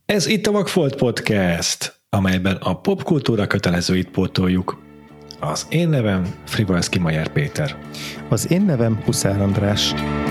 Ez itt a Vagfolt Podcast, amelyben a popkultúra kötelezőit pótoljuk. Az én nevem Frivalszky Mayer Péter. Az én nevem Huszár András.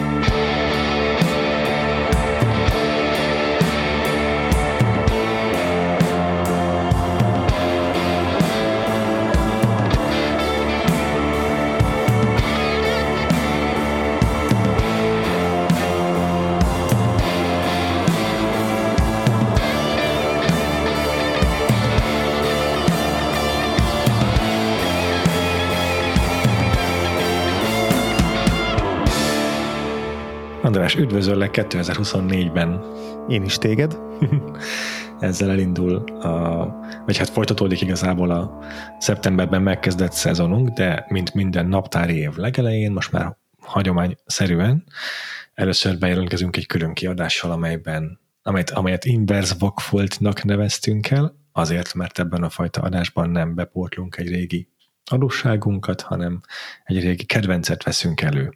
András, üdvözöllek 2024-ben. Én is téged. Ezzel elindul, vagy hát folytatódik igazából a szeptemberben megkezdett szezonunk, de mint minden naptári év legelején, most már hagyományszerűen először bejelentkezünk egy külön kiadással, amelyet Inverse Vagfoltnak neveztünk el, azért, mert ebben a fajta adásban nem bepótlunk egy régi adósságunkat, hanem egy régi kedvencet veszünk elő.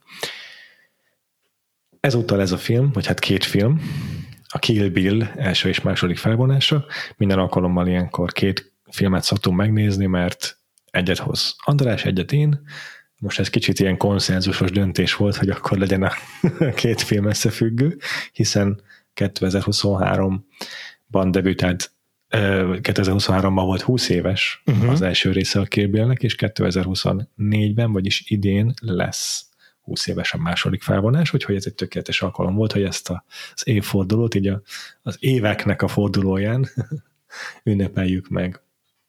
Ezúttal ez a film, vagy hát két film, a Kill Bill első és második felvonása. Minden alkalommal ilyenkor két filmet szoktunk megnézni, mert egyet hoz András, egyet én. Most ez kicsit ilyen konszenzusos döntés volt, hogy akkor legyen a két film összefüggő, hiszen 2023-ban debütált, 2023-ban volt 20 éves az első része a Kill Billnek, és 2024-ben, vagyis idén lesz 20 éves a második felvonás, úgyhogy ez egy tökéletes alkalom volt, hogy ezt az évfordulót, így az éveknek a fordulóján ünnepeljük meg.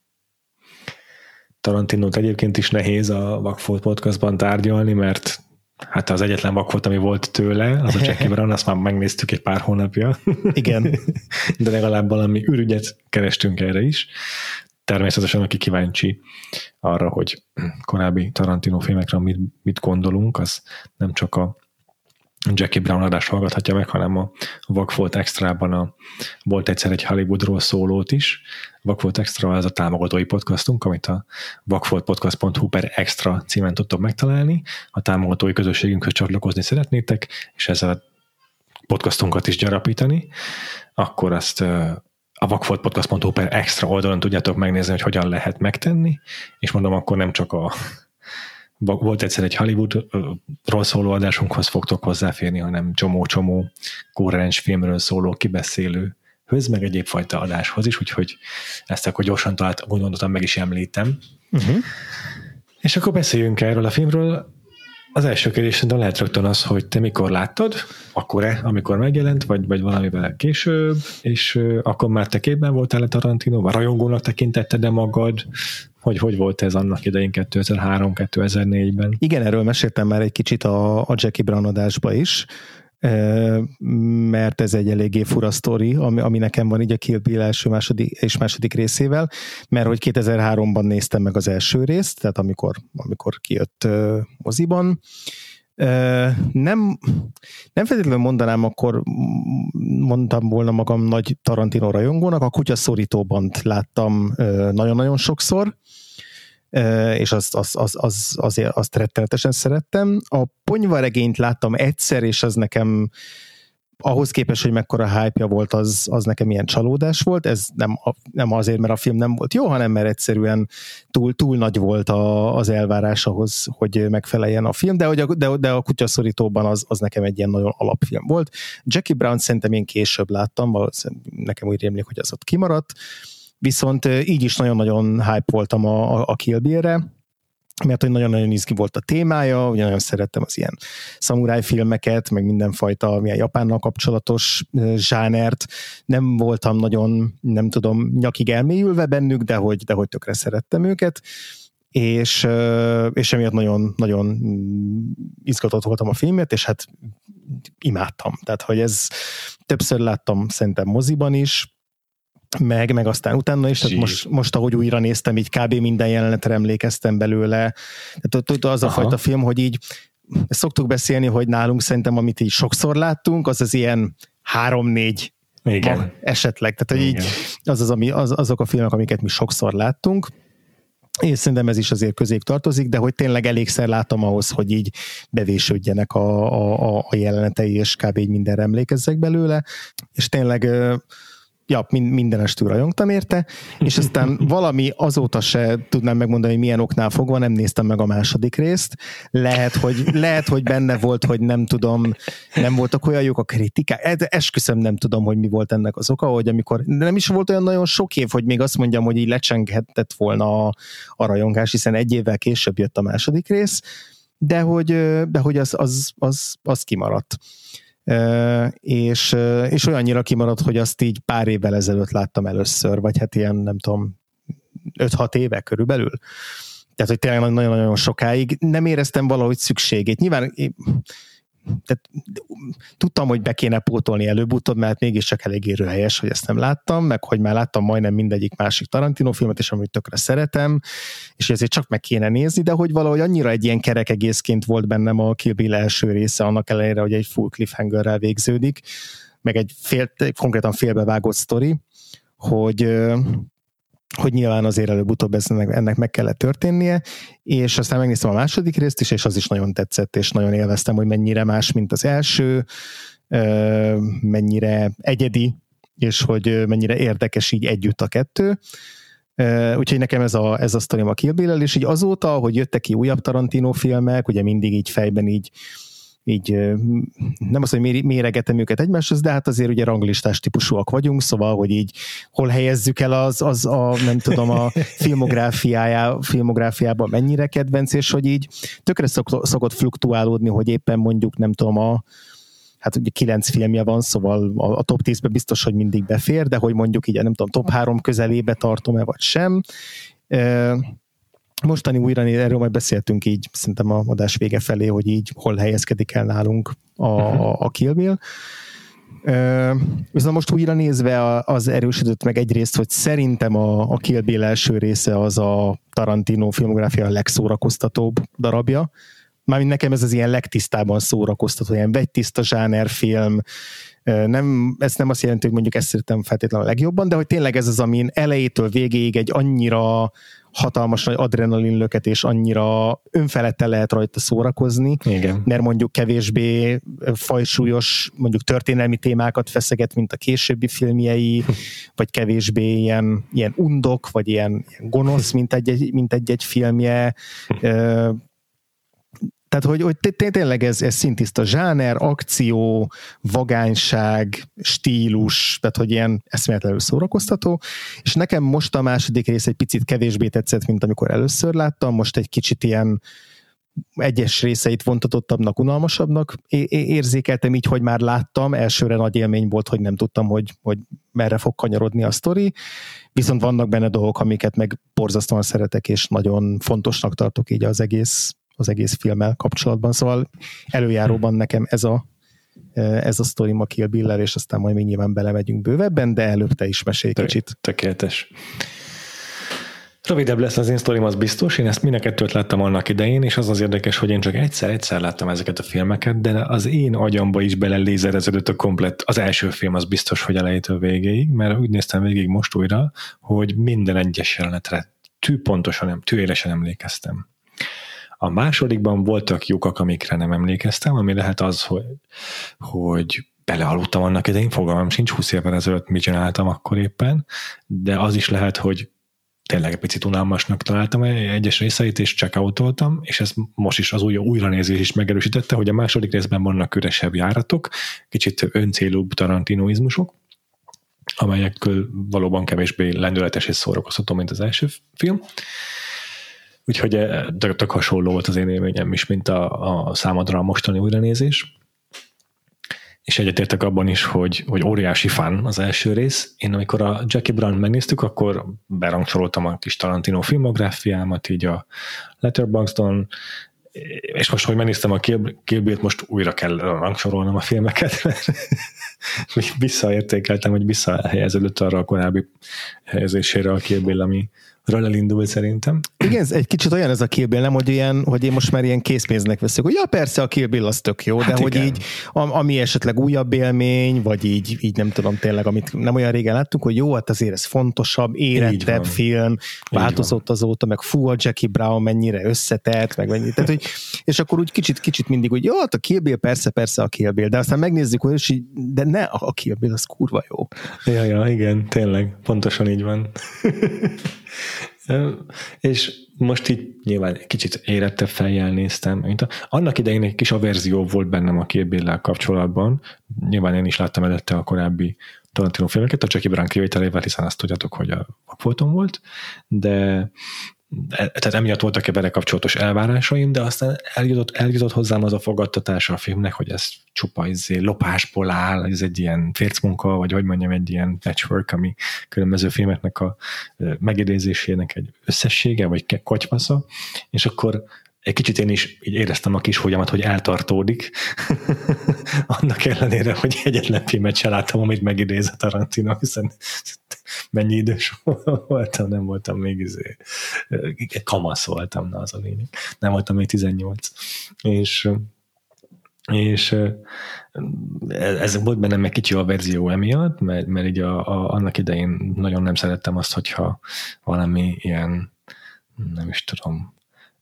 Tarantinót egyébként is nehéz a Vagfolt Podcastban tárgyalni, mert hát az egyetlen Vagfolt, ami volt tőle, az a Jackie Brown, azt már megnéztük egy pár hónapja. Igen. De legalább valami ürügyet kerestünk erre is. Természetesen, aki kíváncsi arra, hogy korábbi Tarantino filmekre mit gondolunk, az nem csak a Jackie Brown adást hallgathatja meg, hanem a Vagfolt Extrában volt egyszer egy Hollywoodról szólót is. A Vagfolt Extra az a támogatói podcastunk, amit a vagfoltpodcast.hu/extra címen tudtok megtalálni. A támogatói közösségünkhöz csatlakozni szeretnétek, és ezzel a podcastunkat is gyarapítani, akkor azt a vagfoltpodcast.hu/extra oldalon tudjátok megnézni, hogy hogyan lehet megtenni, és mondom, akkor nem csak volt egyszer egy Hollywoodról szóló adásunkhoz fogtok hozzáférni, hanem csomó koherens filmről szóló kibeszélőhöz, meg egyéb fajta adáshoz is, úgyhogy ezt akkor gyorsan gondoltam, meg is említem. És akkor beszéljünk erről a filmről. Az első kérdés de lehet rögtön az, hogy te mikor láttad, akkor-e, amikor megjelent, vagy valamivel később, és akkor már te képben voltál a Tarantino, vagy rajongónak tekintetted de magad, hogy volt ez annak idején 2003-2004-ben? Igen, erről meséltem már egy kicsit a Jackie Brown adásba is, mert ez egy eléggé fura sztori, ami nekem van így a Kill Bill első és második részével, mert hogy 2003-ban néztem meg az első részt, tehát amikor kijött moziban. Nem feltétlenül mondanám, akkor mondtam volna magam nagy Tarantino rajongónak, a Kutyaszorítóbant láttam nagyon-nagyon sokszor, és azt rettenetesen szerettem. A Ponyvaregényt láttam egyszer, és az nekem ahhoz képest, hogy mekkora hype-ja volt, az nekem ilyen csalódás volt. Ez nem azért, mert a film nem volt jó, hanem mert egyszerűen túl nagy volt az elvárás ahhoz, hogy megfeleljen a film, de a Kutyaszorítóban az nekem egy ilyen nagyon alapfilm volt. Jackie Brown szerintem én később láttam, nekem úgy rémlik, hogy az ott kimaradt, viszont így is nagyon-nagyon hype voltam a Kill Bill-re, mert hogy nagyon-nagyon izgi volt a témája, ugye nagyon szerettem az ilyen szamuráj filmeket, meg mindenfajta milyen Japánnal kapcsolatos zsánert. Nem voltam nagyon, nem tudom, nyakig elmélyülve bennük, de hogy tökre szerettem őket, és emiatt nagyon izgatott voltam a filmet, és hát imádtam. Tehát, hogy ez többször láttam szerintem moziban is, meg aztán utána is, tehát most ahogy újra néztem, így kb. Minden jelenetre emlékeztem belőle. Tehát az a fajta film, hogy így szoktuk beszélni, hogy nálunk szerintem, amit így sokszor láttunk, az ilyen 3-4 esetleg. Tehát, hogy így azok a filmek, amiket mi sokszor láttunk, és szerintem ez is azért közép tartozik, de hogy tényleg elégszer látom ahhoz, hogy így bevésődjenek a jelenetei, és kb. Így mindenre emlékezzek belőle, és tényleg mindenestül rajongtam érte, és aztán valami azóta se tudnám megmondani, hogy milyen oknál fogva nem néztem meg a második részt. Lehet, hogy benne volt, hogy nem tudom, nem voltak olyan jók a kritikák. Esküszöm, nem tudom, hogy mi volt ennek az oka, hogy amikor nem is volt olyan nagyon sok év, hogy még azt mondjam, hogy így lecsenghetett volna a rajongás, hiszen egy évvel később jött a második rész, de hogy az kimaradt. És olyannyira kimaradt, hogy azt így pár évvel ezelőtt láttam először, vagy hát ilyen, nem tudom, 5-6 éve körülbelül. Tehát, hogy tényleg nagyon-nagyon sokáig nem éreztem valahogy szükségét. Nyilván tehát tudtam, hogy be kéne pótolni előbb-utóbb, mert mégiscsak eléggé röhelyes, hogy ezt nem láttam, meg hogy már láttam majdnem mindegyik másik Tarantino filmet, és amit tökre szeretem, és ezért csak meg kéne nézni, de hogy valahogy annyira egy ilyen kerek egészként volt bennem a Kill Bill első része, annak ellenére, hogy egy full cliffhangerrel végződik, meg egy konkrétan félbevágott sztori, hogy nyilván azért előbb-utóbb ennek meg kellett történnie, és aztán megnéztem a második részt is, és az is nagyon tetszett, és nagyon élveztem, hogy mennyire más, mint az első, mennyire egyedi, és hogy mennyire érdekes így együtt a kettő. Úgyhogy nekem ez a sztorim a Kill Bill-el, és így azóta, hogy jöttek ki újabb Tarantino filmek, ugye mindig így fejben így nem az, hogy méregetem őket egymáshoz, de hát azért ugye ranglistás típusúak vagyunk, szóval, hogy így hol helyezzük el az nem tudom, a filmográfiában mennyire kedvenc, és hogy így tökre szokott fluktuálódni, hogy éppen mondjuk nem tudom, hát ugye 9 filmje van, szóval a top 10-be biztos, hogy mindig befér, de hogy mondjuk így nem tudom, top 3 közelébe tartom-e vagy sem. Mostani újra, erről majd beszéltünk így, szerintem a adás vége felé, hogy így hol helyezkedik el nálunk a Kill Bill. Viszont most újra nézve az erősödött meg egyrészt, hogy szerintem a Kill Bill első része az a Tarantino filmográfia a legszórakoztatóbb darabja. Mármint nekem ez az ilyen legtisztában szórakoztató, ilyen vegytiszta zsánerfilm. Ez nem azt jelenti, hogy mondjuk ezt szeretem feltétlenül a legjobban, de hogy tényleg ez az, amin elejétől végéig egy annyira hatalmas nagy adrenalinlöket, és annyira önfeledten lehet rajta szórakozni, igen, mert mondjuk kevésbé fajsúlyos, mondjuk történelmi témákat feszeget, mint a későbbi filmjei, vagy kevésbé ilyen undok, vagy ilyen gonosz, mint egy filmje. Tehát, hogy tényleg ez szintiszta zsáner, akció, vagányság, stílus, tehát, hogy ilyen eszméletlenül szórakoztató, és nekem most a második rész egy picit kevésbé tetszett, mint amikor először láttam, most egy kicsit ilyen egyes részeit vontatottabbnak, unalmasabbnak érzékeltem így, hogy már láttam, elsőre nagy élmény volt, hogy nem tudtam, hogy merre fog kanyarodni a sztori, viszont vannak benne dolgok, amiket meg borzasztóan szeretek, és nagyon fontosnak tartok így az egész filmmel kapcsolatban, szóval előjáróban nekem ez a sztorim a Kill Bill-el, és aztán majd még nyilván belemegyünk bővebben, de előbb te is mesélj kicsit. Tökéletes. Rövidebb lesz az én sztorim, az biztos, én ezt mindenkettőt láttam annak idején, és az érdekes, hogy én csak egyszer láttam ezeket a filmeket, de az én agyamba is belelézereződött a komplett, az első film az biztos, hogy elejétől végéig, mert úgy néztem végig most újra, hogy minden egyes jelenetre tűélesen emlékeztem. A másodikban voltak lyukak, amikre nem emlékeztem, ami lehet az, hogy belealudtam annak idején, fogalmam sincs, 20 évvel ezelőtt mit csináltam akkor éppen, de az is lehet, hogy tényleg egy picit unalmasnak találtam egyes részeit, és checkoutoltam, és ez most is az újranézés is megerősítette, hogy a második részben vannak üresebb járatok, kicsit öncélúbb tarantinoizmusok, amelyekről valóban kevésbé lendületes és szórakoztató, mint az első film. Úgyhogy tök hasonló volt az én élményem is, mint a számodra a mostani újranézés. És egyetértek abban is, hogy óriási fan az első rész. Én amikor a Jackie Brown megnéztük, akkor berangsoroltam a kis Tarantino filmográfiámat, így a Letterboxdon, és most, hogy megnéztem a Kill Bill-t, most újra kell rangsorolnom a filmeket, mert visszaértékeltem, hogy visszahelyeződött arra a korábbi helyezésére a Kill Bill, ami elindult szerintem. Igen, ez egy kicsit olyan ez a Kill Bill, nem, hogy én most már ilyen készpénznek veszek, hogy ja, persze a Kill Bill az tök jó, hát de igen. Hogy így, ami esetleg újabb élmény, vagy így nem tudom tényleg, amit nem olyan régen láttuk, hogy jó, hát azért ez fontosabb, érettebb film, változott azóta, meg fú, a Jackie Brown mennyire összetett, meg mennyire, tehát, hogy, és akkor úgy kicsit mindig, hogy jó, hát a Kill Bill, persze a Kill Bill, de aztán megnézzük, hogy is így, de ne, a Kill Bill az kurva jó. Ja, igen, tényleg, pontosan így van. És most így nyilván kicsit érettebb fejjel néztem. Annak idején egy kis averzió volt bennem a Kill Bill-lel kapcsolatban. Nyilván én is láttam előtte a korábbi Tarantino filmeket, a Jackie Brown kivételével, hiszen azt tudjátok, hogy a vakfoltom volt, de tehát emiatt voltak vele kapcsolatos elvárásaim, de aztán eljutott hozzám az a fogadtatása a filmnek, hogy ez csupa lopásból áll, ez egy ilyen fércmunka, vagy hogy mondjam, egy ilyen patchwork, ami különböző filmeknek a megidézésének egy összessége, vagy kotyvasza, és akkor egy kicsit én is így éreztem a kis húgyamat, hogy eltartódik. Annak ellenére, hogy egyetlen filmet se láttam, amit megidéz a Tarantino, hiszen mennyi idős voltam, nem voltam még kamasz voltam, na az a lényeg. Nem voltam még 18. És ez volt bennem egy kicsi averzió emiatt, mert így annak idején nagyon nem szerettem azt, hogyha valami ilyen, nem is tudom,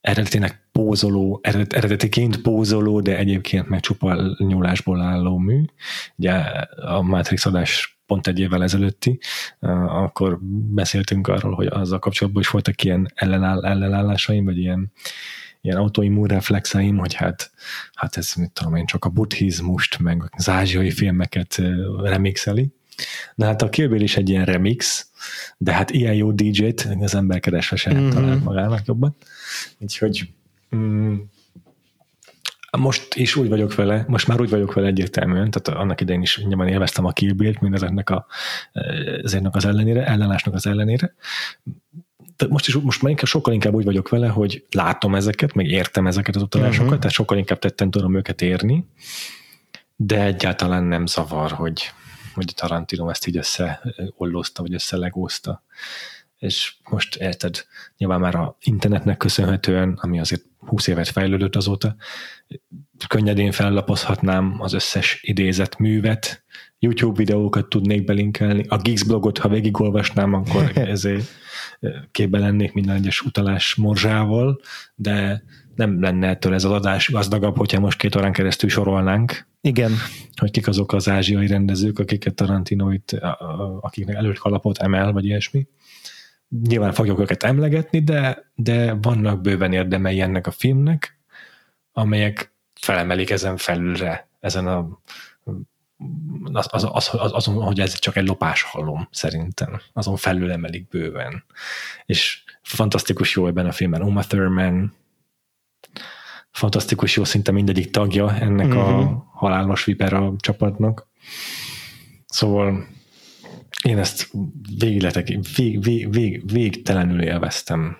eredetiként pózoló, de egyébként meg csupa nyúlásból álló mű. Ugye a Matrix adás pont egy évvel ezelőtti, akkor beszéltünk arról, hogy azzal kapcsolatban is voltak ilyen ellenállásaim, vagy ilyen autoimmun reflexeim, hogy hát ez, mit tudom én, csak a buddhizmust, meg az ázsiai filmeket remixeli. De hát a Kill Bill is egy ilyen remix, de hát ilyen jó DJ-t az ember keresve sem talált magának jobban. Úgyhogy most már úgy vagyok vele egyértelműen, tehát annak idején is nyilván élveztem a Kill Bill-t, mindezeknek az ellenásnak az ellenére. De most már sokkal inkább úgy vagyok vele, hogy látom ezeket, meg értem ezeket az utalásokat, tehát sokkal inkább tetten tudom őket érni, de egyáltalán nem zavar, hogy Tarantino ezt így összeollózta, vagy összelegózta. És most érted, nyilván már a internetnek köszönhetően, ami azért 20 évet fejlődött azóta, könnyedén fellapozhatnám az összes idézett művet, YouTube videókat tudnék belinkelni, a Geeks blogot, ha végigolvasnám, akkor ezért képbe lennék minden egyes utalás morzsával, de nem lenne ettől ez az adás gazdagabb, hogyha most 2 órán keresztül sorolnánk. Igen. Hogy kik azok az ázsiai rendezők, akiket Tarantino itt, akiknek előtt kalapot emel, vagy ilyesmi. Nyilván fogjuk őket emlegetni, de vannak bőven érdemei ennek a filmnek, amelyek felemelik ezen felülre, ezen azon, hogy ez csak egy lopáshalom, szerintem. Azon felül emelik bőven. És fantasztikus jó ebben a filmben Uma Thurman, fantasztikus jó szinte mindegyik tagja ennek a halálos vipera csapatnak. Szóval én ezt végtelenül élveztem.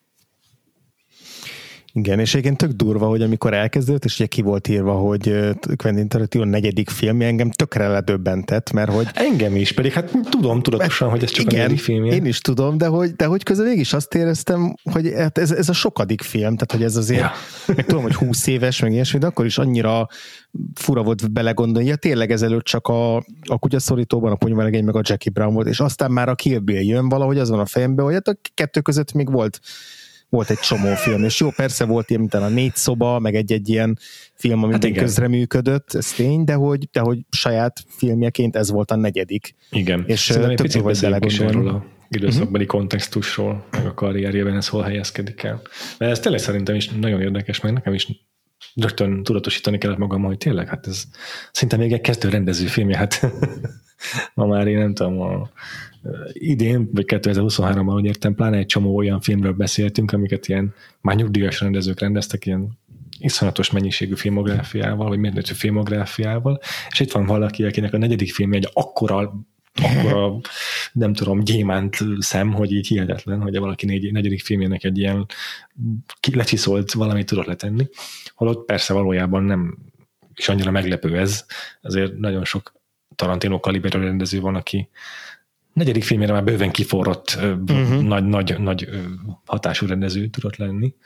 Igen, és egyébként tök durva, hogy amikor elkezdődött, és ugye ki volt írva, hogy Quentin Tarantino 4. filmje, engem tökre ledöbbentett, mert hogy... Engem is, pedig hát tudom tudatosan, hogy ez csak igen, a 4. filmje. Én is tudom, de hogy közben mégis azt éreztem, hogy hát ez a sokadik film, tehát hogy ez azért, meg tudom, hogy 20 éves, meg ilyesmi, de akkor is annyira fura volt belegondolni, ja, tényleg ezelőtt csak a kutyaszorítóban a Ponyvalegény meg a Jackie Brown volt, és aztán már a Kill Bill jön, valahogy az van a fejemben, hogy hát a 2 között még volt egy csomó film, és jó, persze volt ilyen, mint a 4 szoba, meg egy ilyen film, ami hát közreműködött, ez tény, de hogy saját filmjeként ez volt a 4. Igen. És többször volt belegondolni. A időszakbeli kontextusról, meg a karrierjében ez hol helyezkedik el. Mert ez tényleg szerintem is nagyon érdekes, meg nekem is rögtön tudatosítani kellett magam, hogy tényleg, hát ez szinte még egy kezdő rendező filmje, hát ma már én nem tudom, idén, vagy 2023-ban, úgy értem, pláne egy csomó olyan filmről beszéltünk, amiket ilyen már nyugdíjas rendezők rendeztek, ilyen iszonyatos mennyiségű filmográfiával, vagy mérnötű filmográfiával, és itt van valaki, akinek a 4. filmje egy akkora nem tudom, gyémánt szem, hogy így hihetetlen, hogy valaki 4. filmjének egy ilyen lecsiszolt valamit tudott letenni. Holott persze valójában nem is annyira meglepő ez, azért nagyon sok Tarantino kaliberű rendező van, aki negyedik filmére már bőven kiforrott, nagy hatású rendező tudott lenni.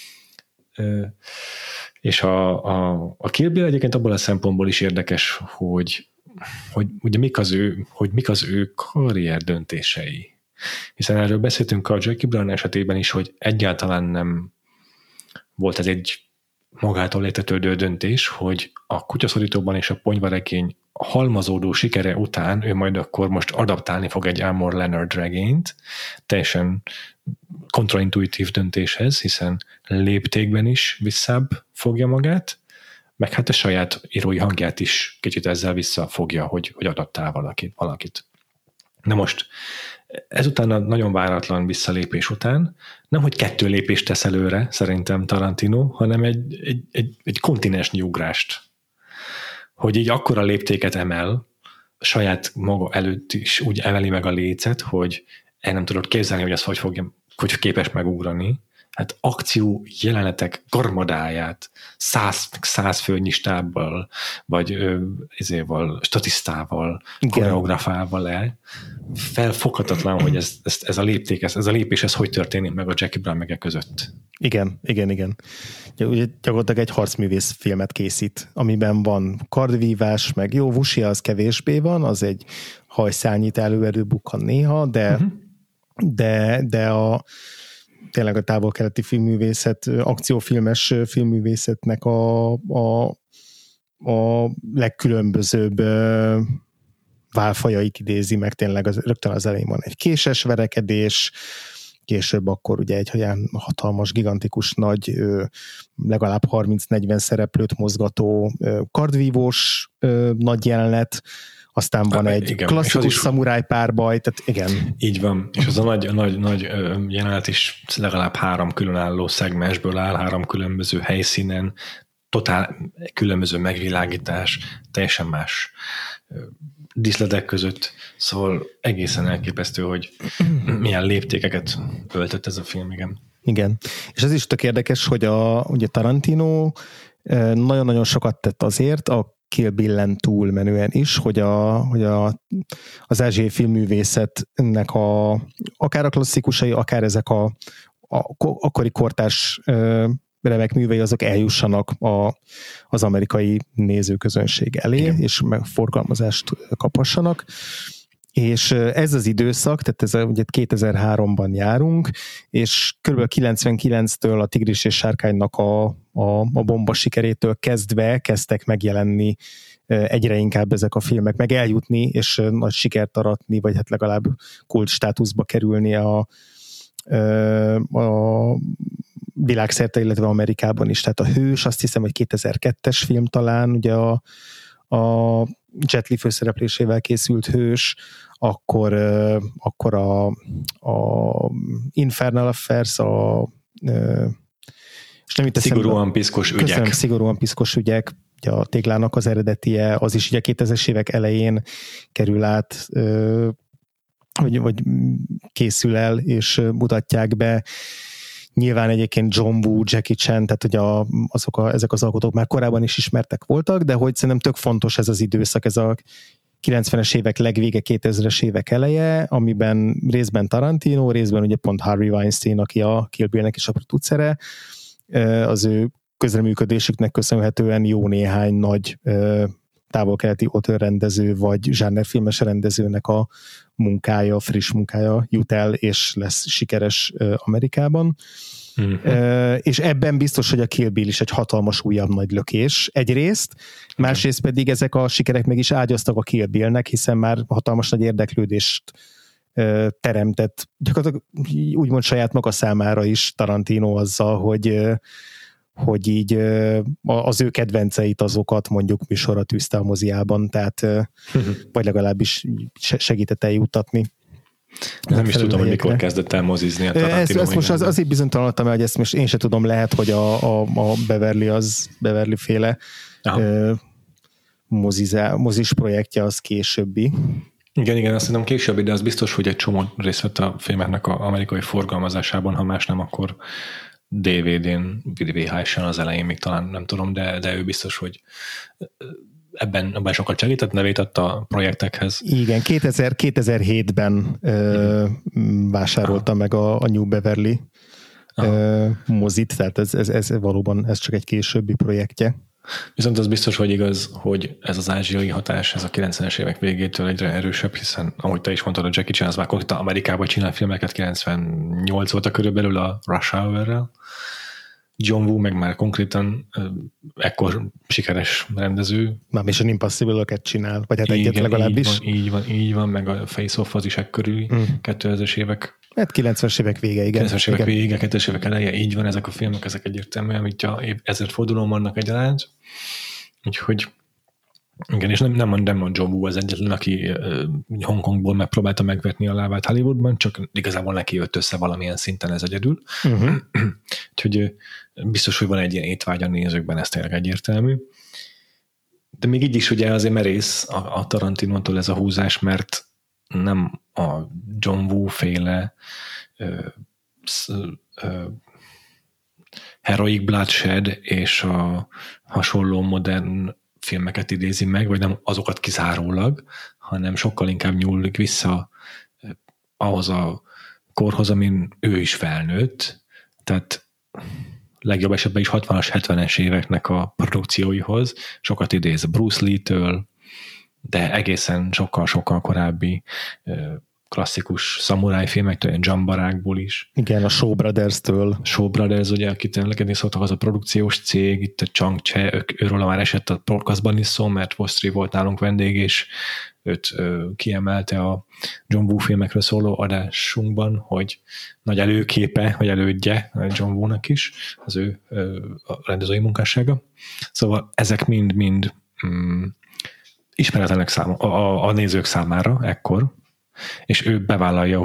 És a Kill Bill egyébként abból a szempontból is érdekes, hogy ugye mik az ő karrier döntései. Hiszen erről beszéltünk a Jackie Brown esetében is, hogy egyáltalán nem volt ez egy magától létetődő döntés, hogy a Kutyaszorítóban és a Ponyvaregény halmazódó sikere után ő majd akkor most adaptálni fog egy Elmore Leonard regényt, teljesen kontraintuitív döntéshez, hiszen léptékben is visszább fogja magát, meg hát a saját írói hangját is kicsit ezzel visszafogja, hogy adaptál valakit. Na most, ezután a nagyon váratlan visszalépés után nem, hogy 2 lépést tesz előre szerintem Tarantino, hanem egy kontinensnyi ugrást. Hogy így akkora léptéket emel, saját maga előtt is úgy emeli meg a lécet, hogy el nem tudod képzelni, hogy ezt hogy képes megugrani. Hát akció jelenetek garmadáját 100 főnyi stábbal, vagy statisztával, koreografával el. Felfoghatatlan, hogy ez a lépés hogy történik meg a Jackie Brown meg között. Igen. Ugye gyakorlatilag egy harcművész filmet készít, amiben van kardvívás, meg jó vusi, az kevésbé van, az egy hajszányít előbukkan néha, de tényleg a távol-keleti filmművészet, akciófilmes filmművészetnek a legkülönbözőbb válfajait idézi meg, tényleg rögtön az elején van egy késes verekedés, később akkor ugye egy olyan hatalmas, gigantikus nagy, legalább 30-40 szereplőt mozgató kardvívós nagy jelenet, aztán van egy klasszikus szamuráj párbaj, tehát igen. Így van, és az a nagy jelenet is legalább 3 különálló szegmensből áll, 3 különböző helyszínen, totál különböző megvilágítás, teljesen más díszletek között, szóval egészen elképesztő, hogy milyen léptékeket öltött ez a film, igen. Igen, és ez is tök érdekes, hogy ugye Tarantino nagyon-nagyon sokat tett azért, a Kill Bill-en túlmenően is, hogy az ázsiai filmművészetnek akár a klasszikusai, akár ezek a akkori kortárs remek művei, azok eljussanak az amerikai nézőközönség elé, igen, és forgalmazást kaphassanak. És ez az időszak, tehát ugye 2003-ban járunk, és kb. 99-től a Tigris és Sárkánynak a bomba sikerétől kezdtek megjelenni egyre inkább ezek a filmek, meg eljutni, és nagy sikert aratni, vagy hát legalább kult státuszba kerülni a világszerte, illetve Amerikában is. Tehát a Hős, azt hiszem, hogy 2002-es film talán, ugye a Jet Li főszereplésével készült Hős, akkor a Infernal Affairs, szigorúan piszkos ügyek. Köszönöm, szigorúan piszkos ügyek, ugye a Téglának az eredetie, az is ugye 2000-es évek elején kerül át, vagy készül el, és mutatják be. Nyilván egyébként John Woo, Jackie Chan, tehát ugye ezek az alkotók már korábban is ismertek voltak, de hogy szerintem tök fontos ez az időszak, ez a 90-es évek legvége, 2000-es évek eleje, amiben részben Tarantino, részben ugye pont Harvey Weinstein, aki a Kill Bill-nek is a producere, az ő közreműködésüknek köszönhetően jó néhány nagy távol-keleti autorrendező vagy zsánerfilmes rendezőnek a munkája, friss munkája jut el, és lesz sikeres Amerikában. Mm-hmm. És ebben biztos, hogy a Kill Bill is egy hatalmas újabb nagy lökés egyrészt, másrészt pedig ezek a sikerek meg is ágyaztak a Kill Billnek, hiszen már hatalmas nagy érdeklődést teremtett, gyakorlatilag úgymond saját maga számára is Tarantino azzal, hogy így az ő kedvenceit, azokat mondjuk műsorra tűzte a moziában, tehát vagy legalábbis segített eljuttatni. Nem is tudom, hogy mikor kezdett el mozizni a Tarantino. Ezt most azért bizonytalanodtam el, hogy ezt most én sem tudom, lehet, hogy a Beverly féle mozis projektje az későbbi. Igen, azt hiszem későbbi, de az biztos, hogy egy csomó részt vett a filmeknek az amerikai forgalmazásában, ha más nem, akkor DVD-n, VHS-en az elején még talán nem tudom, de ő biztos, hogy abban sokat segített, nevét adta a projektekhez. Igen, 2007-ben vásárolta meg a New Beverly mozit, tehát ez valóban ez csak egy későbbi projektje. Viszont az biztos, hogy igaz, hogy ez az ázsiai hatás, ez a 90-es évek végétől egyre erősebb, hiszen ahogy te is mondtad, a Jackie Chan az már konkrétan Amerikában csinál filmeket, 98 óta körülbelül a Rush Hour-rel. John Woo meg már konkrétan ekkor sikeres rendező. Már Mission Impossible-öket csinál, vagy hát egyet legalábbis. Így van, meg a Face Off az is ekkörül 2000-es évek. Hát 90-es évek vége, igen. 90-es évek vége, 2000-es évek eleje, így van, ezek a filmek, ezek egyértelműen, amit a ezredfordulón vannak egyaránt. Úgyhogy igen, és nem a John Woo az egyetlen, aki Hongkongból megpróbálta megvetni a lábát Hollywoodban, csak igazából neki jött össze valamilyen szinten ez egyedül. Úgyhogy biztos, hogy van egy ilyen étvágy a nézőkben, ez tényleg egyértelmű. De még így is ugye azért merész a Tarantinontól ez a húzás, mert nem a John Woo féle Heroic Bloodshed és a hasonló modern filmeket idézi meg, vagy nem azokat kizárólag, hanem sokkal inkább nyúlik vissza ahhoz a korhoz, amin ő is felnőtt. Tehát legjobb esetben is 60-as, 70-es éveknek a produkcióihoz. Sokat idéz Bruce Lee-től, de egészen sokkal-sokkal korábbi klasszikus szamuráj filmektől, ilyen Jambarákból is. Igen, a Shaw Brothers-től. Shaw Brothers, ugye, akit emlékezni szoktak, az a produkciós cég, itt a Chang Che, őről már esett a podcastban is szó, mert Vostri volt nálunk vendég, és őt kiemelte a John Woo filmekről szóló adásunkban, hogy nagy előképe, vagy elődje John Woo-nak is, az ő a rendezői munkássága. Szóval ezek mind ismeretlenek a nézők számára ekkor, és ő bevállalja,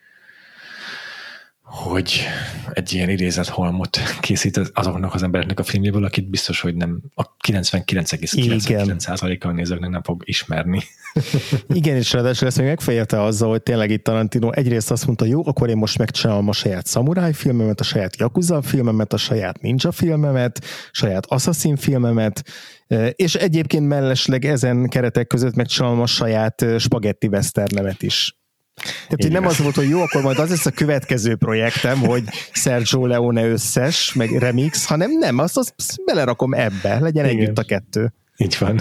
hogy egy ilyen idézett halmot készít azoknak az embereknek a filmjéből, akit biztos, hogy nem a 99,99%-a a nézőknek nem fog ismerni. Igen, és ráadásul ezt még megfejelte azzal, hogy tényleg itt Tarantino egyrészt azt mondta, jó, akkor én most megcsinálom a saját szamuráj filmemet, a saját Yakuza filmemet, a saját ninja filmemet, saját assassin filmemet, és egyébként mellesleg ezen keretek között megcsinálom a saját spagetti westernemet is. Tehát, hogy nem az volt, hogy jó, akkor majd az lesz a következő projektem, hogy Sergio Leone összes, meg remix, hanem nem, azt belerakom ebbe, legyen együtt a kettő. Így van.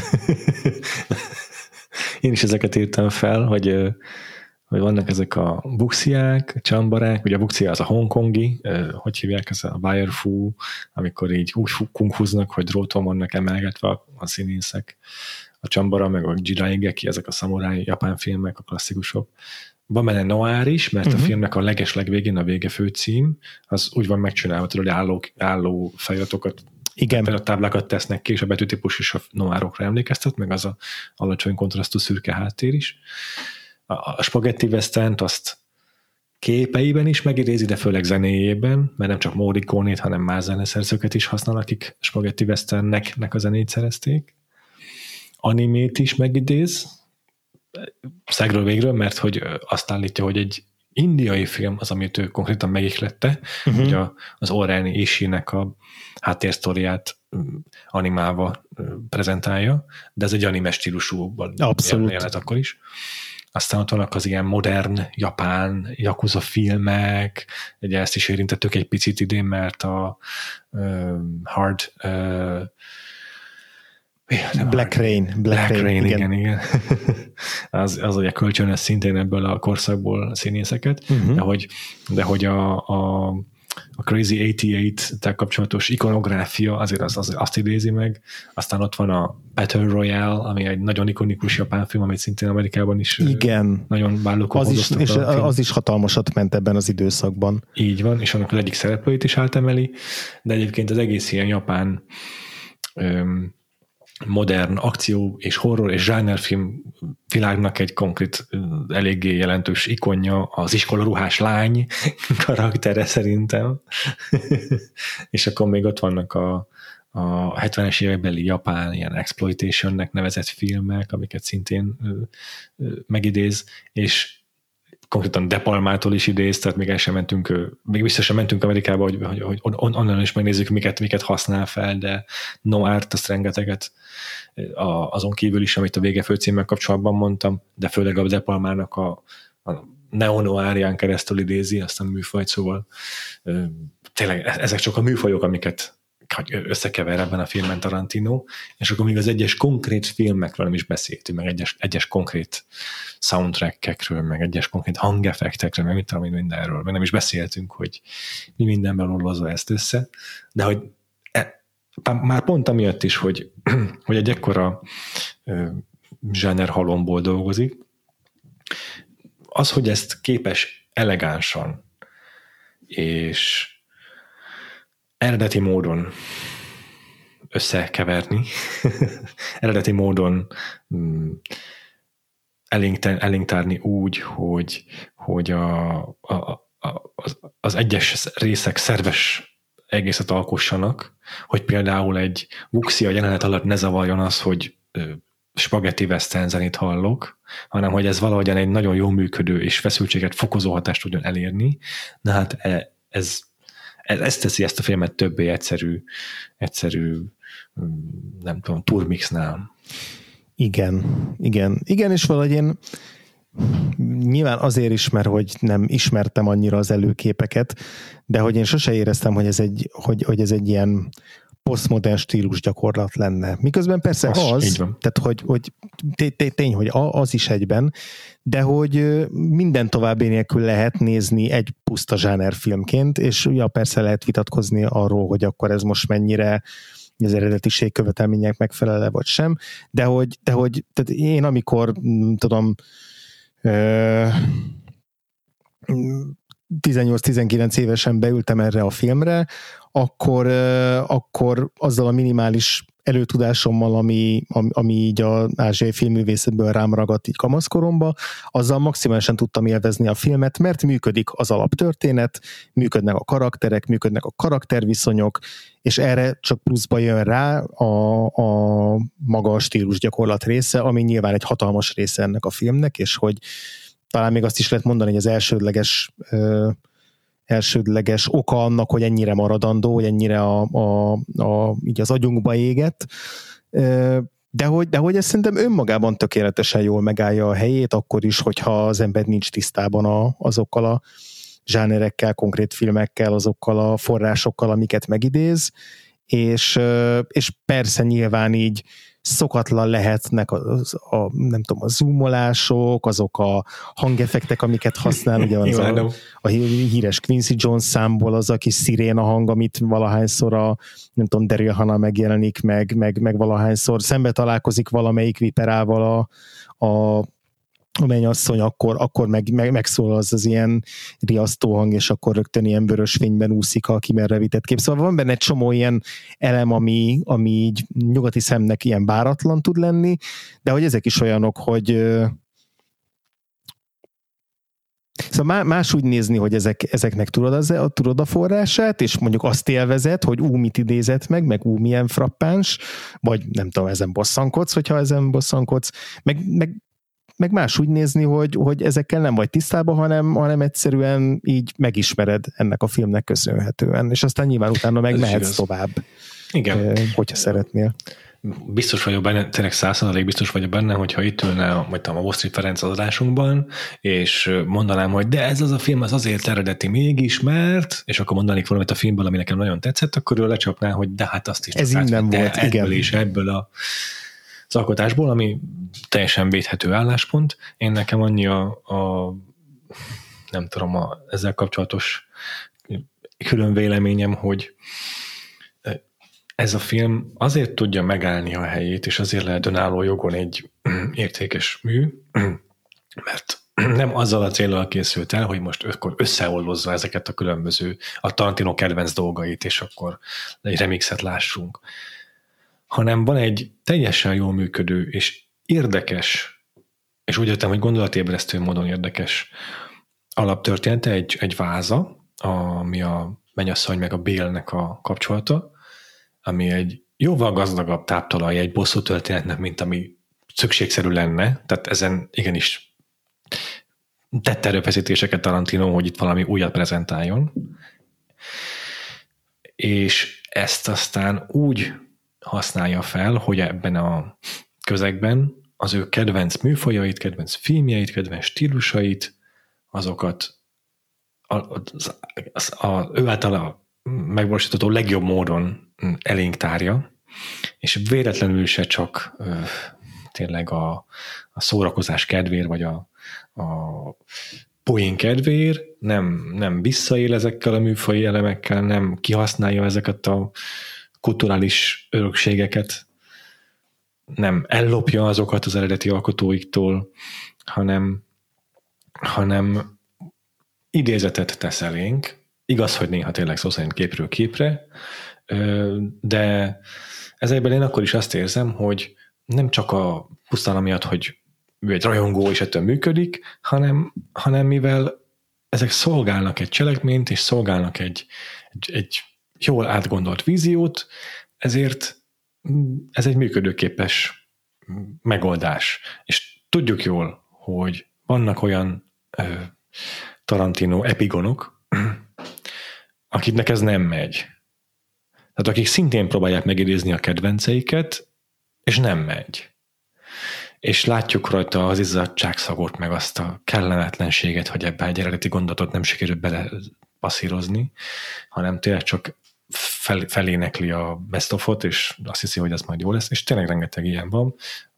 Én is ezeket írtam fel, hogy vannak ezek a buxiák, csambarák, ugye a buxia az a hongkongi, hogy hívják, ez a wire fu, amikor így úgy kung-fuznak, hogy dróton vannak emelgetve a színészek, a csambara, meg a jidaigeki, ezek a szamuráj japán filmek, a klasszikusok. Van benne noir is, mert a filmnek a legeslegvégén a vége főcím, az úgy van megcsinálva, hogy álló feliratokat, felirattáblákat tesznek ki, és a betűtípus is a noirokra emlékeztet, meg az a alacsony kontrasztú szürke háttér is. A spaghetti westernt azt képeiben is megidézi, de főleg zenéjében, mert nem csak Morricone-t, hanem más zeneszerzőket is használ, akik spaghetti westernnek a zenét szerezték. Animét is megidéz, szegről végről, mert hogy azt állítja, hogy egy indiai film az, amit ő konkrétan megihlette, hogy az Orreni Ishii-nek a háttérsztoriát animálva prezentálja, de ez egy anime stílusúban jelent akkor is. Aztán ott vannak az ilyen modern, japán, Yakuza filmek, ugye ezt is érintettük egy picit idén, mert a Black Rain, igen. az ugye kölcsönös szintén ebből a korszakból a színészeket, de hogy a Crazy 88-tel kapcsolatos ikonográfia azért azt idézi meg. Aztán ott van a Battle Royale, ami egy nagyon ikonikus japán film, amit szintén Amerikában is nagyon bárlukon hozoztak. És az is hatalmasat ment ebben az időszakban. Így van, és annak az egyik szereplőit is átemeli, de egyébként az egész ilyen japán modern akció és horror és zsánerfilm világnak egy konkrét, eléggé jelentős ikonja az iskolaruhás lány karaktere szerintem. És akkor még ott vannak a 70-es évekbeli japán ilyen exploitationnek nevezett filmek, amiket szintén megidéz, és konkrétan De Palmától is idéz, tehát még el sem mentünk, még vissza sem mentünk Amerikába, hogy onnan is megnézzük, miket használ fel, de No Art, azt rengeteget, azon kívül is, amit a Vége főcímmel kapcsolatban mondtam, de főleg a De Palmának a neo-noárján keresztül idézi azt a műfajt, szóval tényleg ezek csak a műfajok, amiket összekever ebben a filmben Tarantino, és akkor még az egyes konkrét filmekről nem is beszéltünk, meg egyes konkrét soundtrackekről, meg egyes konkrét hangeffektekről, meg mit tudom én mindenről, meg nem is beszéltünk, hogy mi mindenben ollozza ezt össze, de hogy már pont amiatt is, hogy egy ekkora zsáner halomból dolgozik, az, hogy ezt képes elegánsan és eredeti módon összekeverni, eredeti módon elénk tárni úgy, hogy az egyes részek szerves egészet alkossanak, hogy például egy Wuxia jelenet alatt ne zavarjon az, hogy spaghetti western zenét hallok, hanem hogy ez valahogyan egy nagyon jól működő és feszültséget fokozó hatást tudjon elérni. Na hát ez teszi ezt a filmet többé egyszerű nem tudom, turmixnál. Igen, és valahogy én nyilván azért is, mert hogy nem ismertem annyira az előképeket, de hogy én sose éreztem, hogy ez egy ilyen posztmodern stílus gyakorlat lenne. Miközben persze az tehát hogy tény, hogy az is egyben, de hogy minden további nélkül lehet nézni egy puszta zsánerfilmként, és ja, persze lehet vitatkozni arról, hogy akkor ez most mennyire az eredetiség követelmények megfelel-e vagy sem, de hogy tehát én amikor tudom 18-19 évesen beültem erre a filmre, akkor azzal a minimális előtudásommal, ami így az ázsiai filmművészetből rám ragadt így kamaszkoromba, azzal maximálisan tudtam élvezni a filmet, mert működik az alaptörténet, működnek a karakterek, működnek a karakterviszonyok, és erre csak pluszba jön rá a maga a stílus gyakorlat része, ami nyilván egy hatalmas része ennek a filmnek, és hogy talán még azt is lehet mondani, hogy az elsődleges oka annak, hogy ennyire maradandó, hogy ennyire így az agyunkba égett, de hogy ez szerintem önmagában tökéletesen jól megállja a helyét, akkor is, hogyha az ember nincs tisztában azokkal a zsánerekkel, konkrét filmekkel, azokkal a forrásokkal, amiket megidéz, és persze nyilván így szokatlan lehetnek nem tudom, a zoomolások, azok a hangeffektek, amiket használ, ugye az a híres Quincy Jones számból az a kis sziréna hang, amit valahányszor nem tudom, Daryl Hannah megjelenik, meg valahányszor szembe találkozik valamelyik viperával a mennyasszony, akkor megszól az ilyen riasztó hang, és akkor rögtön ilyen vörös fényben úszik a kimerre vitett kép. Szóval van benne egy csomó ilyen elem, ami így nyugati szemnek ilyen váratlan tud lenni, de hogy ezek is olyanok, hogy szóval más úgy nézni, hogy ezeknek tudod a forrását, és mondjuk azt élvezed, hogy mit idézett meg milyen frappáns, vagy nem tudom, ezen bosszankodsz, hogyha ezen bosszankodsz, meg más úgy nézni, hogy ezekkel nem vagy tisztában, hanem egyszerűen így megismered ennek a filmnek köszönhetően, és aztán nyilván utána meg mehetsz tovább. Igen. Hogyha szeretnél. Biztos vagyok benne, tényleg 100% biztos vagyok benne, hogyha itt ülne a Vostri Ferenc adásunkban, és mondanám, hogy de ez az a film az azért eredeti mégis, mert, és akkor mondanék valamit a filmből, ami nekem nagyon tetszett, akkor ő lecsapná, hogy de hát azt is ez innen volt, igen. És ebből az alkotásból, ami teljesen védhető álláspont. Én nekem annyi nem tudom, ezzel kapcsolatos külön véleményem, hogy ez a film azért tudja megállni a helyét, és azért lehet önálló jogon egy értékes mű, mert nem azzal a céllal készült el, hogy most akkor összeollozza ezeket a különböző, a Tarantino kedvenc dolgait, és akkor egy remixet lássunk, hanem van egy teljesen jól működő és érdekes, és úgy értem, hogy gondolatébresztő módon érdekes alaptörténete, egy váza, ami a mennyasszony meg a Bélnek a kapcsolata, ami egy jóval gazdagabb táptalaj egy bosszú történetnek, mint ami szükségszerű lenne, tehát ezen igenis tett erőfeszítéseket Tarantino, hogy itt valami újat prezentáljon, és ezt aztán úgy használja fel, hogy ebben a közegben az ő kedvenc műfajait, kedvenc filmjeit, kedvenc stílusait, azokat ő általa megvalósítható legjobb módon elénk tárja, és véletlenül se csak tényleg a szórakozás kedvéért, vagy a poén kedvéért, nem visszaél ezekkel a műfaji elemekkel, nem kihasználja ezeket a kulturális örökségeket, nem ellopja azokat az eredeti alkotóiktól, hanem idézetet tesz elénk. Igaz, hogy néha tényleg szó szerint képről képre, de ezekben én akkor is azt érzem, hogy nem csak a pusztán amiatt, hogy ő egy rajongó és ettől működik, hanem mivel ezek szolgálnak egy cselekményt, és szolgálnak egy jól átgondolt víziót, ezért ez egy működőképes megoldás. És tudjuk jól, hogy vannak olyan Tarantino epigonok, akiknek ez nem megy. Tehát akik szintén próbálják megidézni a kedvenceiket, és nem megy. És látjuk rajta az izzadtságszagot, meg azt a kellemetlenséget, hogy ebbe egy eredeti gondolatot nem sikerült belepasszírozni, hanem tényleg csak felénekli a best of-ot, és azt hiszi, hogy ez majd jó lesz, és tényleg rengeteg ilyen van.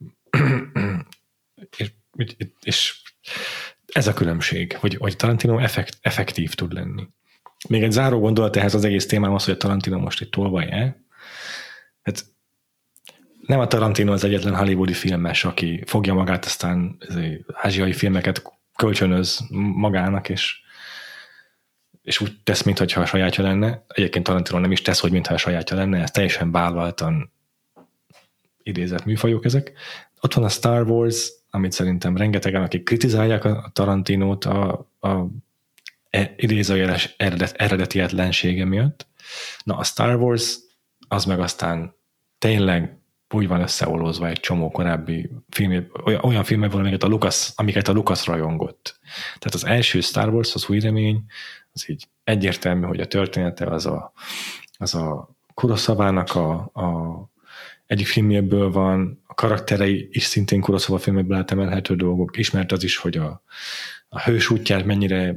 és ez a különbség, hogy Tarantino effektív tud lenni. Még egy záró gondolat ehhez az egész témám az, hogy a Tarantino most itt tolvaj-e. Hát nem a Tarantino az egyetlen hollywoodi filmes, aki fogja magát, aztán ázsiai filmeket kölcsönöz magának, és úgy tesz, mintha a sajátja lenne. Egyébként Tarantino nem is tesz, hogy mintha a sajátja lenne, ez teljesen vállaltan idézett műfajok ezek. Ott van a Star Wars, amit szerintem rengetegen, akik kritizálják a Tarantinót a idézőjeles eredetietlensége miatt. Na a Star Wars az meg aztán tényleg úgy van összeolózva egy csomó korábbi film, olyan filmekből, amiket a Lucas rajongott. Tehát az első Star Wars, az Új Remény, az így egyértelmű, hogy a története az a Kurosavának a egyik filmjéből van, a karakterei is szintén Kurosawa filmekből átemelhető dolgok. Ismert az is, hogy a hős útját mennyire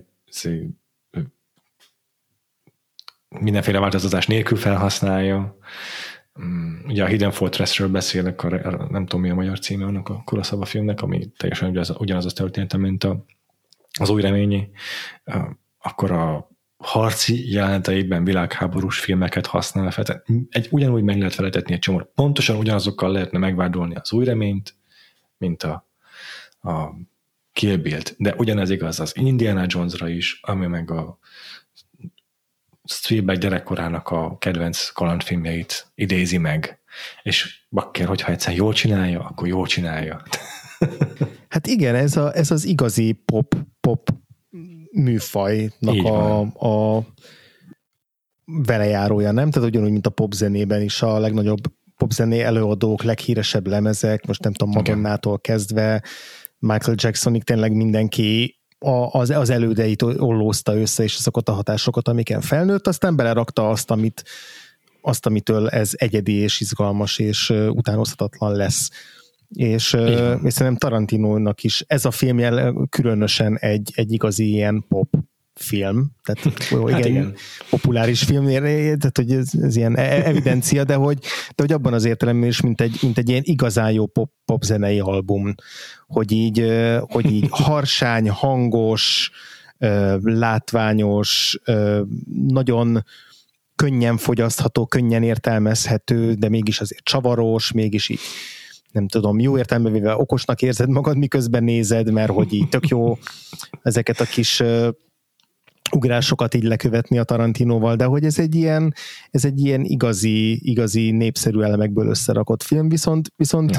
mindenféle változtatás nélkül felhasználja. Ugye a Hidden Fortressről beszélek, nem tudom mi a magyar címe annak a Kurosawa filmnek, ami teljesen ugyanaz a története, mint az Új Reményi. Akkor a harci jeleneteiben világháborús filmeket használ fel. Ugyanúgy meg lehet feletetni egy csomót. Pontosan ugyanazokkal lehetne megvádolni az Új Reményt, mint a Kill Bill-t. De ugyanez igaz az Indiana Jonesra is, ami meg a Spielberg gyerekkorának a kedvenc kalandfilmjeit idézi meg. És bakker, hogyha egyszer jól csinálja, akkor jól csinálja. Hát igen, ez az igazi pop műfajnak a velejárója, nem? Tehát ugyanúgy, mint a popzenében is a legnagyobb popzené előadók, leghíresebb lemezek, most nem tudom, Madonnától kezdve, Michael Jacksonig tényleg mindenki az elődeit ollózta össze, és azokat a hatásokat, amiken felnőtt, aztán belerakta azt, amitől ez egyedi és izgalmas, és utánozhatatlan lesz. És szerintem Tarantinónak is ez a filmje különösen egy igazi ilyen pop film, tehát igen. Populáris film, tehát hogy ez ilyen evidencia, de hogy abban az értelemben is, mint egy ilyen igazán jó pop zenei album, hogy így harsány, hangos, látványos, nagyon könnyen fogyasztható, könnyen értelmezhető, de mégis azért csavaros, mégis így nem tudom, jó értelemben véve okosnak érzed magad, miközben nézed, mert hogy így tök jó ezeket a kis ugrásokat így lekövetni a Tarantinóval, de hogy ez egy ilyen igazi népszerű elemekből összerakott film, viszont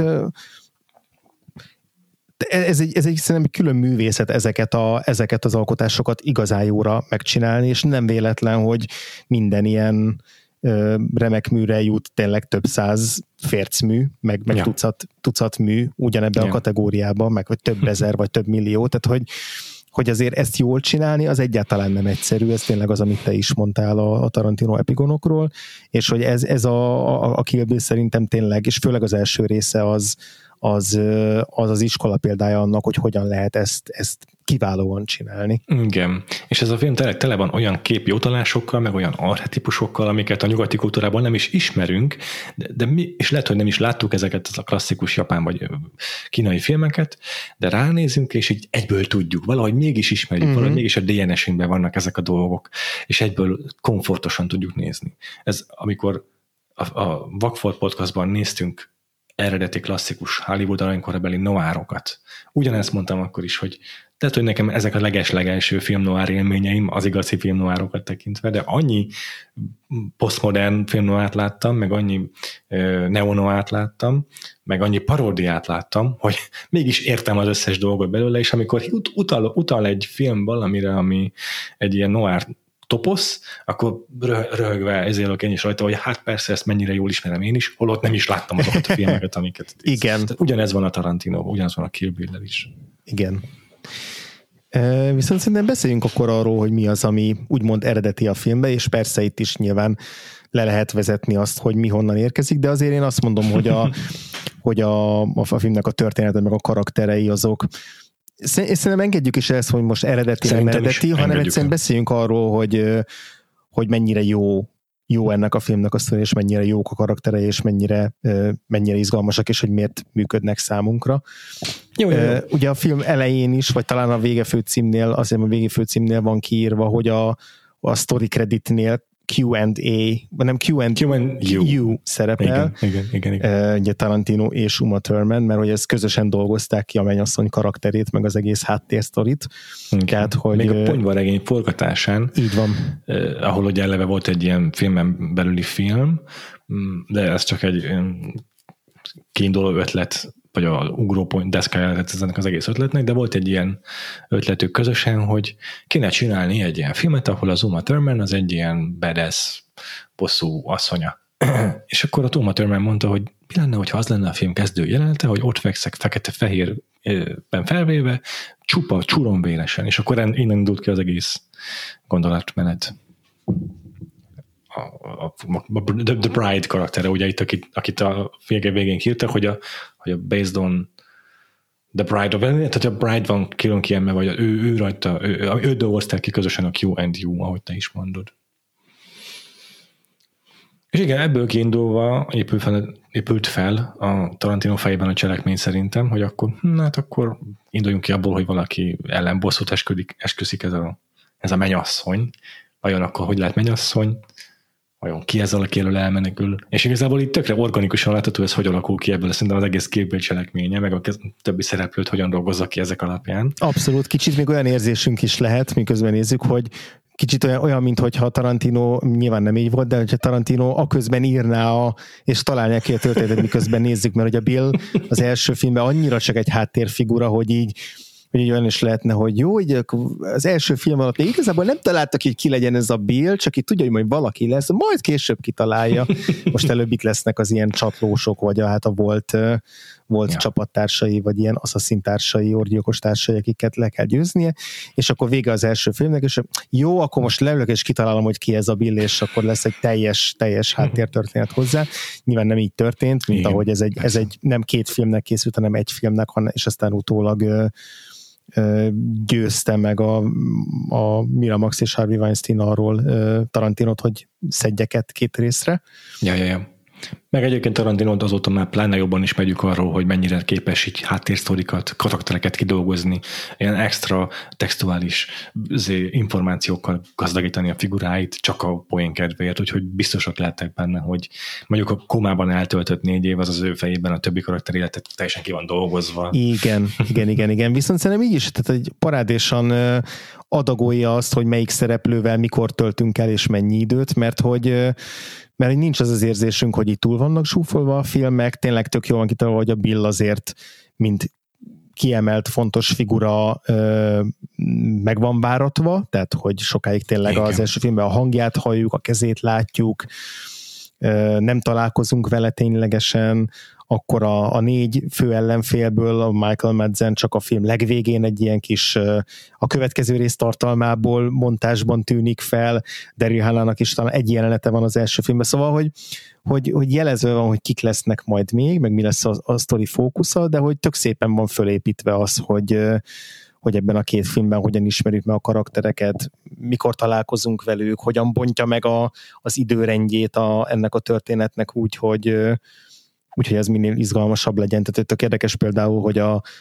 ez egy szerintem egy külön művészet ezeket az alkotásokat igazán jóra megcsinálni, és nem véletlen, hogy minden ilyen remek műre jut tényleg több száz fércmű, meg tucat mű ugyanebben a kategóriában, meg vagy több ezer, vagy több millió, tehát hogy azért ezt jól csinálni, az egyáltalán nem egyszerű, ez tényleg az, amit te is mondtál a Tarantino epigonokról, és hogy ez a Kill Bill szerintem tényleg, és főleg az első része az iskola példája annak, hogy hogyan lehet ezt kiválóan csinálni. Igen, és ez a film tele van olyan képi utalásokkal, meg olyan archetipusokkal, amiket a nyugati kultúrában nem is ismerünk, de mi, és lehet, hogy nem is láttuk ezeket a klasszikus japán vagy kínai filmeket, de ránézünk, és így egyből tudjuk, valahogy mégis ismerjük, valahogy mégis a DNS-ünkben vannak ezek a dolgok, és egyből komfortosan tudjuk nézni. Ez amikor a Vakfolt podcastban néztünk eredeti klasszikus Hollywood aranykorabeli noárokat. Ugyanezt mondtam akkor is, hogy tehát, hogy nekem ezek a leges-legelső filmnoár élményeim, az igazi filmnoárokat tekintve, de annyi posztmodern filmnoárt láttam, meg annyi neonoárt láttam, meg annyi paródiát láttam, hogy mégis értem az összes dolgot belőle, és amikor utal egy film valamire, ami egy ilyen noár toposz, akkor röhögve ezért én is rajta, hogy hát persze ezt mennyire jól ismerem én is, holott nem is láttam azokat a filmeket, amiket... Igen. Ugyanez van a Tarantino, ugyanez van a Kill Bill-lel is. Igen. Viszont szerintem beszéljünk akkor arról, hogy mi az, ami úgymond eredeti a filmbe, és persze itt is nyilván le lehet vezetni azt, hogy mi honnan érkezik, de azért én azt mondom, hogy a filmnek a története, meg a karakterei azok, és szerintem engedjük is ezt, hogy most eredeti, nem eredeti, hanem egyszerűen beszéljünk arról, hogy mennyire jó ennek a filmnek a sztori, és mennyire jók a karakterei, és mennyire izgalmasak, és hogy miért működnek számunkra. Jó. Ugye a film elején is, vagy talán a végefőcímnél, azért a végefőcímnél van kiírva, hogy a story creditnél Q&A, nem Q&U szerepel. Igen. Ugye Tarantino és Uma Thurman, mert hogy ezt közösen dolgozták ki a mennyasszony karakterét, meg az egész háttérsztorit. Tehát, hogy még a Ponyvaregény forgatásán, így van. Ahol ugye eleve volt egy ilyen filmen belüli film, de ez csak egy kiinduló ötlet, vagy a ugrópont deszkája lett ennek az egész ötletnek, de volt egy ilyen ötletük közösen, hogy kéne csinálni egy ilyen filmet, ahol az Uma Thurman az egy ilyen badass, bosszú asszonya. És akkor a Uma Thurman mondta, hogy mi lenne, hogyha az lenne a film kezdő jelenete, hogy ott fekszek fekete-fehérben felvéve, csupa, csuromvéresen, és akkor innen indult ki az egész gondolatmenet. The Bride karaktere, ugye itt, akit a végén írtak, hogy a based on The Bride, tehát a Bride van külön kiemel, vagy ő rajta, ő dolgozták ki közösen a Q&U, ahogy te is mondod. És igen, ebből kiindulva épült fel a Tarantino fejében a cselekmény szerintem, hogy akkor induljunk ki abból, hogy valaki ellen bosszút esküszik ez a mennyasszony. Vajon akkor hogy lehet mennyasszony? Vajon ki ez, aki elől elmenekül? És igazából itt tökre organikusan látható, ez hogy alakul ki ebből, szerintem az egész Kill Bill cselekménye, meg a többi szereplőt hogyan dolgozza ki ezek alapján. Abszolút, kicsit még olyan érzésünk is lehet, miközben nézzük, hogy kicsit olyan, mintha Tarantino, nyilván nem így volt, de hogyha Tarantino aközben írná és találják ki a történetet, miközben nézzük, mert hogy a Bill az első filmben annyira csak egy háttérfigura, hogy így olyan is lehetne, hogy jó, így az első film alatt még igazából nem találtak, hogy ki legyen ez a Bill, csak így tudja, hogy majd valaki lesz, majd később kitalálja. Most előbb itt lesznek az ilyen csatlósok, vagy a volt csapattársai, vagy ilyen asszaszin társai, orgyilkos társai, akiket le kell győznie, és akkor vége az első filmnek, és jó, akkor most leülök, és kitalálom, hogy ki ez a Bill, és akkor lesz egy teljes háttértörténet hozzá. Nyilván nem így történt, mint ahogy ez egy nem két filmnek készült, hanem egy filmnek, és aztán utólag győzte meg a Miramax és Harvey Weinstein arról Tarantinot, hogy szedjeket két részre. Ja. Meg egyébként Tarantinot azóta már pláne jobban ismerjük arról, hogy mennyire képes így háttérsztorikat, karaktereket kidolgozni, ilyen extra textuális információkkal gazdagítani a figuráit, csak a poén kedvéért, úgyhogy biztosak lehettek benne, hogy mondjuk a komában eltöltött 4 év az ő fejében a többi karakter életet teljesen ki van dolgozva. Igen. Viszont szerintem így is, tehát egy parádésan adagolja azt, hogy melyik szereplővel mikor töltünk el, és mennyi időt, mert nincs az érzésünk, hogy itt túl vannak zsúfolva a filmek, tényleg tök jól van kitalálva, hogy a Bill azért, mint kiemelt fontos figura meg van váratva, tehát hogy sokáig tényleg az első filmben a hangját halljuk, a kezét látjuk, nem találkozunk vele ténylegesen, akkor a 4 fő ellenfélből a Michael Madsen csak a film legvégén egy ilyen kis a következő rész tartalmából montásban tűnik fel, Daryl Hannah-nak is talán egy jelenete van az első filmben, szóval, hogy jelezve van, hogy kik lesznek majd még, meg mi lesz a sztori fókusza, de hogy tök szépen van fölépítve az, hogy ebben a 2 filmben hogyan ismerjük meg a karaktereket, mikor találkozunk velük, hogyan bontja meg az időrendjét ennek a történetnek úgy, hogy ez minél izgalmasabb legyen. Tehát tök érdekes például, hogy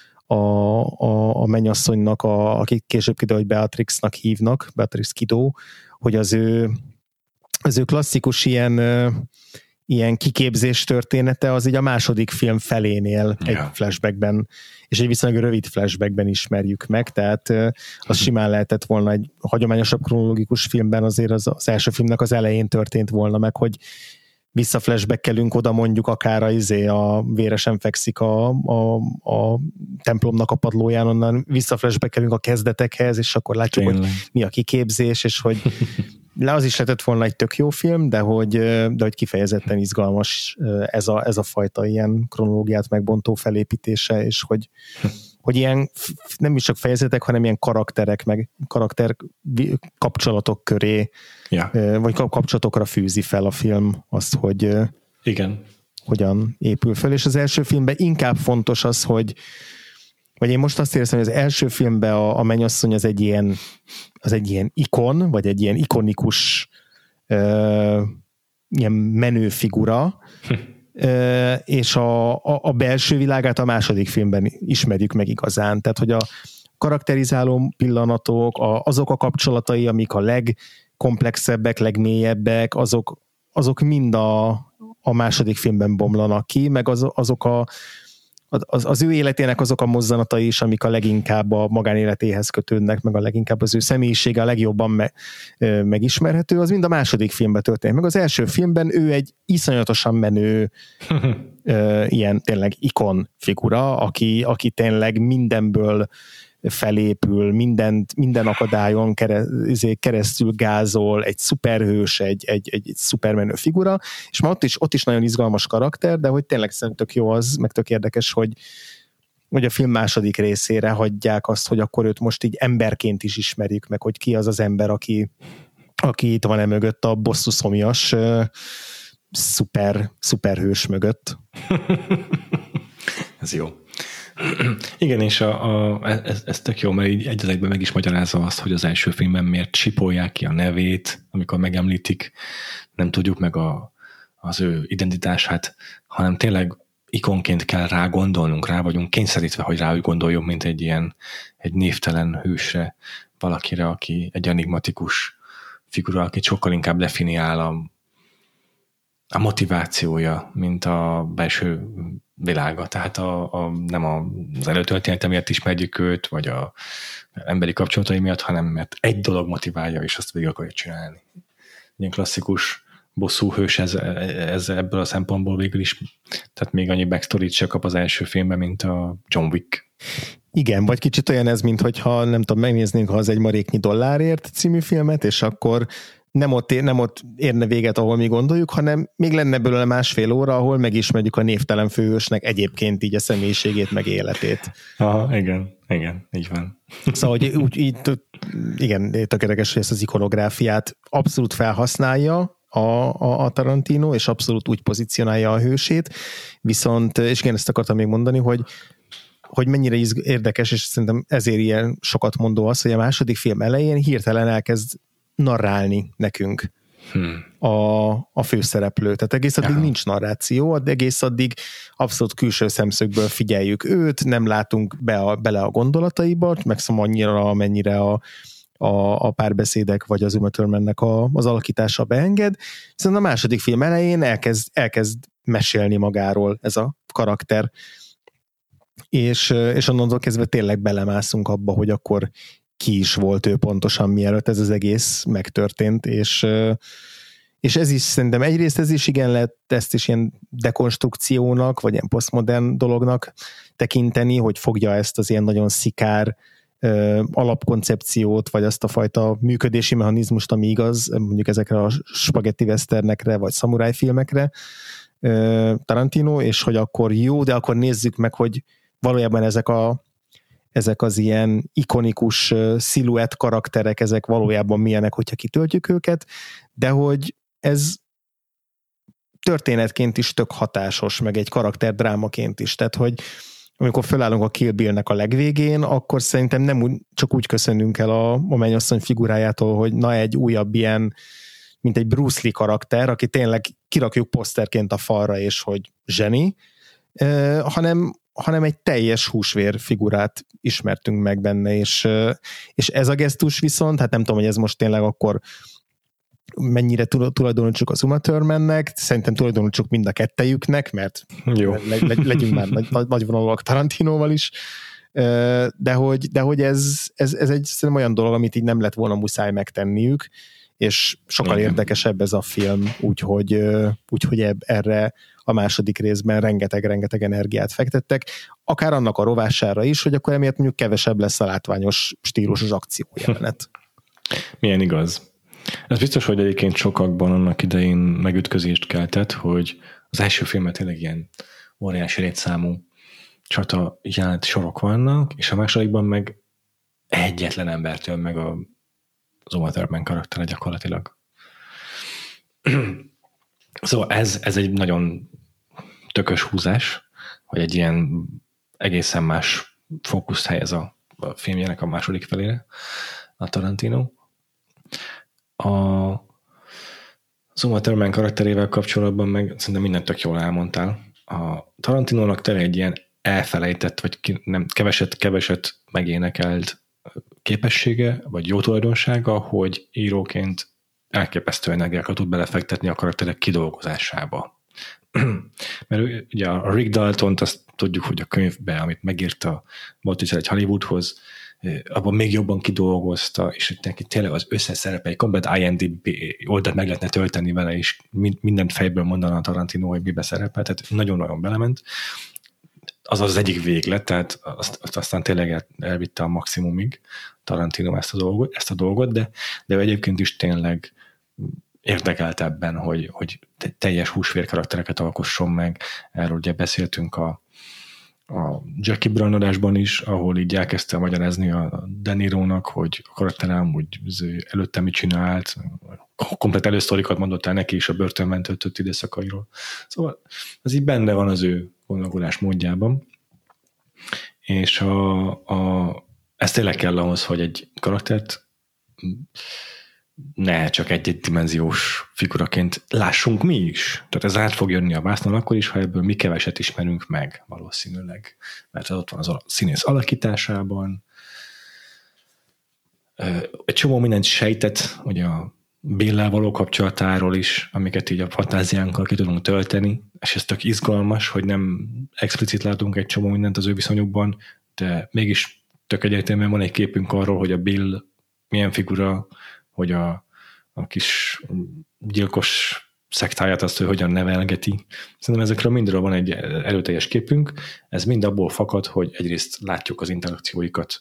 a mennyasszonynak, akik később kiderül, hogy Beatrixnak hívnak, Beatrix Kiddo, hogy az ő klasszikus ilyen kiképzés története az így a második film felénél egy flashbackben, és egy viszonylag rövid flashbackben ismerjük meg, tehát az simán lehetett volna egy hagyományosabb kronológikus filmben, azért az első filmnek az elején történt volna meg, hogy visszaflashbackelünk oda mondjuk akár a véresen fekszik a templomnak a padlóján, onnan visszaflashbackelünk a kezdetekhez, és akkor látjuk, hogy mi a kiképzés, és hogy az is lehetett volna egy tök jó film, de hogy kifejezetten izgalmas ez a fajta ilyen kronológiát megbontó felépítése, és hogy ilyen nem is csak fejezetek, hanem ilyen karakterek, meg karakter kapcsolatok köré, vagy kapcsolatokra fűzi fel a film azt, hogy igen, hogyan épül fel. És az első filmben inkább fontos az, vagy én most azt érzem, hogy az első filmben a mennyasszony az egy ilyen ikon, vagy egy ilyen ikonikus ilyen menő figura, és a belső világát a második filmben ismerjük meg igazán. Tehát, hogy a karakterizáló pillanatok, azok a kapcsolatai, amik a legkomplexebbek, legmélyebbek, azok mind a második filmben bomlanak ki, meg az ő életének azok a mozzanatai is, amik a leginkább a magánéletéhez kötődnek, meg a leginkább az ő személyisége a legjobban megismerhető, az mind a második filmben történik. Meg az első filmben ő egy iszonyatosan menő ilyen tényleg ikon figura, aki tényleg mindenből felépül, minden akadályon keresztül gázol, egy szuperhős, egy szupermenő figura, és már ott is nagyon izgalmas karakter, de hogy tényleg szerintem tök jó az, meg tök érdekes, hogy a film második részére hagyják azt, hogy akkor őt most így emberként is ismerjük meg, hogy ki az az ember, aki itt van mögött a bosszúszomjas szuperhős mögött. Ez jó. Igen, és ez tök jó, mert így egy meg is magyarázza azt, hogy az első filmben miért csipolják ki a nevét, amikor megemlítik, nem tudjuk meg az ő identitását, hanem tényleg ikonként kell rá gondolnunk, rá vagyunk kényszerítve, hogy rá úgy gondoljunk, mint egy névtelen hősre, valakire, aki egy enigmatikus figura, aki sokkal inkább definiál a motivációja, mint a belső világa. Tehát nem az előtörténete miatt ismerjük őt, vagy az emberi kapcsolatai miatt, hanem mert egy dolog motiválja, és azt végig akarja csinálni. Ilyen klasszikus bosszúhős ez ebből a szempontból végül is, tehát még annyi backstory-t se kap az első filmben, mint a John Wick. Igen, vagy kicsit olyan ez, mint hogyha nem tudom, megnéznénk, ha az egy maréknyi dollárért című filmet, és akkor nem ott érne véget, ahol mi gondoljuk, hanem még lenne belőle másfél óra, ahol megismerjük a névtelen főhősnek egyébként így a személyiségét, meg életét. Aha, igen, így van. Szóval, hogy így igen, tökéletes, hogy ezt az ikonográfiát abszolút felhasználja a Tarantino, és abszolút úgy pozícionálja a hősét, viszont, és igen, ezt akartam még mondani, hogy mennyire érdekes, és szerintem ezért ilyen sokat mondó az, hogy a második film elején hirtelen elkezd narrálni nekünk a főszereplő. Tehát egész addig nincs narráció, de egész addig abszolút külső szemszögből figyeljük őt, nem látunk bele a gondolataiba, megszom annyira, amennyire a párbeszédek vagy az Uma Thurmannek az alakítása beenged. Viszont a második film elején elkezd mesélni magáról ez a karakter. És onnantól kezdve tényleg belemászunk abba, hogy akkor ki is volt ő pontosan, mielőtt ez az egész megtörtént, és ez is szerintem egyrészt ez is igen lehet ezt is ilyen dekonstrukciónak, vagy ilyen posztmodern dolognak tekinteni, hogy fogja ezt az ilyen nagyon szikár alapkoncepciót, vagy azt a fajta működési mechanizmust, ami igaz, mondjuk ezekre a spagetti westernekre, vagy szamuráj filmekre Tarantino, és hogy akkor jó, de akkor nézzük meg, hogy valójában ezek az ilyen ikonikus sziluett karakterek, ezek valójában milyenek, hogyha kitöltjük őket, de hogy ez történetként is tök hatásos, meg egy karakterdrámaként is, tehát hogy amikor felállunk a Kill Bill-nek a legvégén, akkor szerintem nem csak úgy köszönünk el a mennyasszony figurájától, hogy na egy újabb ilyen, mint egy Bruce Lee karakter, aki tényleg kirakjuk poszterként a falra, és hogy zseni, hanem egy teljes húsvér figurát ismertünk meg benne, és ez a gesztus viszont, hát nem tudom, hogy ez most tényleg akkor mennyire tulajdonítsuk az Uma Thurmannek, szerintem tulajdonítsuk mind a kettejüknek, mert jó. Legyünk már nagyvonalúak Tarantinóval is, de hogy ez egy olyan dolog, amit így nem lett volna muszáj megtenniük, és sokkal érdekesebb ez a film, úgyhogy erre a második részben rengeteg energiát fektettek, akár annak a rovására is, hogy akkor emiatt mondjuk kevesebb lesz a látványos stílusos akciójelenet. Milyen igaz. Ez biztos, hogy egyébként sokakban annak idején megütközést keltett, hogy az első filmben tényleg ilyen óriási létszámú csata jelent sorok vannak, és a másodikban meg egyetlen embertől meg az Uma Thurman karaktere gyakorlatilag. Szóval ez egy nagyon tökös húzás, hogy egy ilyen egészen más fókuszt helyez a filmjének a második felére a Tarantino. Az Uma Thurman karakterével kapcsolatban meg szerintem mindent tök jól elmondtál. A Tarantinónak tele egy ilyen elfelejtett, vagy nem keveset megénekelt képessége, vagy jó tulajdonsága, hogy íróként elképesztő energiákat tud belefektetni a karakterek kidolgozásába. Mert ugye a Rick Daltont azt tudjuk, hogy a könyvben, amit megírta Botticelli egy Hollywoodhoz, abban még jobban kidolgozta, és neki tényleg az összes szerepe, egy komplet IMDb oldalt meg lehetne tölteni vele, és mindent fejből mondana a Tarantino, hogy mibe szerepel, tehát nagyon-nagyon belement. Az egyik véglet, tehát azt aztán tényleg elvitte a maximumig Tarantino ezt a dolgot, de egyébként is tényleg érdekelt ebben, hogy teljes húsvér karaktereket alkosson meg. Erről ugye beszéltünk a Jackie Brown adásban is, ahol így elkezdte magyarázni a De Nironak, hogy a karakterem úgy előtte mit csinált, komplet elősztorikat mondott el neki is a börtönben töltött időszakairól. Szóval ez így benne van az ő gondolkodás módjában. És ez tényleg kell ahhoz, hogy egy karaktert ne csak egy dimenziós figuraként lássunk mi is. Tehát ez át fog jönni a vásznon akkor is, ha ebből mi keveset ismerünk meg valószínűleg. Mert ott van az a színész alakításában. Egy csomó mindent sejtett, ugye a Bill-lel való kapcsolatáról is, amiket így a fantáziánkkal ki tudunk tölteni, és ez tök izgalmas, hogy nem explicit látunk egy csomó mindent az ő viszonyukban, de mégis tök egyértelműen van egy képünk arról, hogy a Bill milyen figura, hogy a kis gyilkos szektáját azt, hogy hogyan nevelgeti. Szerintem ezekről mindről van egy erőteljes képünk. Ez mind abból fakad, hogy egyrészt látjuk az interakcióikat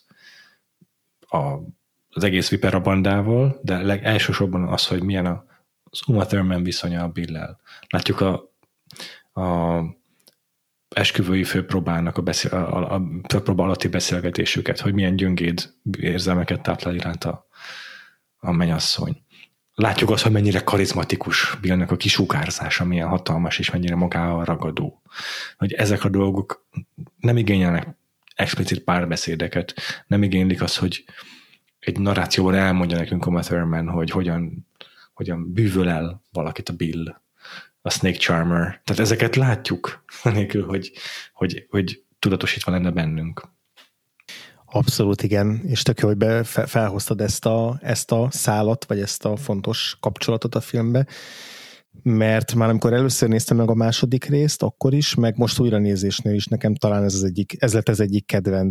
az egész Vipera bandával, de elsősorban az, hogy milyen az Uma Thurman viszonya a Bill-lel. Látjuk a esküvői főpróbának a főpróba alatti beszélgetésüket, hogy milyen gyöngéd érzelmeket táplál iránt a mennyasszony. Látjuk azt, hogy mennyire karizmatikus Billnek a kisugárzása, milyen hatalmas és mennyire magával ragadó. Hogy ezek a dolgok nem igényelnek explicit párbeszédeket, nem igénylik azt, hogy egy narrációban elmondja nekünk Uma Thurman, hogy hogyan bűvöl el valakit a Bill, a Snake Charmer. Tehát ezeket látjuk, anélkül, hogy tudatosítva lenne bennünk. Abszolút igen, és tök jó, hogy felhoztad ezt a szálat, vagy ezt a fontos kapcsolatot a filmbe, mert már amikor először néztem meg a második részt, akkor is, meg most újranézésnél is nekem talán ez lett az egyik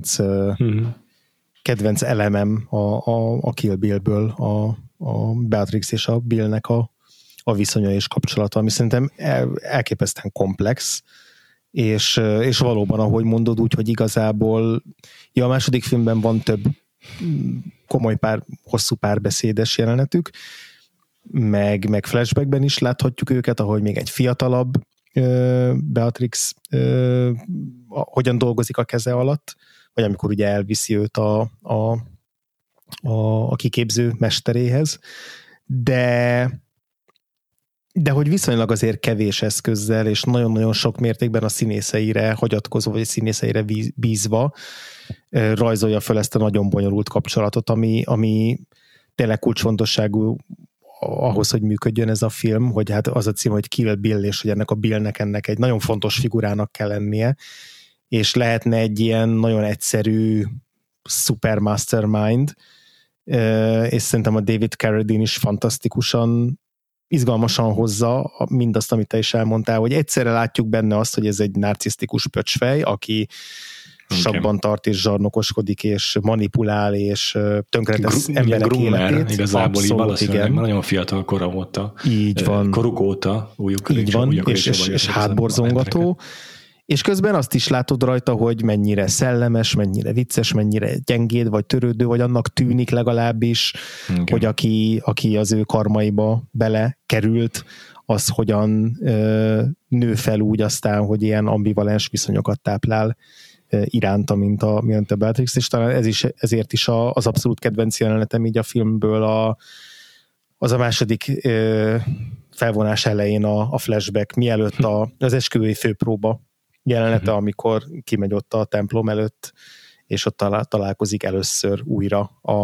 kedvenc elemem a Kill Bill-ből, a Beatrix és a Billnek a viszonya és kapcsolata, ami szerintem elképesztően komplex, és valóban, ahogy mondod, úgy, hogy igazából a második filmben van több komoly hosszú párbeszédes jelenetük, meg flashbackben is láthatjuk őket, ahogy még egy fiatalabb Beatrix hogyan dolgozik a keze alatt, vagy amikor ugye elviszi őt a kiképző mesteréhez, de hogy viszonylag azért kevés eszközzel, és nagyon-nagyon sok mértékben a színészeire hagyatkozva, vagy a színészeire bízva rajzolja fel ezt a nagyon bonyolult kapcsolatot, ami tényleg kulcsfontosságú ahhoz, hogy működjön ez a film, hogy hát az a cím, hogy Kill Bill, és hogy ennek a Billnek ennek egy nagyon fontos figurának kell lennie, és lehetne egy ilyen nagyon egyszerű super mastermind, és szerintem a David Carradine is fantasztikusan, izgalmasan hozza mindazt, amit te is elmondtál, hogy egyszerre látjuk benne azt, hogy ez egy narcisztikus pöcsfej, aki sakban tart és zsarnokoskodik, és manipulál, és tönkretesz emberek életét. Igazából valószínűleg nagyon fiatal kora óta. Így van. Koruk óta. Így van, és hátborzongató. És közben azt is látod rajta, hogy mennyire szellemes, mennyire vicces, mennyire gyengéd, vagy törődő, vagy annak tűnik legalábbis, okay, hogy aki az ő karmaiba belekerült, az hogyan nő fel úgy aztán, hogy ilyen ambivalens viszonyokat táplál iránta, mint a Beatrix, és talán ezért is az abszolút kedvenc jelenetem így a filmből az a második felvonás elején a flashback, mielőtt az esküvői főpróba jelenete, amikor kimegy ott a templom előtt, és ott találkozik először újra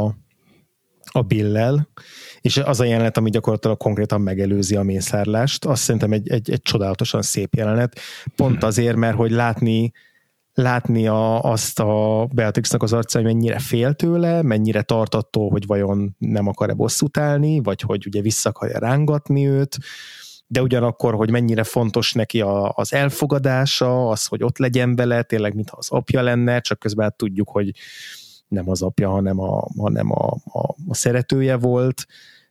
a Bill-lel, és az a jelenet, ami gyakorlatilag konkrétan megelőzi a mészárlást, azt szerintem egy csodálatosan szép jelenet, pont azért, mert hogy látni azt a Beatrixnak az arcán, hogy mennyire fél tőle, mennyire tart attól, hogy vajon nem akar-e bosszút állni, vagy hogy ugye vissza akarja rángatni őt, de ugyanakkor, hogy mennyire fontos neki az elfogadása, az, hogy ott legyen vele, tényleg mintha az apja lenne, csak közben hát tudjuk, hogy nem az apja, hanem a szeretője volt,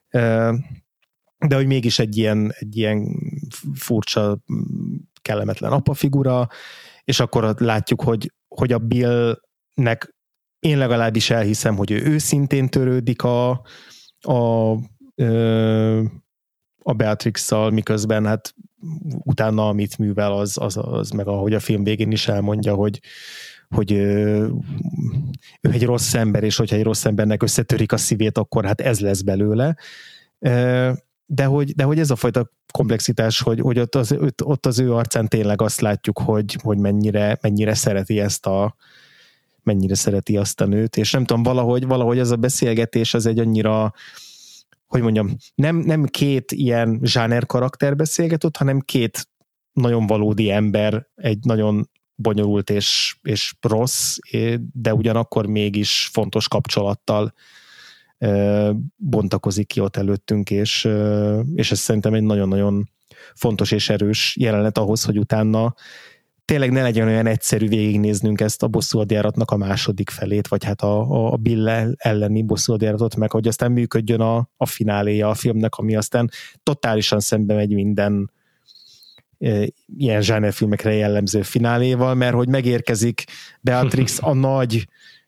de hogy mégis egy ilyen furcsa, kellemetlen apafigura, és akkor látjuk, hogy a Billnek én legalábbis elhiszem, hogy ő őszintén törődik a Beatrix-szal, miközben hát utána, amit művel, az meg ahogy a film végén is elmondja, hogy ő egy rossz ember, és hogyha egy rossz embernek összetörik a szívét, akkor hát ez lesz belőle. De hogy ez a fajta komplexitás, hogy ott az ő arcán tényleg azt látjuk, hogy mennyire szereti mennyire szereti azt a nőt, és nem tudom, valahogy ez a beszélgetés az egy annyira, hogy mondjam, nem két ilyen zsáner karakter beszélgetett, hanem két nagyon valódi ember, egy nagyon bonyolult és rossz, de ugyanakkor mégis fontos kapcsolattal bontakozik ki ott előttünk, és ez szerintem egy nagyon-nagyon fontos és erős jelenet ahhoz, hogy utána tényleg ne legyen olyan egyszerű végignéznünk ezt a bosszúhadjáratnak a második felét, vagy hát a Bill elleni bosszúhadjáratot, meg hogy aztán működjön a fináléja a filmnek, ami aztán totálisan szembe megy minden ilyen zsánerfilmekre jellemző fináléval, mert hogy megérkezik Beatrix a nagy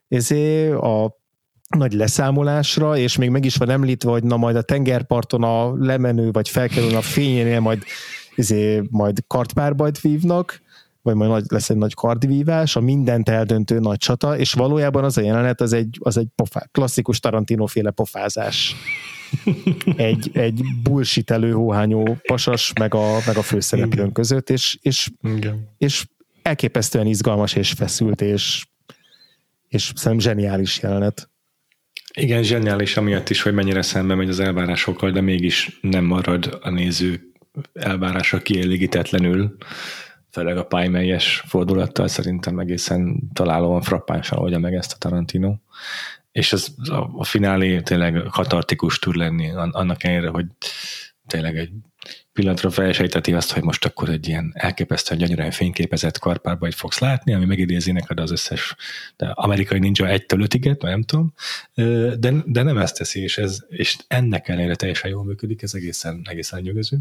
leszámolásra, és még meg is van említve, hogy na majd a tengerparton a lemenő, vagy felkerül a fényénél majd kartpárbajt vívnak, vagy majd lesz egy nagy kardvívás, a mindent eldöntő nagy csata, és valójában az a jelenet, az egy klasszikus Tarantino-féle pofázás. Egy bullshitelő, hóhányó pasas, meg a főszereplőn között, és elképesztően izgalmas és feszült, és szerintem zseniális jelenet. Igen, zseniális amiatt is, hogy mennyire szembe megy az elvárásokkal, de mégis nem marad a néző elvárása kielégítetlenül, főleg a pályamelyes fordulattal szerintem egészen találóan frappánsan oldja meg ezt a Tarantino. És a finálé tényleg katartikus tud lenni, annak ellenére, hogy tényleg egy pillanatra felsejteti azt, hogy most akkor egy ilyen elképesztően gyönyörűen fényképezett karpárbajt fogsz látni, ami megidézi neked az összes amerikai ninja 1-től 5-ig, nem tudom, de nem ezt teszi, és ennek ellenére teljesen jól működik, ez egészen nyugodó.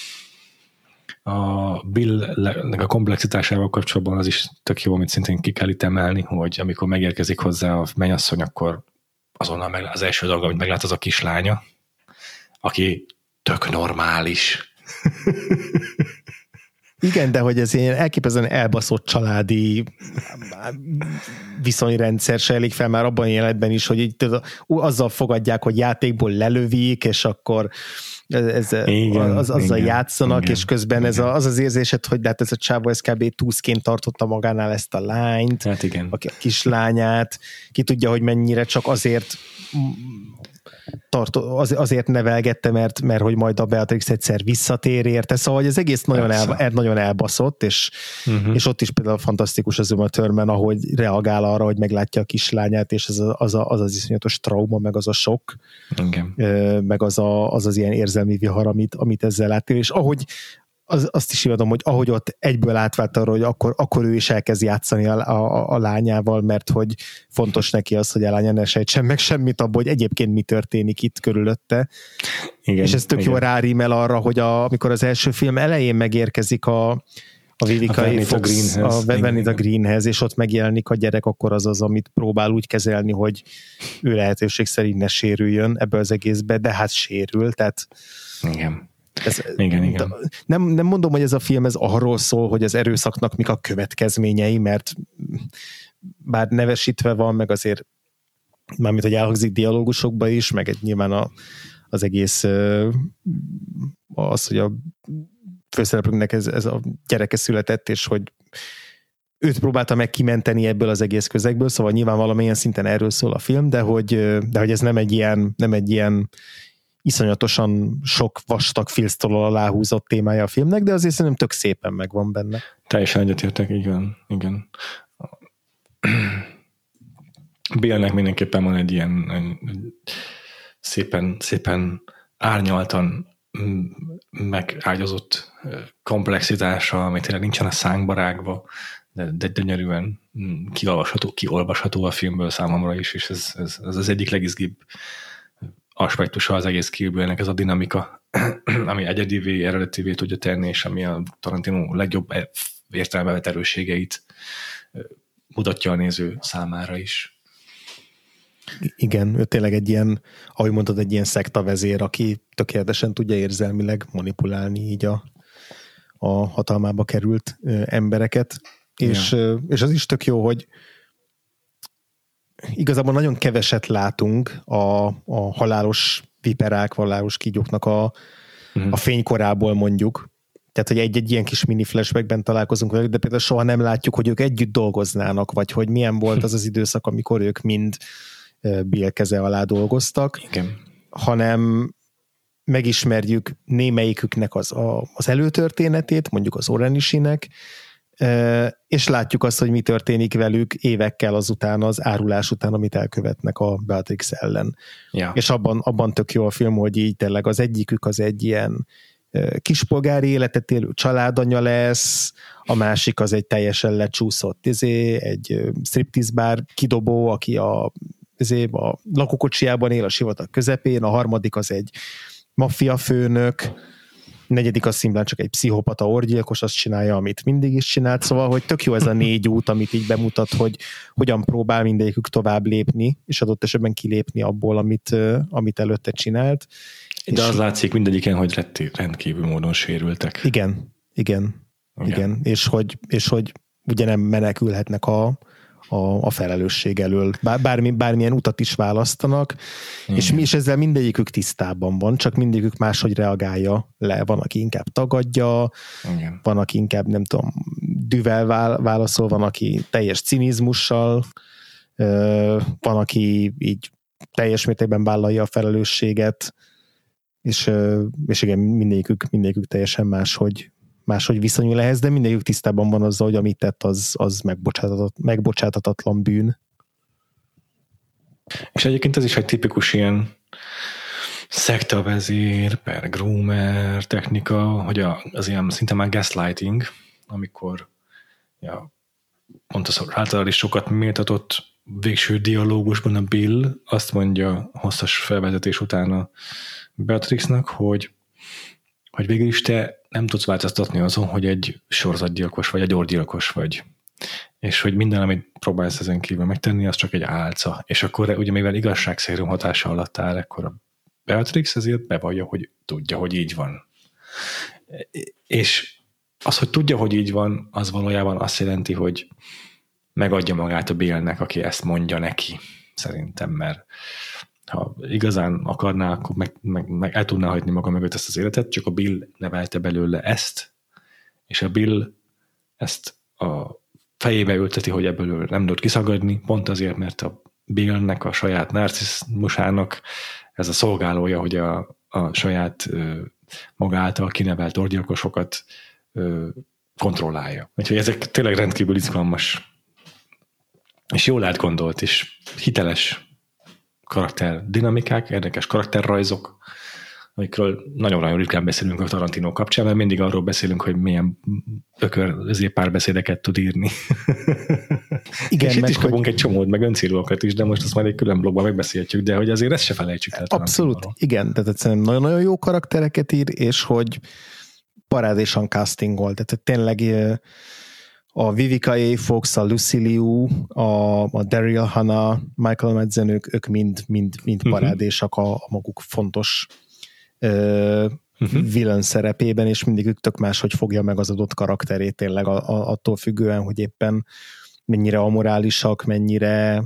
A Bill-nek a komplexitásával kapcsolatban az is tök jó, amit szintén ki kell itt emelni, hogy amikor megérkezik hozzá a mennyasszony, akkor azonnal az első dolog, amit meglát, az a kislánya, aki tök normális. Igen, de hogy ez ilyen elképesztően elbaszott családi viszonyrendszer se elég fel már abban a jelenetben is, hogy így azzal fogadják, hogy játékból lelövik, és akkor azzal játszanak, igen, és közben igen. Az az érzésed, hogy hát ez a csávó, ez kb. Túszként tartotta magánál ezt a lányt, hát igen. a kislányát, ki tudja, hogy mennyire csak azért azért nevelgette, mert hogy majd a Beatrix egyszer visszatér érte, szóval az egész nagyon elbaszott, és ott is például fantasztikus az Uma Thurman, ahogy reagál arra, hogy meglátja a kislányát, és az iszonyatos trauma, meg az a sok, meg az ilyen érzelmi vihar, amit ezzel látél, és ahogy azt is imádom, hogy ahogy ott egyből átvált arra, hogy akkor ő is elkezd játszani a lányával, mert hogy fontos neki az, hogy a lánya ne sejtsen meg semmit abból, hogy egyébként mi történik itt körülötte. Igen, és ez tök jól rárímel arra, hogy amikor az első film elején megérkezik a Vivica Fox a Vernita Greenhez, és ott megjelenik a gyerek, akkor az, amit próbál úgy kezelni, hogy ő lehetőség szerint ne sérüljön ebbe az egészbe, de hát sérül, tehát igen. Igen. Nem mondom, hogy ez a film ez arról szól, hogy az erőszaknak mik a következményei, mert bár nevesítve van, meg azért mármint, hogy elhangzik dialógusokba is, meg nyilván az egész az, hogy a főszereplőnknek ez a gyereke született, és hogy őt próbálta meg kimenteni ebből az egész közegből, szóval nyilván valamilyen szinten erről szól a film, de hogy ez nem egy ilyen iszonyatosan sok vastag filctollal aláhúzott témája a filmnek, de azért szerintem tök szépen megvan benne. Teljesen egyetértek, igen. Bélnek mindenképpen van egy ilyen szépen árnyaltan megágyazott komplexitása, ami tényleg nincsen a szánkba rágva, de gyönyörűen kiolvasható a filmből számomra is, és ez az egyik legizgibb aspektusa az egész Kill Bill-nek, ez a dinamika, ami egyedivé, eredetivé tudja tenni, és ami a Tarantino legjobb értelembe vett erősségeit mutatja a néző számára is. Igen, ő tényleg egy ilyen, ahogy mondtad, egy ilyen szektavezér, aki tökéletesen tudja érzelmileg manipulálni így a hatalmába került embereket, és az is tök jó, hogy igazából nagyon keveset látunk a halálos viperák, halálos kígyóknak a fénykorából mondjuk. Tehát, hogy egy ilyen kis mini flashbackben találkozunk velük, de például soha nem látjuk, hogy ők együtt dolgoznának, vagy hogy milyen volt az időszak, amikor ők mind Bill keze alá dolgoztak, igen. Hanem megismerjük némelyiküknek az előtörténetét, mondjuk az Oranishi-nek, és látjuk azt, hogy mi történik velük évekkel azután, az árulás után, amit elkövetnek a Beatrix ellen. Ja. És abban tök jó a film, hogy így tényleg az egyikük az egy ilyen kispolgári életet élő családanya lesz, a másik az egy teljesen lecsúszott egy striptease bár kidobó, aki a lakókocsijában él a sivatag közepén, a harmadik az egy maffia főnök, negyedik az szimplán csak egy pszichopata orgyilkos, azt csinálja, amit mindig is csinált, szóval, hogy tök jó ez a 4 út, amit így bemutat, hogy hogyan próbál mindegyikük tovább lépni, és adott esetben kilépni abból, amit előtte csinált. De az látszik mindegyiken, hogy rendkívül módon sérültek. Igen. És hogy ugye nem menekülhetnek a felelősség elől. Bármilyen utat is választanak, és ezzel mindegyikük tisztában van, csak mindegyikük máshogy reagálja le. Van, aki inkább tagadja, igen. Van, aki inkább, nem tudom, düvel válaszol, van, aki teljes cinizmussal, van, aki így teljes mértékben vállalja a felelősséget, és igen, mindegyikük teljesen máshogy viszonyul ehhez, de mindegyik tisztában van azzal, hogy amit tett, az megbocsátatatlan bűn. És egyébként ez is egy tipikus ilyen szektavezér per groomer technika, hogy az ilyen szinte már gaslighting, amikor mondta általában is sokat méltatott végső dialógusban a Bill azt mondja hosszas felvezetés után a Beatrixnak, hogy végül is te nem tudsz változtatni azon, hogy egy sorozatgyilkos vagy, egy orgyilkos vagy. és hogy minden, amit próbálsz ezen kívül megtenni, az csak egy álca. És akkor ugye mivel igazságszérum hatása alatt áll, akkor a Beatrix ezért bevallja, hogy tudja, hogy így van. És az, hogy tudja, hogy így van, az valójában azt jelenti, hogy megadja magát a Billnek, aki ezt mondja neki, szerintem, mert ha igazán akarná, akkor meg el tudná hagyni maga mögött ezt az életet, csak a Bill nevelte belőle ezt, és a Bill ezt a fejébe ülteti, hogy ebből nem tud kiszagadni, pont azért, mert a Billnek, a saját narcizmusának ez a szolgálója, hogy a saját maga által kinevelt orgyilkosokat kontrollálja. Úgyhogy ezek tényleg rendkívül izgalmas és jól átgondolt és hiteles karakterdinamikák, érdekes karakterrajzok, amikről nagyon-nagyon ritkán beszélünk a Tarantino kapcsán, mert mindig arról beszélünk, hogy milyen párbeszédeket tud írni. Igen, és itt is kapunk egy csomót, meg öncélúakat is, de most azt már egy külön blogban megbeszélhetjük, de hogy azért ezt se felejtsük el. Abszolút, igen, tehát egyszerűen nagyon-nagyon jó karaktereket ír, és hogy parádésan castingol, tehát tényleg a Vivica A. Fox, a Lucy Liu, a Daryl Hannah, Michael Madsen, ők mind parádésak a maguk fontos villain szerepében, és mindig ők tök máshogy fogja meg az adott karakterét tényleg attól függően, hogy éppen mennyire amorálisak, mennyire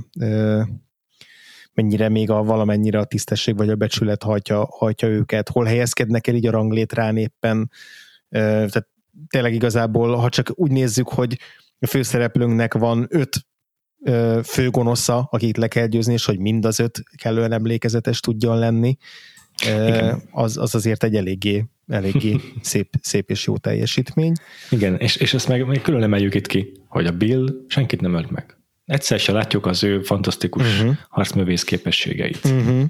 még valamennyire a tisztesség vagy a becsület hajtja őket, hol helyezkednek el így a ranglétrán éppen, tehát tényleg igazából, ha csak úgy nézzük, hogy a főszereplőnknek van 5 főgonosza, akit le kell győzni, és hogy mind az 5 kellően emlékezetes tudjon lenni, az azért egy eléggé szép és jó teljesítmény. Igen, és ezt meg külön emeljük itt ki, hogy a Bill senkit nem ölt meg. Egyszer se látjuk az ő fantasztikus harcművész képességeit.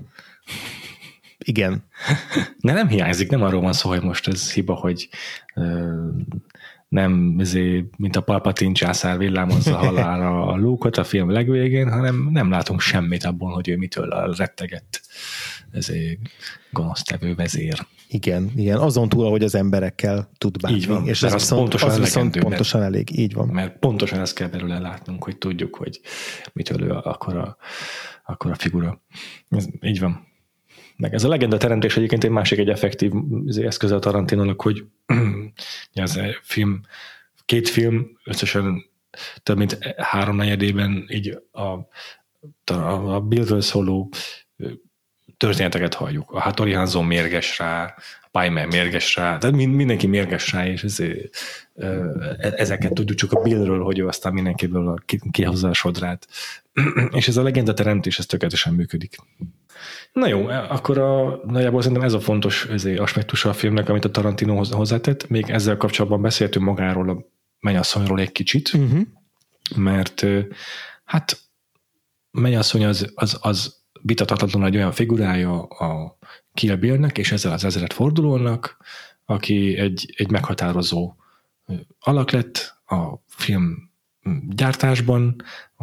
Igen. De nem hiányzik, nem arról van szó, hogy most ez hiba, hogy nem mint a Palpatine császár villámozza halálra a Luke-ot a film legvégén, hanem nem látunk semmit abból, hogy ő mitől a rettegett gonosztevő vezér. Igen, azon túl, ahogy az emberekkel tud bánni. Így van, és ez viszont pontosan elég, így van. Mert pontosan ezt kell belőle látnunk, hogy tudjuk, hogy mitől ő akkor a figura. Ez, így van. Meg ez a legenda teremtés egyébként egy effektív eszköze a Tarantinónak, hogy az két film összesen több mint 3/4 így a Billről szóló történeteket halljuk. A Hattori Hanzo mérges rá, a Paimer mérges rá, tehát mindenki mérges rá, és ezeket tudjuk csak a Billről, hogy ő aztán mindenkiből kihozza a sodrát. És ez a legenda teremtés, ez tökéletesen működik. Na jó, akkor nagyjából szerintem ez a fontos aspektusa a filmnek, amit a Tarantino hozzátett. Még ezzel kapcsolatban beszéltünk magáról a mennyasszonyról egy kicsit, mert hát mennyasszony az vitathatatlan egy olyan figurája a Kill Billnek, és ezzel az 1000. fordulónak, aki egy meghatározó alak lett a film gyártásban,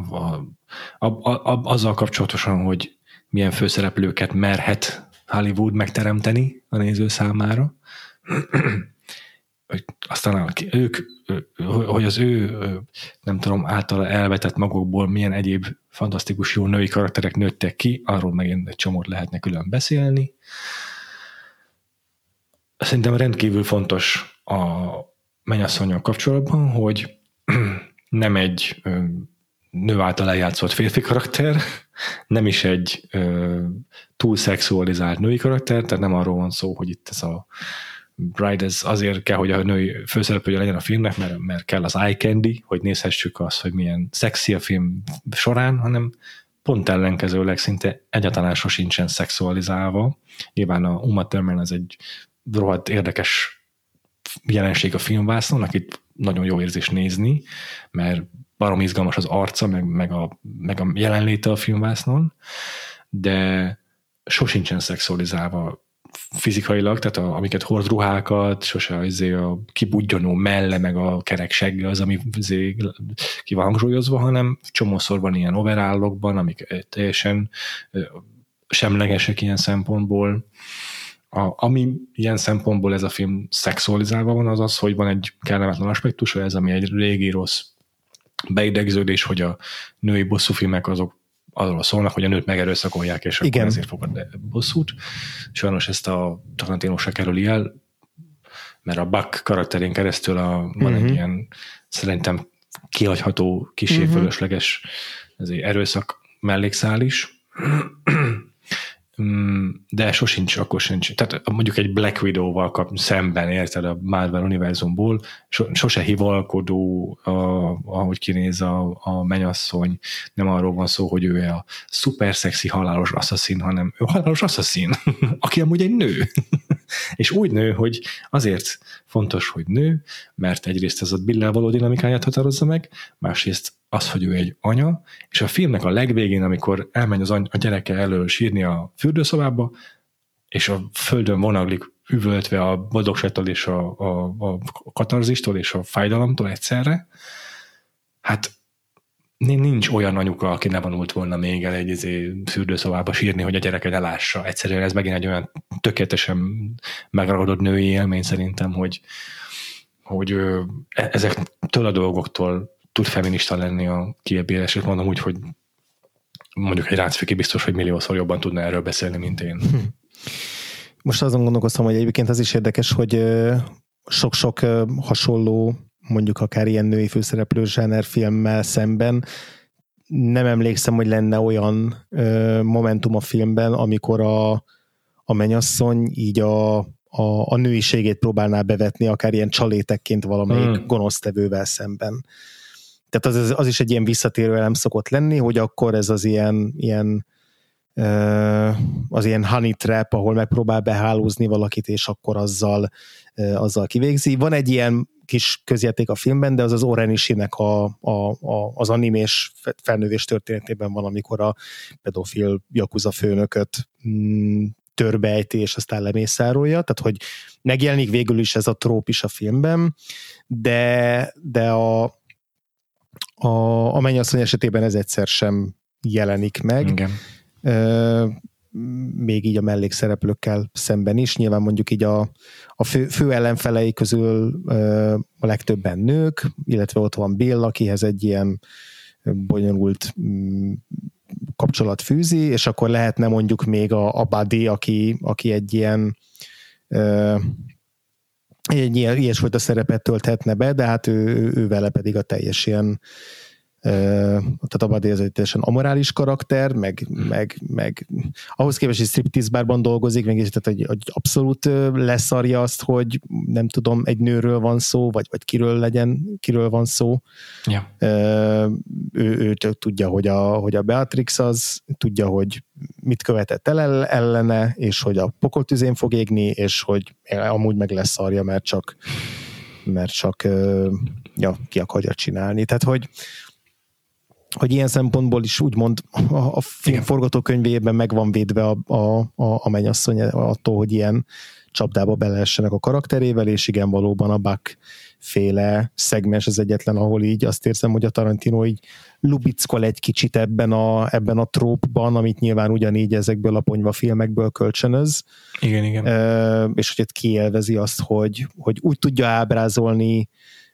azzal kapcsolatosan, hogy milyen főszereplőket merhet Hollywood megteremteni a néző számára. Aztán hogy az ő, nem tudom, által elvetett magukból milyen egyéb fantasztikus jó női karakterek nőttek ki, arról megint egy csomót lehetne külön beszélni. Szerintem rendkívül fontos a mennyasszonnyal kapcsolatban, hogy nem egy nő által eljátszott férfi karakter, nem is egy túl szexualizált női karakter, tehát nem arról van szó, hogy itt ez a Bride, ez azért kell, hogy a női főszereplője legyen a filmnek, mert kell az eye candy, hogy nézhessük azt, hogy milyen szexi a film során, hanem pont ellenkezőleg szinte egyáltalán sosincsen szexualizálva. Nyilván a Uma Thurman az egy rohadt érdekes jelenség a filmvásznon, akit nagyon jó érzés nézni, mert barom izgalmas az arca, meg a jelenléte a filmvásznon, de sosincsen szexualizálva fizikailag, tehát amiket hord ruhákat, sose a kibudjanó melle, meg a kerek segge az, ami ki van hangsúlyozva, hanem csomószor van ilyen overallokban, amik teljesen semlegesek ilyen szempontból. Ami ilyen szempontból ez a film szexualizálva van, az az, hogy van egy kellemetlen aspektusa, ez ami egy régi rossz beidegződés, hogy a női bosszúfilmek azok arról szólnak, hogy a nőt megerőszakolják, és akkor ezért fogad bosszút. Sajnos ezt a Tarantino se kerüli el, mert a Buck karakterén keresztül van egy ilyen szerintem kihagyható, kissé fölösleges erőszak mellékszál is. De sosincs, akkor sincs. Tehát mondjuk egy Black Widow-val szemben, érted, a Marvel univerzumból, sose hivalkodó, ahogy kinéz a mennyasszony, nem arról van szó, hogy ő a szuper szexi halálos asszaszín, hanem ő halálos asszaszín, aki amúgy egy nő. És úgy nő, hogy azért fontos, hogy nő, mert egyrészt ez a Bill-lel való dinamikáját határozza meg, másrészt az, hogy ő egy anya, és a filmnek a legvégén, amikor elmegy a gyereke elől sírni a fürdőszobába, és a földön vonaglik üvöltve a boldogságtól és a katarzistól és a fájdalomtól egyszerre, hát nincs olyan anyuka, aki ne vonult volna még el egy fürdőszobába sírni, hogy a gyereke ne lássa. Egyszerűen ez megint egy olyan tökéletesen megragadott női élmény szerintem, hogy ezektől a dolgoktól tud feminista lenni a Kill Bill, és mondom úgy, hogy mondjuk egy Rácfiki biztos, hogy milliószor jobban tudna erről beszélni, mint én. Most azon gondolkoztam, hogy egyébként az is érdekes, hogy sok-sok hasonló, mondjuk akár ilyen női főszereplő zsánerfilmmel szemben nem emlékszem, hogy lenne olyan momentum a filmben, amikor a mennyasszony így a nőiségét próbálná bevetni, akár ilyen csalétekként valamelyik gonosztevővel szemben. Tehát az is egy ilyen visszatérő elem szokott lenni, hogy akkor ez az ilyen honey trap, ahol megpróbál behálózni valakit, és akkor azzal kivégzi. Van egy ilyen kis közjáték a filmben, de az Oren Ishii-nek az animés felnővés történetében van, amikor a pedofil yakuza főnököt törbejti, és aztán lemészárolja, tehát hogy megjelenik végül is ez a tróp is a filmben, de a mennyasszony esetében ez egyszer sem jelenik meg. Igen. Még így a mellékszereplőkkel szemben is. Nyilván mondjuk így a fő ellenfelei közül a legtöbben nők, illetve ott van Bill, akihez egy ilyen bonyolult kapcsolat fűzi, és akkor lehetne mondjuk még a Buddy, aki egy ilyen ilyesfajta szerepet tölthetne be, de hát ő vele pedig a teljes ilyen tehát a Buddy ez egy teljesen amorális karakter, meg ahhoz képest, hogy striptease bárban dolgozik, meg tehát, hogy abszolút leszarja azt, hogy nem tudom, egy nőről van szó, vagy kiről van szó. Ja. Ő tudja, hogy a Beatrix az, tudja, hogy mit követett el ellene, és hogy a pokoltüzén fog égni, és hogy amúgy meg leszarja, mert csak ki akarja csinálni. Tehát, hogy ilyen szempontból is úgymond a film forgatókönyvében meg van védve a mennyasszony attól, hogy ilyen csapdába belehessenek a karakterével, és igen, valóban a Buck féle szegmens az egyetlen, ahol így azt érzem, hogy a Tarantino így lubickol egy kicsit ebben a trópban, amit nyilván ugyanígy ezekből a ponyva filmekből kölcsönöz. Igen. És hogy kiélvezi azt, hogy úgy tudja ábrázolni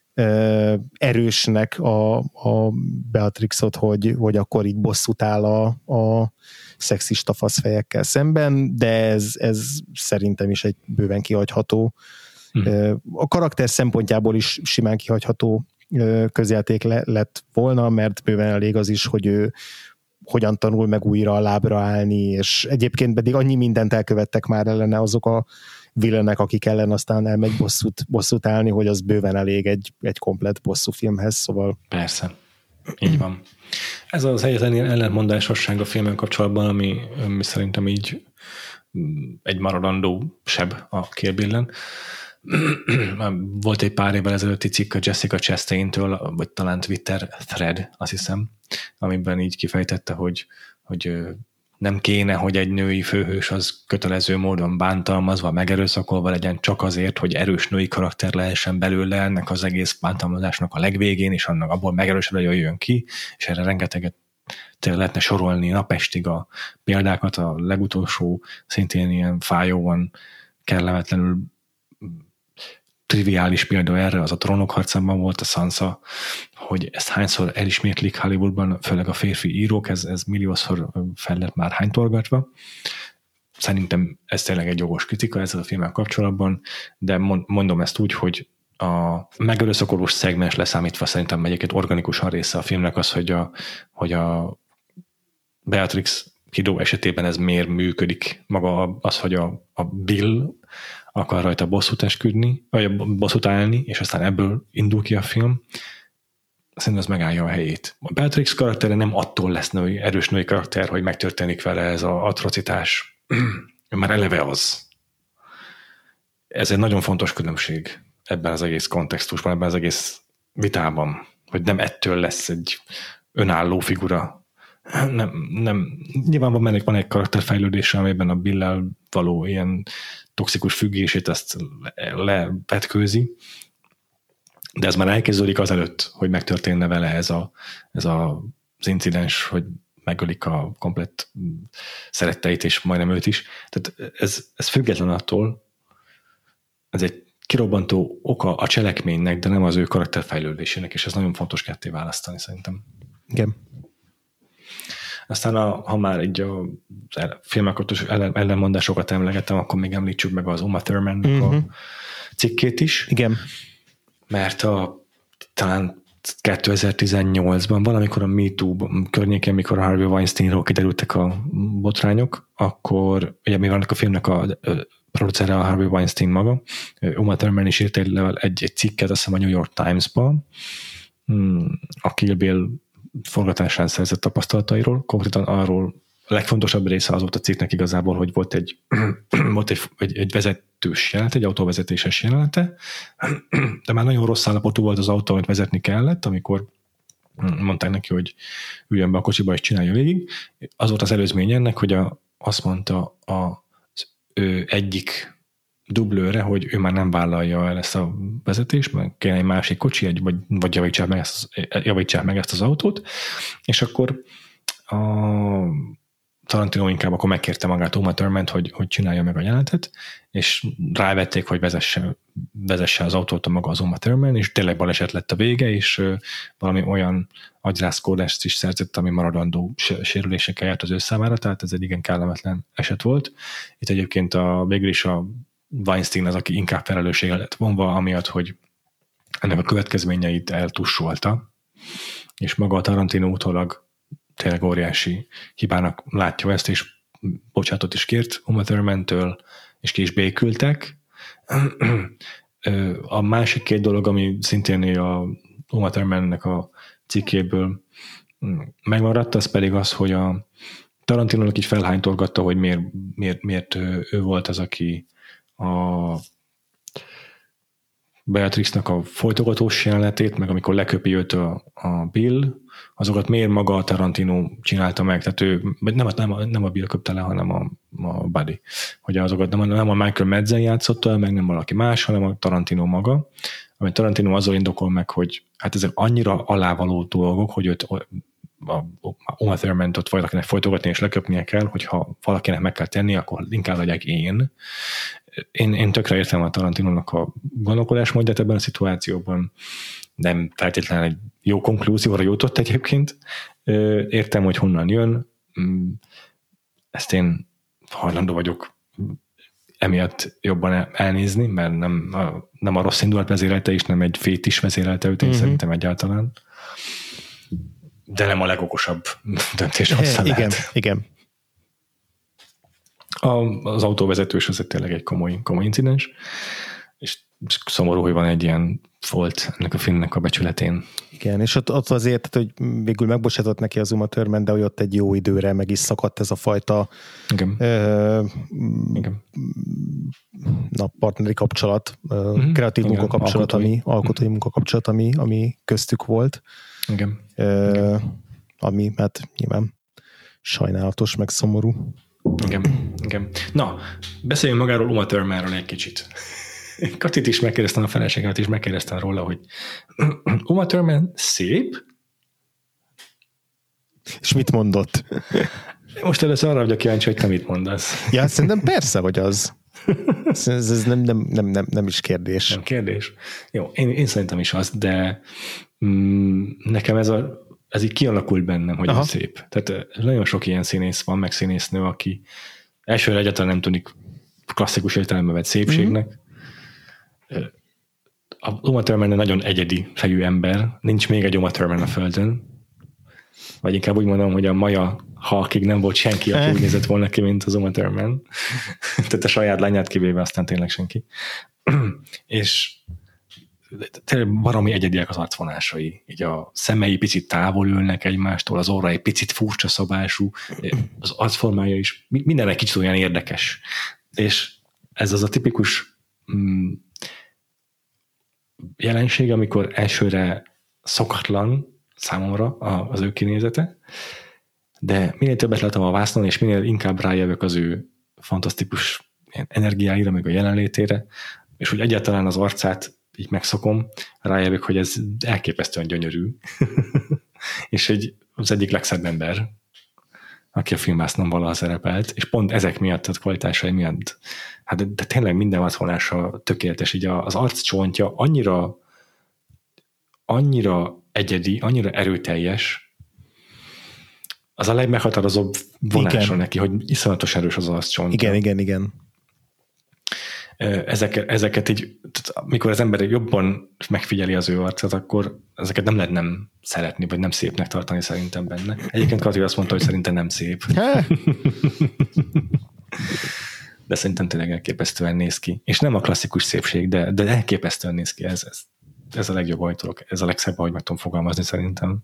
erősnek a Beatrixot, hogy akkor így bosszút áll a szexista faszfejekkel szemben, de ez szerintem is egy bőven kihagyható. A karakter szempontjából is simán kihagyható közjáték lett volna, mert bőven elég az is, hogy ő hogyan tanul meg újra a lábra állni, és egyébként pedig annyi mindent elkövettek már ellene azok a villenek, akik ellen aztán elmegy bosszút állni, hogy az bőven elég egy komplett bosszúfilmhez, szóval... Persze, így van. Ez az egyetlen ellentmondásosság a filmen kapcsolatban, ami szerintem így egy maradandó seb a Kill Billen. Volt egy pár évvel ezelőtti cikk a Jessica Chastain-től, vagy talán Twitter thread, azt hiszem, amiben így kifejtette, hogy nem kéne, hogy egy női főhős az kötelező módon bántalmazva, megerőszakolva legyen csak azért, hogy erős női karakter lehessen belőle ennek az egész bántalmazásnak a legvégén, és annak abból megerősödve jöjjön ki, és erre rengeteget tényleg lehetne sorolni napestig a példákat, a legutolsó szintén ilyen fájóan, kellemetlenül triviális példa erre, az a Trónok harcában volt a Sansa, hogy ezt hányszor elismétlik Hollywoodban, főleg a férfi írók, ez milliószor fel lett már hánytorgatva. Szerintem ez tényleg egy jogos kritika ezzel a filmmel kapcsolatban, de mondom ezt úgy, hogy a megerőszakolós szegmens leszámítva szerintem egyébként organikusan része a filmnek az, hogy a Beatrix Kiddo esetében ez miért működik, maga az, hogy a Bill akar rajta bosszút esküdni, vagy bosszút állni, és aztán ebből indul ki a film. Szerintem ez megállja a helyét. A Beatrix karaktere nem attól lesz erős női karakter, hogy megtörténik vele ez az atrocitás. Már eleve az. Ez egy nagyon fontos különbség ebben az egész kontextusban, ebben az egész vitában, hogy nem ettől lesz egy önálló figura. Nem. Nyilván van egy karakterfejlődése, amiben a Bill-lel való ilyen toxikus függését ezt levetkőzi, de ez már elkezdődik azelőtt, hogy megtörténne vele az incidens, hogy megölik a komplett szeretteit, és majdnem őt is. Tehát ez független attól, ez egy kirobbantó oka a cselekménynek, de nem az ő karakterfejlődésének, és ez nagyon fontos ketté választani szerintem. Igen. Aztán ha már így a filmek ellenmondásokat emlegettem, akkor még említsük meg az Uma Thurman-nek a cikkét is. Igen. Mert talán 2018-ban, valamikor a MeToo környékén, mikor a Harvey Weinsteinról kiderültek a botrányok, akkor ugye mivel a filmnek a producere a Harvey Weinstein maga, Uma Thurman is írt egy cikket, azt hiszem a New York Times-ban, a Kill Bill forgatásán szerzett tapasztalatairól, konkrétan arról a legfontosabb része az volt a cikknek igazából, hogy volt egy vezetős jelenet, egy autóvezetéses jelenete, de már nagyon rossz állapotú volt az autó, amit vezetni kellett, amikor mondták neki, hogy üljön be a kocsiba és csinálja végig. Az volt az előzmény ennek, hogy azt mondta az ő egyik dublőre, hogy ő már nem vállalja el ezt a vezetést, meg kell egy másik kocsi, vagy javítsák meg ezt az autót, és akkor a Tarantino inkább akkor megkérte magát Uma Thurmant, hogy csinálja meg a jelenetet, és rávették, hogy vezesse az autót a maga az Uma Thurman, és tényleg baleset lett a vége, és valami olyan agyrázkódást is szerzett, ami maradandó sérülésekkel járt az ő számára, tehát ez egy igen kellemetlen eset volt. Itt egyébként végül is a Weinstein az, aki inkább felelőssége lett vonva, amiatt, hogy ennek a következményeit eltussolta, és maga a Tarantino utólag tényleg óriási hibának látja ezt, és bocsánatot is kért Uma Thurmantől, és ki is békültek. A másik két dolog, ami szintén a Uma Thurmannek a cikkéből megmaradt, az pedig az, hogy a Tarantinónak így felhánytorgatta, hogy miért ő volt az, aki a Beatrixnak a folytogatós jelenetét, meg amikor leköpi őt a Bill, azokat miért maga a Tarantino csinálta meg, tehát ő nem a Bill köpte le, hanem a Buddy. Hogy azokat nem a Michael Madsen játszotta, meg nem valaki más, hanem a Tarantino maga. Amit Tarantino azzal indokol meg, hogy hát ezek annyira alávaló dolgok, hogy őt Uma Thurmantot valakinek folytogatni és leköpnie kell, hogyha valakinek meg kell tenni, akkor inkább legyek én. Én tökre értem a Tarantinónak a gondolkodásmódját ebben a szituációban, nem feltétlenül egy jó konklúzióra jutott egyébként. Értem, hogy honnan jön, ezt én hajlandó vagyok emiatt jobban elnézni, mert nem a rossz indulat vezérelte, és nem egy fétis vezérelte őt, én szerintem egyáltalán. De nem a legokosabb döntés hozzá lehet. Igen. Az autóvezetős az tényleg egy komoly incidens, és szomorú, hogy van egy ilyen folt ennek a filmnek a becsületén. Igen, és ott azért, hogy végül megbocsátott neki az Uma Thurman, de hogy ott egy jó időre meg is szakadt ez a fajta partneri kapcsolat, kreatív munkakapcsolat, alkotói munkakapcsolat, ami köztük volt. Igen. Ami hát nyilván sajnálatos, meg szomorú. Igen. Na, beszéljünk magáról Uma Thurmanról egy kicsit. Katit is megkérdeztem, a feleségemet is megkérdeztem róla, hogy Uma Thurman szép? És mit mondott? Most először arra vagyok kíváncsi, hogy te mit mondasz. Ja, szerintem persze, hogy az. Ez nem is kérdés. Nem kérdés. Jó, én szerintem is az, de nekem ez így kialakult bennem, hogy ez szép. Tehát nagyon sok ilyen színész van, meg színésznő, aki elsőre egyáltalán nem tűnik klasszikus értelemben vett szépségnek. A Uma Thurman nagyon egyedi fejű ember, nincs még egy Uma Thurman a földön, vagy inkább úgy mondom, hogy a Maja Halkig nem volt senki, aki úgy nézett volna ki, mint az Uma Thurman. Tehát a saját lányát kivéve aztán tényleg senki. És tényleg baromi egyediek az arcvonásai. Így a szemei picit távol ülnek egymástól, az orra egy picit furcsa szabású, az arcformája is minden egy kicsit olyan érdekes. És ez az a tipikus jelenség, amikor elsőre szokatlan számomra az ő kinézete, de minél többet látom a vásznon, és minél inkább rájövök az ő fantasztikus energiáira, meg a jelenlétére, és hogy egyáltalán az arcát így megszokom, rájövök, hogy ez elképesztően gyönyörű, és az egyik legszebb ember, aki a filmvásznon valaha szerepelt, és pont ezek miatt, tehát kvalitásai miatt, hát de tényleg minden arcvonása tökéletes, így az arccsontja annyira egyedi, annyira erőteljes, az a legmeghatározóbb vonása neki, hogy iszonyatos erős az arccsontja. Igen. Ezeket így, mikor az ember jobban megfigyeli az ő arcát, akkor ezeket nem lehet nem szeretni, vagy nem szépnek tartani szerintem benne. Egyébként Kati azt mondta, hogy szerintem nem szép. De szerintem tényleg elképesztően néz ki. És nem a klasszikus szépség, de elképesztően néz ki. Ez a legjobb, ahogy tudok. Ez a legszebb, ahogy meg tudom fogalmazni szerintem.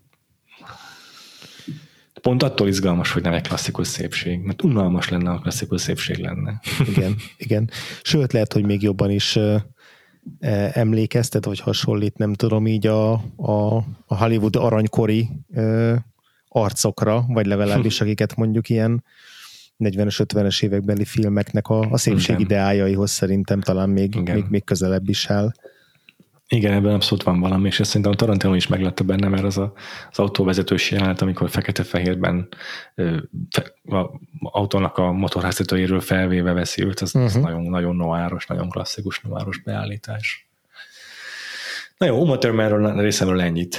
Pont attól izgalmas, hogy nem egy klasszikus szépség, mert unalmas lenne, a klasszikus szépség lenne. Igen. Sőt, lehet, hogy még jobban is emlékeztet, vagy hasonlít, nem tudom, így a Hollywood aranykori arcokra, vagy legalábbis akiket mondjuk ilyen 40-es, 50-es évekbeli filmeknek a szépség ideájaihoz szerintem talán még közelebb is áll. Igen, ebben abszolút van valami, és ezt szerintem a Tarantino is meglátta benne, mert az autóvezetős jelenet, amikor fekete-fehérben az autónak a motorháztetőjéről felvéve veszi őt, az nagyon noáros, nagyon klasszikus noáros beállítás. Na jó, Uma Thurmanról részemről ennyit.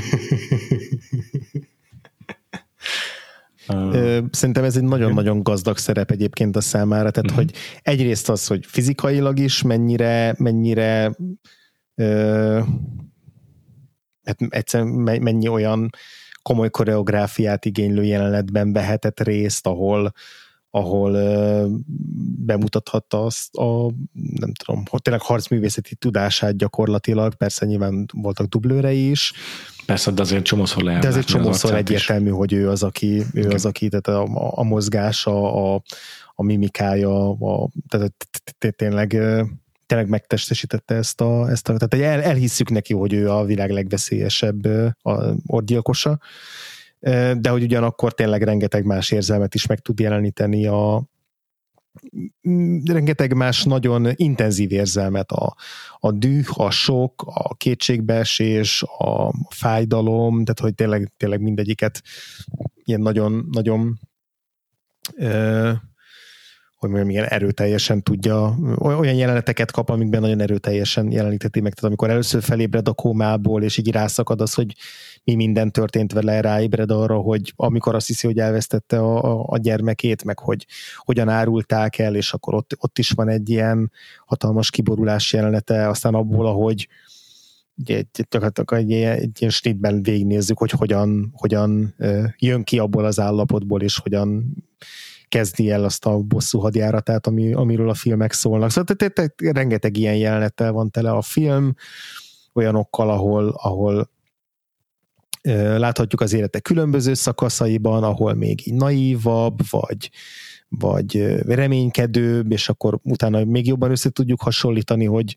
Szerintem ez egy nagyon-nagyon gazdag szerep egyébként a számára, tehát hogy egyrészt az, hogy fizikailag is mennyire hát egyszerűen mennyi olyan komoly koreográfiát igénylő jelenetben vehetett részt, ahol bemutathatta azt nem tudom, tényleg harcművészeti tudását gyakorlatilag, persze nyilván voltak dublőrei is. Persze, de azért csomószor lehet. De azért csomószor egyértelmű, hogy ő az, aki tehát a mozgása, a mimikája, tehát tényleg megtestesítette ezt tehát elhisszük neki, hogy ő a világ legveszélyesebb orgyilkosa, de hogy ugyanakkor tényleg rengeteg más érzelmet is meg tud jeleníteni, rengeteg más nagyon intenzív érzelmet, a düh, a sok, a kétségbeesés, a fájdalom, tehát hogy tényleg mindegyiket ilyen nagyon hogy mondjam, ilyen erőteljesen tudja, olyan jeleneteket kap, amikben nagyon erőteljesen jeleníteti meg. Tehát amikor először felébred a kómából, és így rászakad az, hogy mi minden történt vele, ráébred arra, hogy amikor azt hiszi, hogy elvesztette a gyermekét, meg hogy hogyan árulták el, és akkor ott is van egy ilyen hatalmas kiborulás jelenete, aztán abból, ahogy egy ilyen snitben végignézzük, hogy hogyan jön ki abból az állapotból, és hogyan kezdi el azt a bosszú hadjáratát, amiről a filmek szólnak. Szóval rengeteg ilyen jelenettel van tele a film, olyanokkal, ahol láthatjuk az élete különböző szakaszaiban, ahol még így naívabb, vagy reménykedőbb, és akkor utána még jobban össze tudjuk hasonlítani, hogy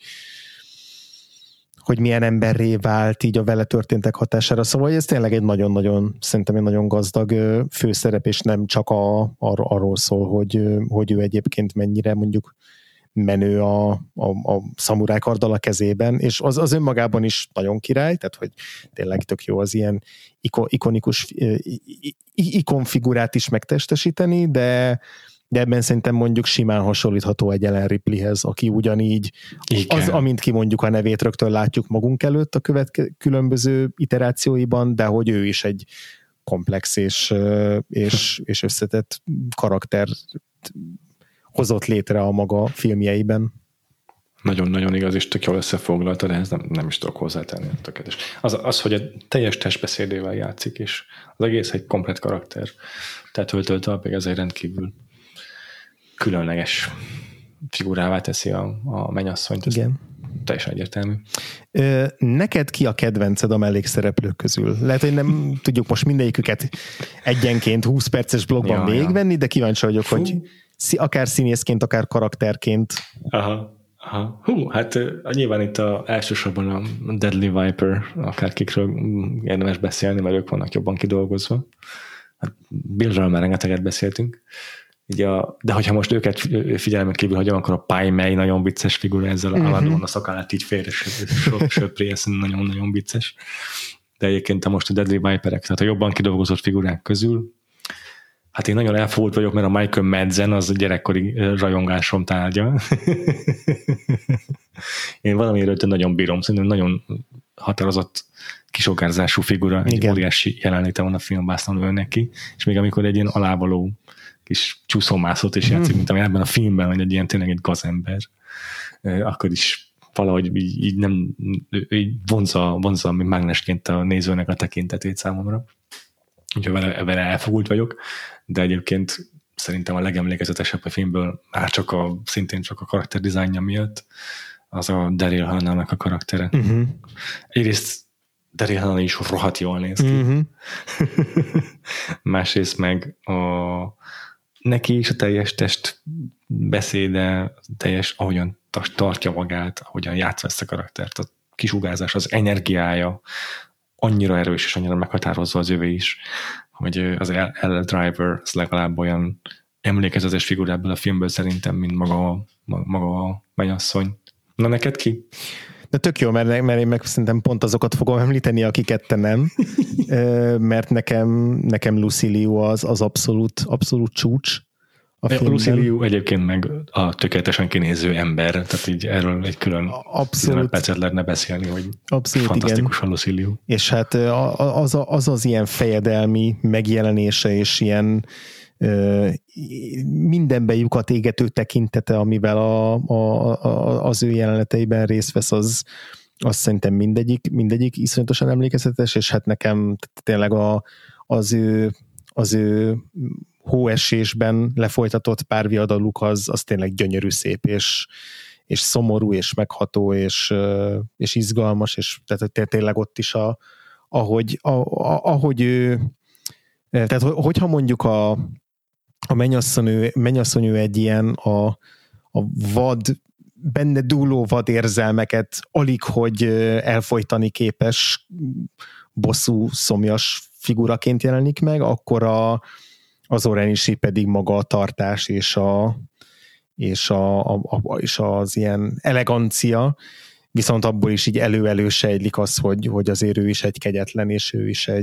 milyen emberré vált így a vele történtek hatására. Szóval ez tényleg szerintem egy nagyon gazdag főszerep, és nem csak arról szól, hogy ő egyébként mennyire mondjuk menő a szamuráj karddal a kezében, és az önmagában is nagyon király, tehát hogy tényleg tök jó az ilyen ikonikus ikonfigurát is megtestesíteni, de de ebben szerintem mondjuk simán hasonlítható egy Ellen Ripleyhez, aki ugyanígy, az, amint kimondjuk a nevét, rögtön látjuk magunk előtt a különböző iterációiban, de hogy ő is egy komplex és összetett karakter hozott létre a maga filmjeiben. Nagyon-nagyon igaz, és tök jól összefoglalta, de ez nem is tudok hozzátenni. Tökéletes. Az, hogy a teljes testbeszédével játszik, és az egész egy komplett karakter. Tehát töltől ez egy rendkívül különleges figurává teszi a mennyasszonyt. Igen. Teljesen egyértelmű. Neked ki a kedvenced a mellékszereplők közül? Lehet, hogy nem tudjuk most mindegyiküket egyenként 20 perces blogban végigvenni, de kíváncsi vagyok, hogy akár színészként, akár karakterként. Aha. Hát nyilván itt elsősorban a Deadly Viper, akárkikről érdemes beszélni, mert ők vannak jobban kidolgozva. Hát Billről már rengeteget beszéltünk. De hogyha most őket figyelmen kívül hagyom, akkor a Pai Mei nagyon vicces figura, ezzel állandóan a szakállát így félre söpré, ez nagyon-nagyon vicces. De egyébként most a Deadly Viperek, tehát a jobban kidolgozott figurák közül, hát én nagyon elfogult vagyok, mert a Michael Madsen az a gyerekkori rajongásom tárgya. Én valamiről nagyon bírom, szerintem nagyon határozott kisugárzású figura, egy óriási jelenléte van a filmbásznon ő neki, és még amikor egy ilyen alávaló kis csúszómászót is játszik, mint ami ebben a filmben, hogy egy ilyen tényleg egy gazember, akkor is valahogy így nem így vonza mint mágnesként a nézőnek a tekintetét számomra. Úgyhogy vele elfogult vagyok, de egyébként szerintem a legemlékezetesebb a filmből szintén csak a karakterdizájnja miatt az a Daryl Hannah-nak a karaktere. Egyrészt Daryl Hannah is rohadt jól néz ki. Másrészt meg neki is a teljes test beszéde, teljes, ahogyan tartja magát, ahogyan játszva ezt a karaktert, a kisugárzás, az energiája annyira erős és annyira meghatározza az övé is, hogy az L. Driver az legalább olyan emlékezetes figura ebből a filmből szerintem, mint maga a mennyasszony. Na neked ki? De tök jó, mert én meg szerintem pont azokat fogom említeni, akiket te nem, mert nekem Lucy Liu az abszolút csúcs a filmben. Lucy Liu egyébként meg a tökéletesen kinéző ember, tehát így erről egy külön 15 percet lehetne beszélni, hogy fantasztikus a Lucy Liu. És hát az ilyen fejedelmi megjelenése és ilyen mindenben lyukat égető tekintete, amivel az ő jeleneteiben részt vesz, az szerintem mindegyik iszonyatosan emlékezetes, és hát nekem tényleg az ő hóesésben lefolytatott párviadaluk az tényleg gyönyörű szép, és szomorú, és megható, és izgalmas, és tehát tényleg ott is ahogy ő, tehát hogyha mondjuk a mennyasszony ő egy ilyen a benne dúló vad érzelmeket alig hogy elfojtani képes bosszú szomjas figuraként jelenik meg, akkor az Orenishi pedig maga a tartás és az ilyen elegancia, viszont abból is így elő-sejlik az, hogy azért ő is egy kegyetlen, és ő is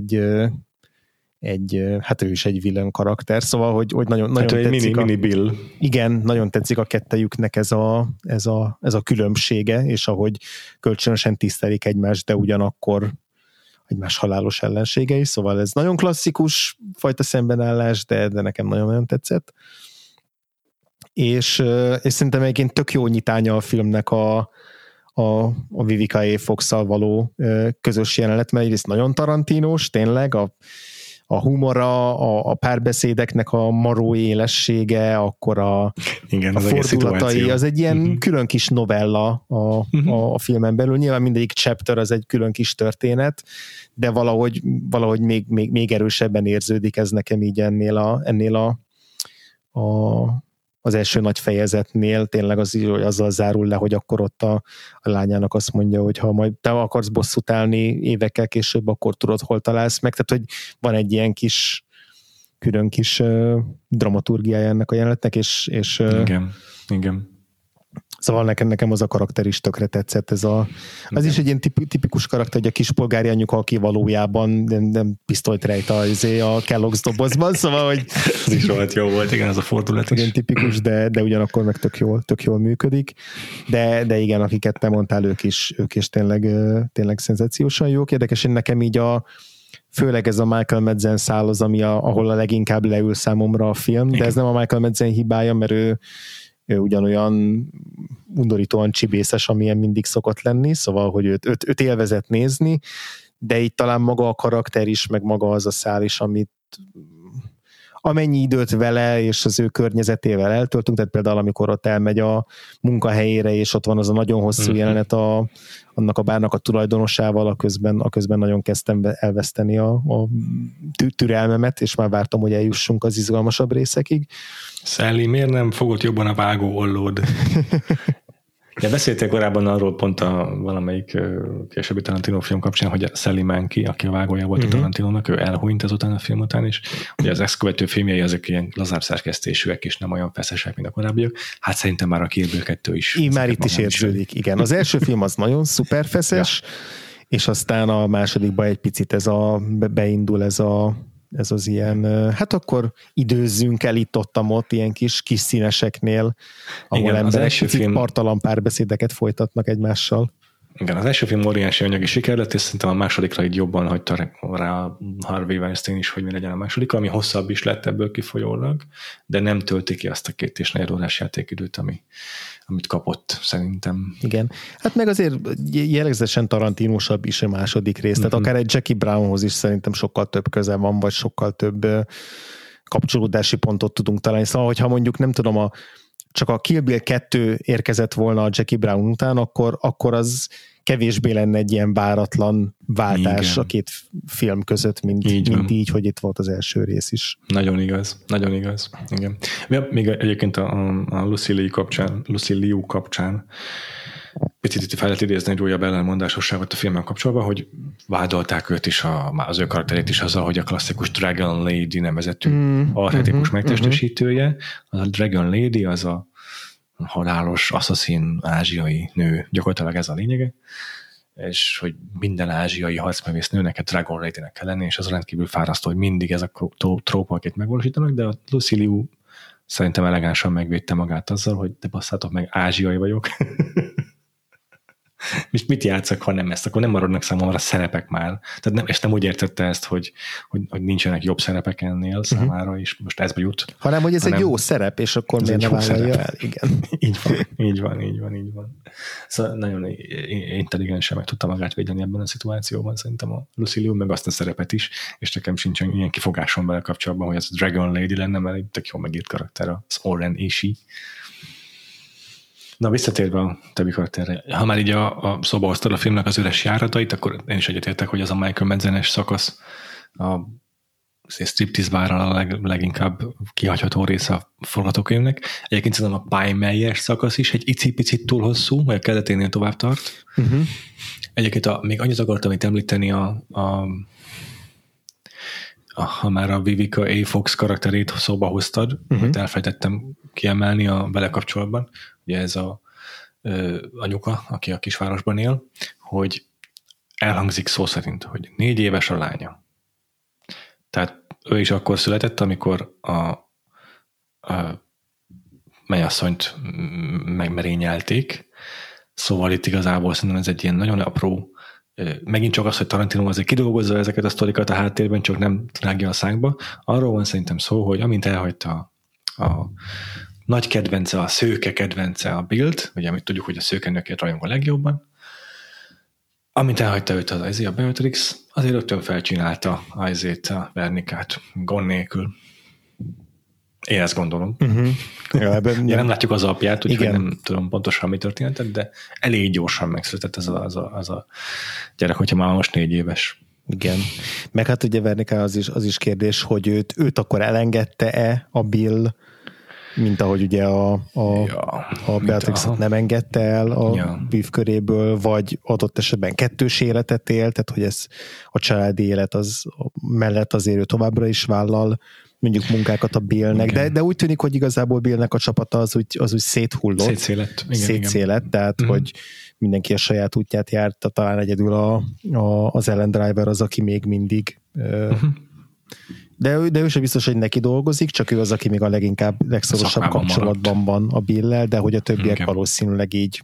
hát ő is egy villain karakter, szóval, hogy nagyon hát tetszik mini Bill. Igen, nagyon tetszik a kettejüknek ez a különbsége, és ahogy kölcsönösen tisztelik egymást, de ugyanakkor egymás halálos ellenségei, szóval ez nagyon klasszikus fajta szembenállás, de nekem nagyon-nagyon tetszett. És szerintem egyébként tök jó nyitánya a filmnek a Vivica A. Fox-szal való közös jelenet, mert egyrészt nagyon tarantinos, tényleg a humora, a párbeszédeknek a maró élessége, akkor a fordulatai, az egy ilyen külön kis novella a filmen belül. Nyilván mindegyik chapter az egy külön kis történet, de valahogy még erősebben érződik ez nekem így ennél az első nagy fejezetnél, tényleg azzal zárul le, hogy akkor ott a lányának azt mondja, hogy ha majd te akarsz bosszút állni évekkel később, akkor tudod, hol találsz meg. Tehát, hogy van egy ilyen külön kis dramaturgiája ennek a jelenetnek, és igen. Szóval nekem az a karakter is tökre tetszett. Az is egy ilyen tipikus karakter, hogy a kispolgári anyuka, aki valójában nem pisztolyt rejt a Kellogg's dobozban, szóval, hogy ez is rohadt jó volt, igen, ez a fordulat is. Igen, tipikus, de ugyanakkor meg tök jól működik. De igen, akiket te mondtál, ők is tényleg szenzációsan jók. Érdekes, hogy nekem így főleg ez a Michael Madsen szál az, ahol a leginkább leül számomra a film, de ez nem a Michael Madsen hibája, mert ő ugyanolyan undorítóan csibészes, amilyen mindig szokott lenni, szóval, hogy őt élvezett nézni, de itt talán maga a karakter is, meg maga az a szál is, amennyi időt vele és az ő környezetével eltöltünk, tehát például amikor ott elmegy a munkahelyére, és ott van az a nagyon hosszú jelenet annak a bárnak a tulajdonosával, aközben nagyon kezdtem elveszteni a türelmemet, és már vártam, hogy eljussunk az izgalmasabb részekig. Sally, miért nem fogod jobban a vágó ollód? Ja, beszéltél korábban arról pont valamelyik későbbi Tarantino film kapcsán, hogy a Sally Menke, aki a vágója volt a Tarantinónak, ő elhunyt ezután a film után is. Ugye az ezt követő filmjei azok ilyen lazább szerkesztésűek, és nem olyan feszesek, mint a korábbiak. Hát szerintem már a Kill Bill 2 is. Így már itt is érződik, igen. Az első film az nagyon szuper feszes, és aztán a másodikban egy picit beindul ez az ilyen, hát akkor időzzünk el itt-ott, ilyen kis színeseknél, ahol igen, emberek picit partalan párbeszédeket folytatnak egymással. Igen, az első film óriási anyagi siker lett, és szerintem a másodikra így jobban hagyta rá Harvey Weinstein is, hogy mi legyen a második, ami hosszabb is lett ebből kifolyólag, de nem tölti ki azt a 2,5 órás játékidőt, amit kapott, szerintem. Igen. Hát meg azért jellegzetesen tarantinósabb is a második rész, tehát akár egy Jackie Brownhoz is szerintem sokkal több köze van, vagy sokkal több kapcsolódási pontot tudunk találni. Szóval, hogyha mondjuk nem tudom, csak a Kill Bill 2 érkezett volna a Jackie Brown után, akkor az kevésbé lenne egy ilyen váratlan váltás a két film között, mint így, hogy itt volt az első rész is. Nagyon igaz, nagyon igaz. Igen. Még egyébként a Lucy Liu kapcsán picit itt fel lehet idézni egy újabb ellenmondásosságot a filmmel kapcsolatban, hogy vádolták őt is, az ő karakterét is azzal, hogy a klasszikus Dragon Lady nevezetű archetikus megtestesítője. A Dragon Lady az a halálos, asszaszín ázsiai nő, gyakorlatilag ez a lényege, és hogy minden ázsiai harcművész nőnek egy Dragon Lady-nek kell lenni, és az rendkívül fárasztó, hogy mindig ez a trópa, akit megvalósítanak, de a Lucy Liu szerintem elegánsan megvédte magát azzal, hogy de basszátok meg, ázsiai vagyok. És mit játszak, ha nem ezt? Akkor nem maradnak számomra szerepek már. Tehát nem úgy értette ezt, hogy nincsenek jobb szerepek ennél számára, és most ez jut. Hanem, hogy ez egy jó szerep, és akkor miért ne vállalja el? Igen. így van. Szóval nagyon intelligensen meg tudta magát védeni ebben a szituációban, szerintem a Lucy Liu, meg azt a szerepet is, és nekem sincs ilyen kifogásom vele kapcsolatban, hogy ez a Dragon Lady lenne, mert egy tök jól megírt karakter, az Oren Ishii. Na, visszatérve a többi karakterre, ha már így a szóba hoztad a filmnek az üres járatait, akkor én is egyetértek, hogy az a Michael Madsen-es szakasz a striptease bárral a leginkább kihagyható része a forgatókönyvnek. Egyébként szerintem a Pie Meyer szakasz is egy icipicit túl hosszú, vagy a kezdeténél tovább tart. Egyébként még annyit akartam itt említeni ha már a Vivica A. Fox karakterét szóba hoztad, amit elfelejtettem kiemelni a vele kapcsolatban, ugye ez a anyuka, aki a kisvárosban él, hogy elhangzik szó szerint, hogy 4 éves a lánya. Tehát ő is akkor született, amikor a mennyasszonyt megmerényelték, szóval itt igazából szerintem ez egy ilyen nagyon apró, megint csak az, hogy Tarantino azért kidolgozza ezeket a sztorikat a háttérben, csak nem rágja a szánkba. Arról van szerintem szó, hogy amint elhagyta a nagy kedvence, a szőke kedvence a Bill-t, ugye amit tudjuk, hogy a szőkenőkért rajong a legjobban, amint elhagyta őt az a Beatrix, azért rögtön felcsinálta a Vernikát gond nélkül. Én ezt gondolom. Ja, nem látjuk az apját, úgyhogy nem tudom pontosan, mi történt, de elég gyorsan megszületett az a gyerek, hogyha már most 4 éves. Igen. Meg hát ugye Vernika az is kérdés, hogy őt akkor elengedte-e a Bill, mint ahogy ugye a Beatrixot nem engedte el a Biff köréből, vagy adott esetben kettős életet él, tehát hogy ez a családi élet az mellett azért ő továbbra is vállal mondjuk munkákat a Billnek, de úgy tűnik, hogy igazából Billnek a csapata az úgy széthullott. Szétszélett, tehát hogy mindenki a saját útját járt, talán egyedül az Ellen Driver az, aki még mindig de ő sem biztos, hogy neki dolgozik, csak ő az, aki még a legszorosabb kapcsolatban van a Bill-lel, de hogy a többiek valószínűleg így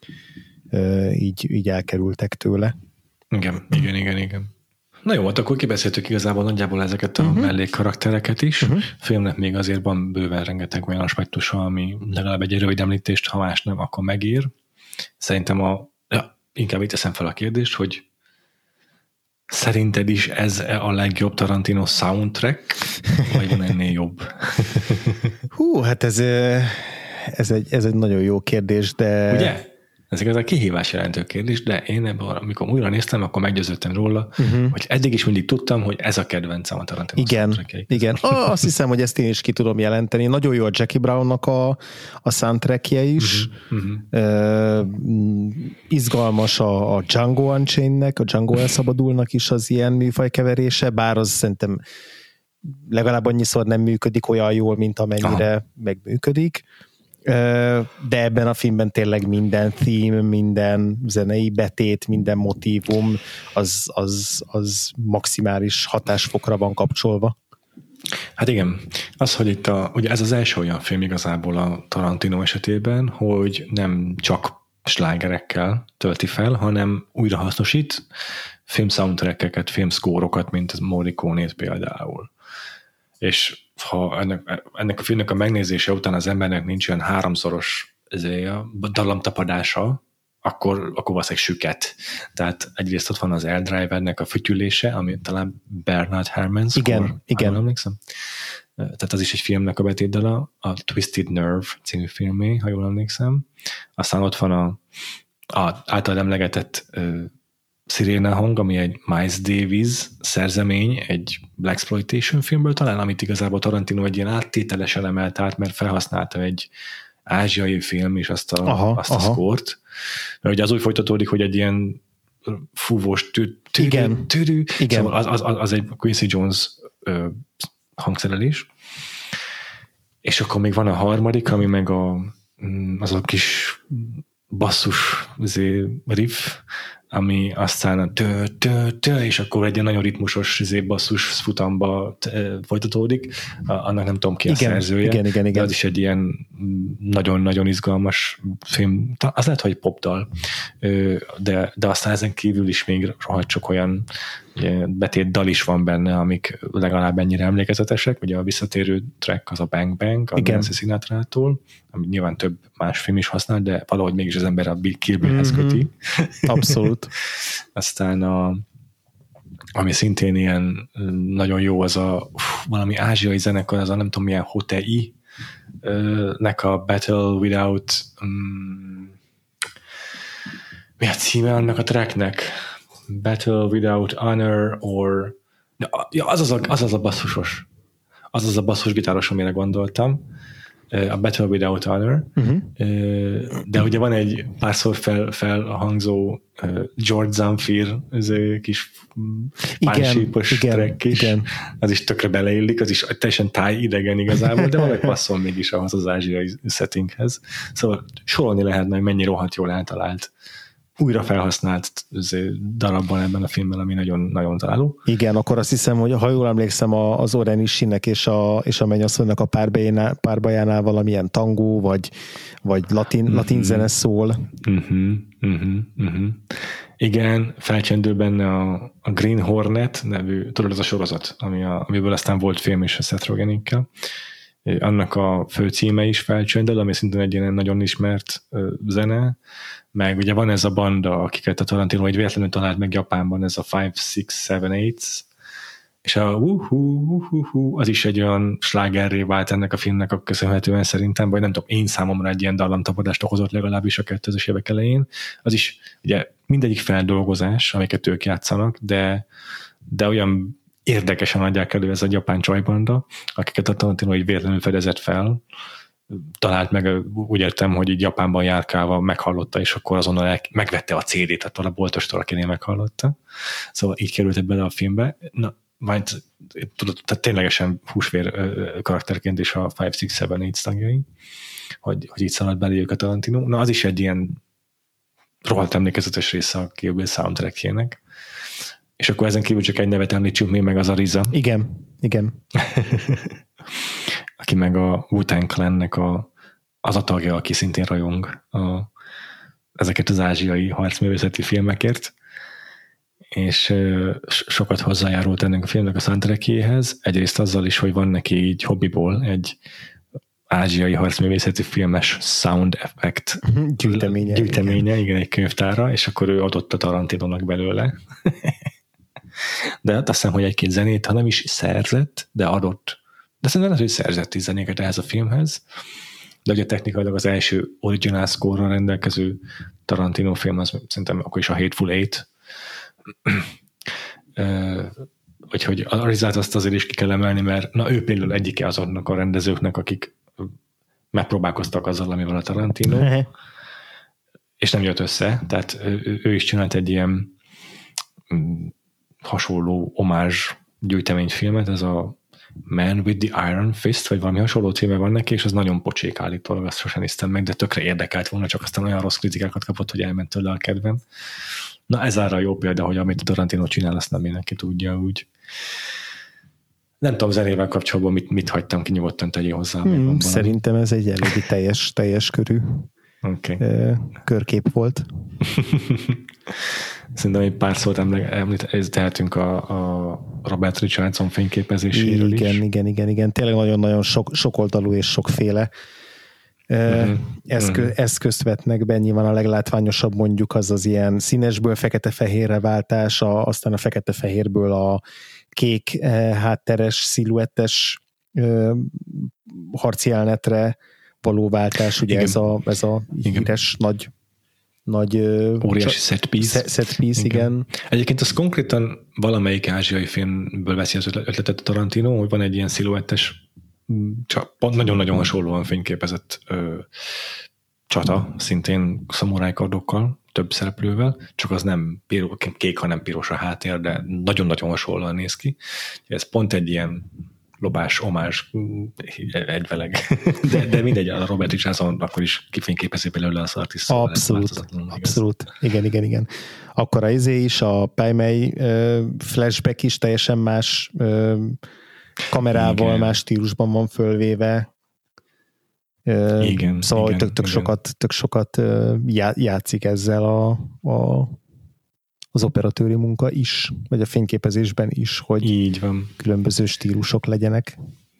elkerültek tőle. Igen. Na jó, hát akkor kibeszéltük igazából nagyjából ezeket a mellékkaraktereket is. A filmnek még azért van bőven rengeteg olyan aspektusa, ami legalább egy rövid említést, ha más nem, akkor megír. Szerintem inkább itt teszem fel a kérdést, hogy szerinted is ez a legjobb Tarantino soundtrack, vagy van ennél jobb? Hát ez egy nagyon jó kérdés, de... Ugye? Ez igazán kihívás jelentő kérdés, de én ebben, amikor újra néztem, akkor meggyőződtem róla, hogy eddig is mindig tudtam, hogy ez a kedvencem a Tarantino soundtrackjei. Igen. Azt hiszem, hogy ezt én is ki tudom jelenteni. Nagyon jó a Jackie Brownnak a soundtrackje is. Izgalmas a Django Unchained-nek, a Django elszabadulnak is az ilyen műfajkeverése, bár az szerintem legalább annyiszor nem működik olyan jól, mint amennyire megműködik. De ebben a filmben tényleg minden theme, minden zenei betét, minden motívum az maximális hatásfokra van kapcsolva. Hát igen, az, hogy itt ugye ez az első olyan film igazából a Tarantino esetében, hogy nem csak slágerekkel tölti fel, hanem újrahasznosít film soundtrackeket, film score-okat, mint Morricone-t például. És ha ennek a filmnek a megnézése után az embernek nincs olyan háromszoros dallamtapadása, akkor valószínűleg süket. Tehát egyrészt ott van az Air Drivernek a fütyülése, ami talán Bernard Herrmann score. Igen. Emlékszem? Tehát az is egy filmnek a betétdala, a Twisted Nerve című filmé, ha jól emlékszem. Aztán ott van a által emlegetett Sirena hang, ami egy Miles Davis szerzemény, egy blaxploitation filmből talán, amit igazából Tarantino egy ilyen áttételesen emelt át, mert felhasználta egy ázsiai film és azt a score-t. Mert ugye az úgy folytatódik, hogy egy ilyen fúvós Igen. Szóval az egy Quincy Jones hangszerelés. És akkor még van a harmadik, ami meg az a kis basszus riff, ami aztán a és akkor egy ilyen nagyon ritmusos basszus futamba folytatódik. Annak nem tudom ki a szerzője. Igen. De az is egy ilyen nagyon-nagyon izgalmas film. Az lehet, hogy popdal. De aztán ezen kívül is még rohadt sok olyan betét dal is van benne, amik legalább ennyire emlékezetesek. Ugye a visszatérő track az a Bang Bang, a Nancy Sinatra-tól, ami nyilván több más film is használ, de valahogy mégis az ember a Kill Bill-hez köti. Abszolút. Aztán ami szintén ilyen nagyon jó, az valami ázsiai zenekar, az a nem tudom milyen Hotei nek a Battle Without mi a címe annak a tracknek? Battle Without Honor or az a basszusos. Az a basszus gitáros, amire gondoltam. A Battle Without Honor. De ugye van egy párszor felhangzó George Zamfir kis pánsípos track is. Igen. Az is tökre beleillik, az is teljesen tájidegen igazából, de valahogy passzol mégis ahhoz az ázsiai settinghez. Szóval sorolni lehetne, hogy mennyi rohadt jól eltalált újra felhasznált darabban ebben a filmben, ami nagyon, nagyon találó. Igen, akkor azt hiszem, hogy ha jól emlékszem, az Oren Ishii-nek és a mennyasszonynak a párbajánál valamilyen tangó, vagy latin zene szól. Igen, felcsendül benne a Green Hornet nevű, tudod, az a sorozat, amiből aztán volt film is a Seth Rogenikkel. Annak a fő címe is felcsendül, ami szintén egy ilyen nagyon ismert zene, meg ugye van ez a banda, akiket a Tarantino vagy véletlenül talált meg Japánban, ez a 5, 6, 7, 8, és az is egy olyan slágerré vált ennek a filmnek a köszönhetően szerintem, vagy nem tudom, én számomra egy ilyen dallamtapadást okozott legalábbis a 2000-es évek elején. Az is ugye mindegyik feldolgozás, amiket ők játszanak, de olyan érdekesen adják elő ez a japán csajbanda, akiket a Tarantino egy véletlenül fedezett fel, talált meg, úgy értem, hogy így Japánban járkálva meghallotta, és akkor azonnal megvette a CD-t attól a boltostól, akinél meghallotta. Szóval így került bele a filmbe. Na, majd tudod, tehát ténylegesen húsvér karakterként is a 5-6-7-8 tagjai, hogy így szalad beléjük a Tarantino. Na, az is egy ilyen rohadt emlékezetes része a Kill Bill soundtrackjének. És akkor ezen kívül csak egy nevet említsünk még meg, az a RZA. Igen. Aki meg a Wu-Tang Clannek az a tagja, aki szintén rajong ezeket az ázsiai harcművészeti filmekért, és sokat hozzájárult ennek a filmnek a soundtrackjéhez, egyrészt azzal is, hogy van neki így hobbiból egy ázsiai harcművészeti filmes sound effect gyűjteménye, igen, egy könyvtára, és akkor ő adott a Tarantinónak belőle. De azt hiszem, hogy egy-két zenét, ha nem is szerzett, de adott. De szerintem hogy szerzett is zenéket ehhez a filmhez. De ugye technikailag az első original score-ral rendelkező Tarantino film, az szerintem akkor is a Hateful Eight. Úgyhogy a RZA-t azt azért is ki kell emelni, mert na, ő például egyike azoknak a rendezőknek, akik megpróbálkoztak azzal, amivel a Tarantino, és nem jött össze. Tehát ő is csinált egy ilyen hasonló omázs gyűjteményfilmet, ez a Man with the Iron Fist, vagy valami hasonló címe van neki, és az nagyon pocsék állítólag, azt sosem néztem meg, de tökre érdekelt volna, csak aztán olyan rossz kritikákat kapott, hogy elment tőle a kedvem. Na, ez arra jó példa, hogy amit a Tarantino csinál, azt nem mindenki tudja úgy. Nem tudom, zenével kapcsolatban mit hagytam ki, nyugodtan tegyél hozzá. Szerintem ez egy eléggé teljes körű körkép volt. Szerintem egy pár szót tehetünk a Robert Richardson fényképezéséről is. Igen. Tényleg nagyon-nagyon sokoldalú és sokféle eszközt vetnek be. Nyilván a leglátványosabb mondjuk az ilyen színesből fekete-fehérre váltása, aztán a fekete-fehérből a kék hátteres, sziluettes harcjelenetre való váltás, ugye ez a híres nagy óriási set piece, igen. Egyébként az konkrétan valamelyik ázsiai filmből veszi az ötletet a Tarantino, hogy van egy ilyen sziluettes, nagyon-nagyon hasonlóan fényképezett csata, szintén szamurájkardokkal, több szereplővel, csak az nem kék, hanem piros a háttér, de nagyon-nagyon hasonlóan néz ki. Ez pont egy ilyen lobás, omás, egyveleg. De mindegy, a Robert Richardson akkor is kifényképezi belőle az artist. Abszolút. Igen. Akkor is, a Paimei flashback is teljesen más kamerával, igen. Más stílusban van fölvéve. Igen. Szóval igen, tök sokat játszik ezzel az operatőri munka is, vagy a fényképezésben is, hogy így van. Különböző stílusok legyenek.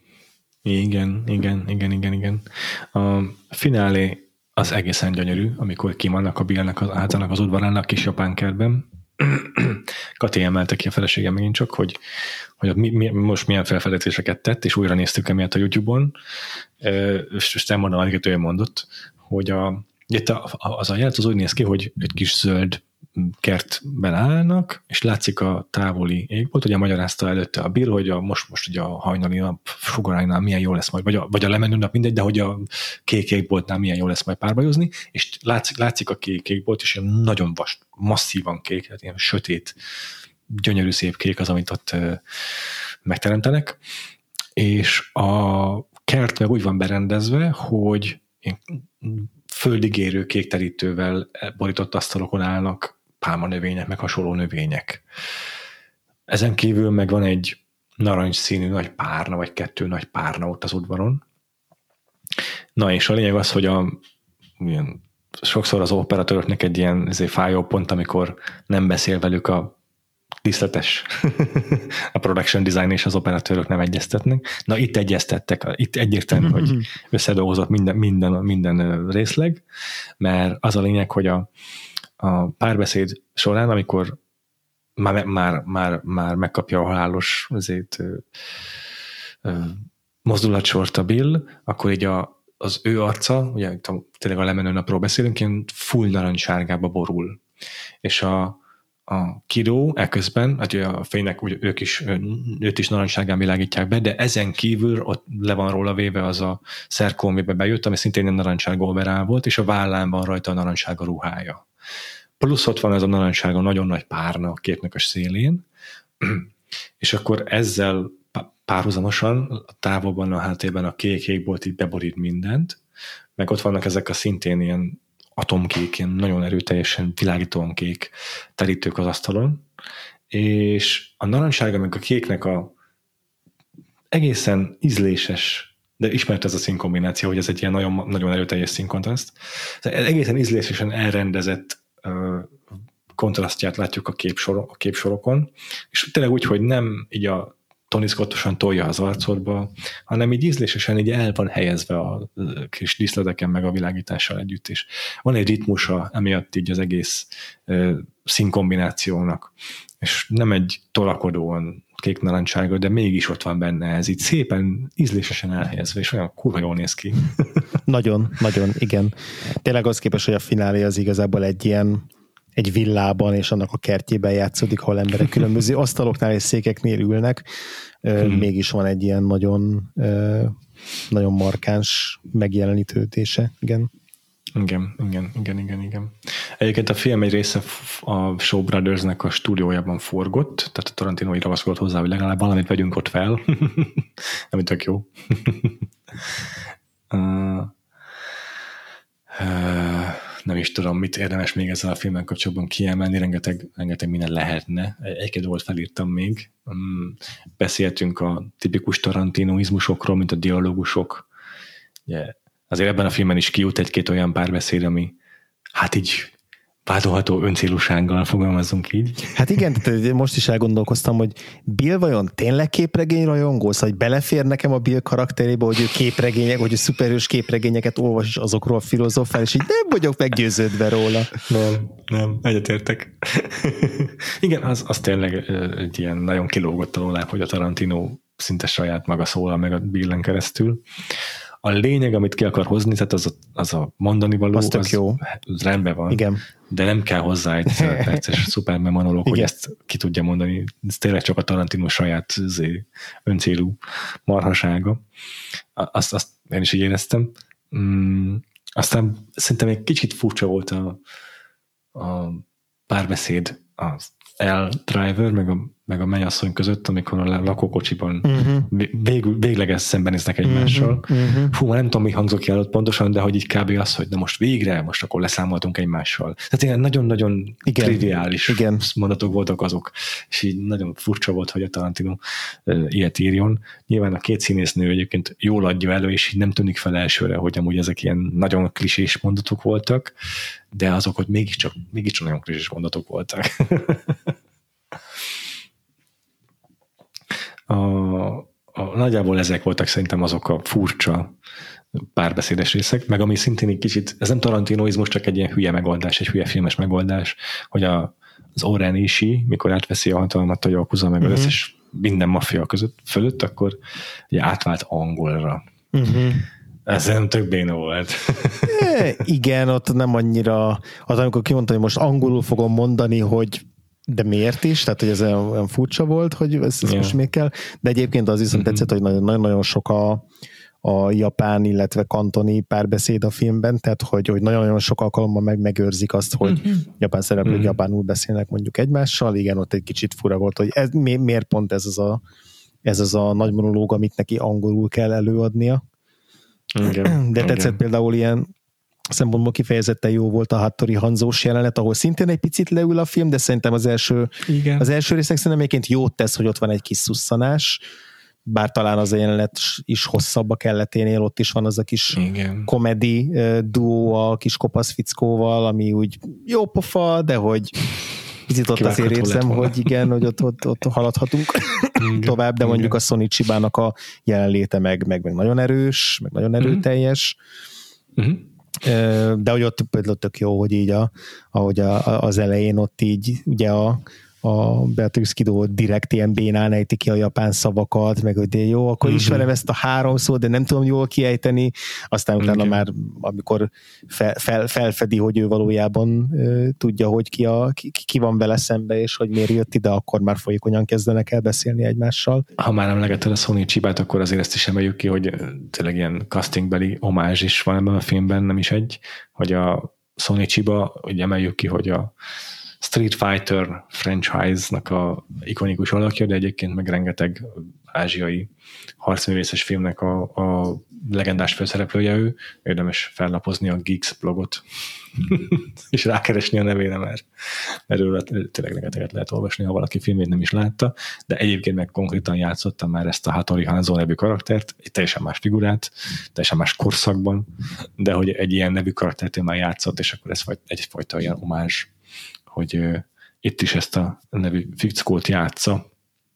Igen. A finálé az egészen gyönyörű, amikor kimannak a Billnek az általnak az udvarán a kis japán kertben. Kati emelte ki a feleségem megint csak, hogy most milyen felfedezéseket tett, és újra néztük emiatt a YouTube-on, és elmondom, amiket ő mondott, hogy az a jelet az úgy néz ki, hogy egy kis zöld kertben állnak, és látszik a távoli égbolt, ugye magyarázta előtte a Bill, hogy most ugye a hajnali nap sugaráinál milyen jó lesz majd, vagy a lemenő nap mindegy, de hogy a kék égboltnál milyen jó lesz majd párbajozni, és látszik a kék égbolt, és ilyen nagyon masszívan kék, hát ilyen sötét, gyönyörű szép kék az, amit ott megteremtenek, és a kert meg úgy van berendezve, hogy földigérő kék terítővel borított asztalokon állnak pálmanövények, meg hasonló növények. Ezen kívül meg van egy narancsszínű nagy párna, vagy 2 nagy párna ott az udvaron. Na és a lényeg az, hogy sokszor az operatőröknek egy ilyen fájó pont, amikor nem beszél velük a díszletes a production design és az operatőrök nem egyeztetnek. Na itt egyeztettek, itt egyértelmű, hogy összedolgozott minden részleg, mert az a lényeg, hogy a párbeszéd során, amikor már megkapja a halálos mozdulatsort a Bill, akkor így az ő arca, ugye tényleg a lemenő napról beszélünk, ilyen full narancssárgába borul. És a Kido eközben, hát a fénynek őt is narancssárgán világítják be, de ezen kívül ott le van róla véve az a szerkó, amiben bejött, ami szintén egy narancssárga overall volt, és a vállán van rajta a narancssárga ruhája. Plusz ott van ez a narancssárga nagyon nagy párna a képnek a szélén, És akkor ezzel párhuzamosan a távolban a háttérben a kék égbolt így beborít mindent, meg ott vannak ezek a szintén ilyen atomkék, ilyen nagyon erőteljesen világítóan kék terítők az asztalon, és a narancssárga meg a kéknek a egészen ízléses, de ismert ez a színkombináció, hogy ez egy ilyen nagyon, nagyon erőteljes színkontraszt. Egészen ízlésesen elrendezett kontrasztját látjuk a képsorokon, és tényleg úgy, hogy nem így a Tony Scottosan tolja az arcodba, hanem így ízlésesen így el van helyezve a kis díszleteken meg a világítással együtt is. Van egy ritmusa emiatt így az egész színkombinációnak, és nem egy tolakodóan kék narancssárga, de mégis ott van benne ez így szépen ízlésesen elhelyezve, és olyan kurva jól néz ki. Nagyon, nagyon, igen. Tényleg az képest, hogy a finálé az igazából egy villában, és annak a kertjében játszódik, ahol emberek különböző asztaloknál és székeknél ülnek. Mégis van egy ilyen nagyon, nagyon markáns megjelenítődése. Igen. Igen. Egyébként a film egy része a Shaw Brothersnek a stúdiójában forgott, tehát a Tarantino így ragaszkodott hozzá, hogy legalább valamit vegyünk ott fel. Ami tök jó. Nem is tudom, mit érdemes még ezzel a filmmel kapcsolatban kiemelni, rengeteg minden lehetne. Egy-két dolgot felírtam még. Beszéltünk a tipikus tarantinoizmusokról, mint a dialógusok. Yeah. Azért ebben a filmben is kijut egy-két olyan párbeszéd, ami hát így vádolható öncélúsággal, fogalmazzunk így. Hát igen, most is elgondolkoztam, hogy Bill vajon tényleg képregény rajongósz, hogy belefér nekem a Bill karakterébe, hogy ő képregények, hogy ő szuperhős képregényeket olvas, és azokról filozofál, és így nem vagyok meggyőződve róla. Nem, egyetértek. Igen, az tényleg egy ilyen nagyon kilógott alól, hogy a Tarantino szinte saját maga szólal meg a Billen keresztül. A lényeg, amit ki akar hozni, tehát az a mondani való, az jó. Rendben van, igen. De nem kell hozzá egy perces Superman monológ, hogy ezt ki tudja mondani. Ez tényleg csak a Tarantino saját öncélú marhasága. Azt én is így éreztem. Aztán szerintem egy kicsit furcsa volt a párbeszéd az Driver meg a mennyasszony között, amikor a lakókocsiban végleges szembenéznek egymással. Fú, már nem tudom, mi hangzott ki előtt pontosan, de hogy így kb. Az, hogy na most végre, most akkor leszámoltunk egymással. Tehát ilyen nagyon-nagyon triviális mondatok voltak azok, és így nagyon furcsa volt, hogy a Tarantino ilyet írjon. Nyilván a két színésznő egyébként jól adja elő, és így nem tűnik fel elsőre, hogy amúgy ezek ilyen nagyon klisés mondatok voltak, de azok, hogy mégiscsak nagyon klisés mondatok voltak. Nagyjából ezek voltak szerintem azok a furcsa párbeszédes részek, meg ami szintén egy kicsit, ez nem tarantinoizmus, csak egy ilyen hülye megoldás, egy hülye filmes megoldás, hogy az Oren Ishii, mikor átveszi a hatalmat a Yakuza meg az összes minden maffia fölött, akkor ugye átvált angolra. Ez nem tök béna volt. Igen, ott nem annyira, az amikor kimondta, hogy most angolul fogom mondani, hogy de miért is? Tehát, hogy ez olyan furcsa volt, hogy ez most még kell. De egyébként az viszont tetszett, hogy nagyon-nagyon sok a japán, illetve kantoni párbeszéd a filmben, tehát, hogy nagyon-nagyon sok alkalommal megőrzik azt, hogy japán szereplők japánul beszélnek mondjuk egymással. Igen, ott egy kicsit fura volt, hogy miért pont ez az a nagy monológ, amit neki angolul kell előadnia. Igen. De tetszett például ilyen szempontból kifejezetten jó volt a Hattori Hanzós jelenet, ahol szintén egy picit leül a film, de szerintem az első részek szerintem egyébként jót tesz, hogy ott van egy kis szusszanás, bár talán az a jelenet is hosszabb a kelleténél, ott is van az a kis komedi duó a kis kopasz fickóval, ami úgy jó pofa, de hogy picit ott azért érzem, hogy igen, hogy ott haladhatunk tovább, de mondjuk a Sonny Chibának a jelenléte meg nagyon erős, meg nagyon erőteljes. De hogy ott például tök jó, hogy így ahogy az elején ott így ugye a Beatrix Kiddo direkt ilyen bénán ejti ki a japán szavakat, meg hogy de jó, akkor ismerem ezt a 3 szót, de nem tudom jól kiejteni, aztán utána már, amikor felfedi, hogy ő valójában tudja, hogy ki van vele szembe, és hogy miért jött ide, akkor már folyékonyan kezdenek el beszélni egymással. Ha már emlegetted a Sonny Chibát, akkor azért ezt is emeljük ki, hogy tényleg ilyen castingbeli homázs is van ebben a filmben, nem is egy, hogy a Sonny Chiba, hogy emeljük ki, hogy a Street Fighter franchise-nak a ikonikus alakja, de egyébként meg rengeteg ázsiai harcművészes filmnek a legendás főszereplője ő. Érdemes fellapozni a Geeks blogot, és rákeresni a nevére, mert erről tényleg rengeteget lehet olvasni, ha valaki filmét nem is látta, de egyébként meg konkrétan játszottam már ezt a Hattori Hanzo nevű karaktert, egy teljesen más figurát, teljesen más korszakban, de hogy egy ilyen nevű karaktert már játszott, és akkor ez egyfajta ilyen omázs, hogy itt is ezt a nevű fickót játsza,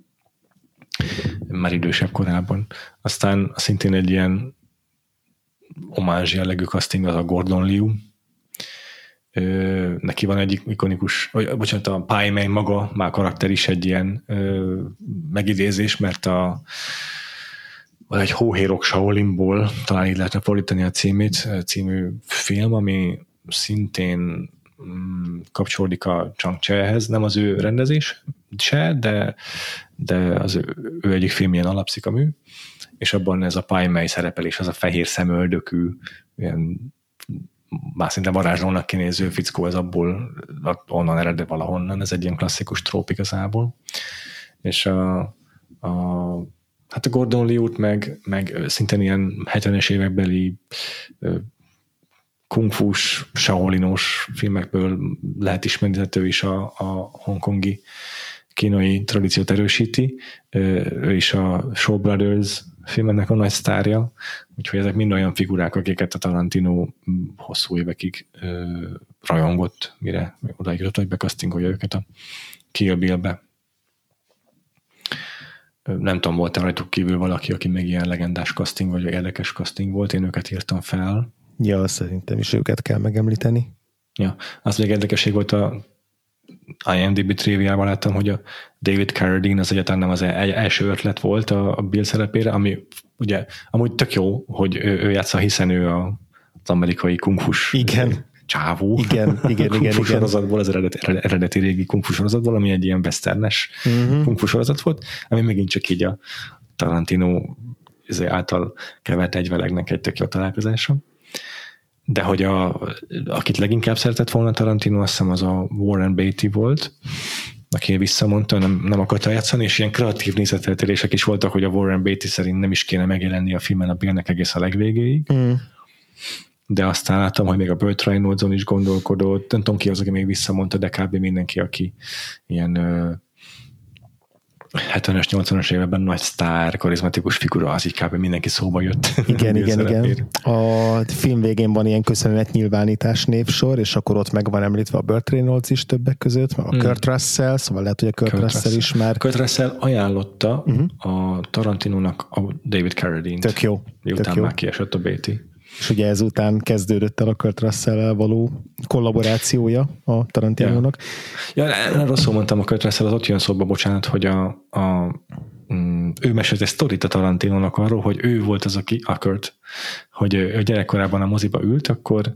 már idősebb korában. Aztán szintén egy ilyen omázs jellegű casting az a Gordon Liu. Neki van egy ikonikus, a Pai Mei maga, már karakter is egy ilyen megidézés, mert egy Hóhérok Shaolinból, talán így lehetne fordítani a című film, ami szintén kapcsolódik a Chang Che-hez, nem az ő rendezés se, de az ő egyik filmjén alapszik a mű, és abban ez a Pai Mei szerepelés, az a fehér szemöldökű, ilyen már szinte varázslónak kinéző fickó, ez abból onnan ered valahonnan, ez egy ilyen klasszikus tróp igazából. És hát a Gordon Liu-t meg szintén ilyen 70-es évekbeli kungfus, shaolinos filmekből lehet ismerhető is a hongkongi kínai tradíciót erősíti. Ő is a Shaw Brothers filmnek a nagy sztárja, úgyhogy ezek mind olyan figurák, akiket a Tarantino hosszú évekig rajongott, mire odaig jutott, hogy bekasztingolja őket a Kill Bill-be. Nem tudom, volt-e rajtuk kívül valaki, aki még ilyen legendás casting, vagy érdekes casting volt, én őket írtam fel. Ja, szerintem is őket kell megemlíteni. Ja, az még érdekesség volt a IMDb triviában láttam, hogy a David Carradine az egyáltalán nem az első ötlet volt a Bill szerepére, ami ugye amúgy tök jó, hogy ő játsza, hiszen ő az amerikai kungfus csávó. Igen. sorozatból, az eredeti régi kungfu sorozatból, ami egy ilyen westernes kungfu sorozat volt, ami megint csak így a Tarantino által kevert egyvelegnek egy tök jó találkozása. De hogy akit leginkább szeretett volna Tarantino, azt hiszem az a Warren Beatty volt, aki visszamondta, nem akarta játszani, és ilyen kreatív nézeteltérések is voltak, hogy a Warren Beatty szerint nem is kéne megjelenni a filmen a Billnek egész a legvégéig. De aztán láttam, hogy még a Burt Reynoldson is gondolkodott, nem tudom ki az, aki még visszamondta, de kb. Mindenki, aki ilyen 70-es, 80-as években nagy sztár, karizmatikus figura, az így kb. Mindenki szóba jött. Igen. A film végén van ilyen köszönetnyilvánítás névsor, és akkor ott meg van említve a Burt Reynolds is többek között, a Kurt Russell, szóval lehet, hogy a Kurt Russell is már... Kurt Russell ajánlotta a Tarantinónak a David Carradine-t. Tök jó. Miután már kiesett a Beatty. És ugye ezután kezdődött el a Kurt Russell-el való kollaborációja a Tarantinónak. Ja, rosszul mondtam, a Kurt Russell az ott jön szóba, bocsánat, hogy ő mesélt egy sztorit a Tarantinónak arról, hogy ő volt az, aki, a Kurt, hogy ő gyerekkorában a moziba ült, akkor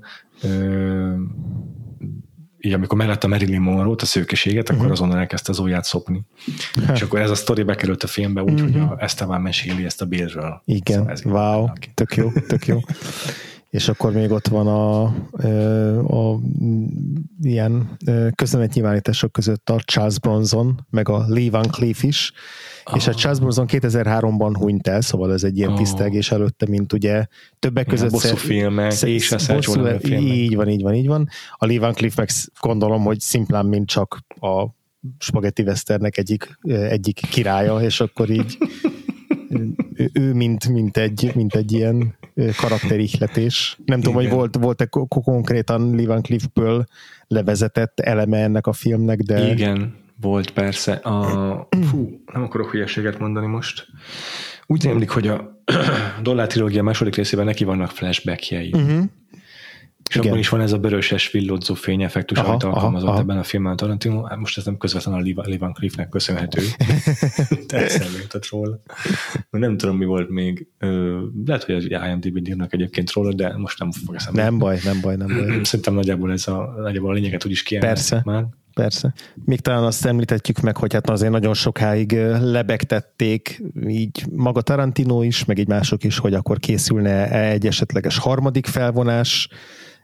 így amikor meglátta Marilyn Monroe-t, a szőkeséget, akkor azonnal elkezdte az ujját szopni. És akkor ez a sztori bekerült a filmbe, úgyhogy Esteban meséli ezt a Billről. Igen, szóval wow, tök jó. És akkor még ott van a ilyen köszönetnyilvánítások között a Charles Bronson, meg a Lee Van Cleef is, és a Charles Bronson 2003-ban hunyt el, szóval ez egy ilyen tisztelgés előtte, mint ugye többek között... Bosszú filmek, és a Sergio Leone filmek. Így van. A Lee Van Cleef meg gondolom, hogy szimplán mint csak a spaghetti westernek egyik királya, és akkor így ő mint egy ilyen karakterihletés. Nem tudom, hogy volt-e konkrétan Lee Van Cleefből levezetett eleme ennek a filmnek, de... Igen, volt persze. Nem akarok hülyeséget mondani most. Úgy rémlik, hogy a Dollár trilógia második részében neki vannak flashbackjei. És abban is van ez a vöröses villódzó fényeffektus, amit alkalmazott ebben a filmben a Tarantino. Most ez nem közvetlenül a Lee Van Cleefnek köszönhető. De eszembe jutott róla. Nem tudom, mi volt még. Lehet, hogy az IMDb-n írnak egyébként róla, de most nem fog eszembe. Nem baj. Szerintem nagyjából a lényeget úgyis kiemeltek már. Persze. Még talán azt említetjük meg, hogy hát azért nagyon sokáig lebegtették így maga Tarantino is, meg így mások is, hogy akkor készülne egy esetleges harmadik felvonás,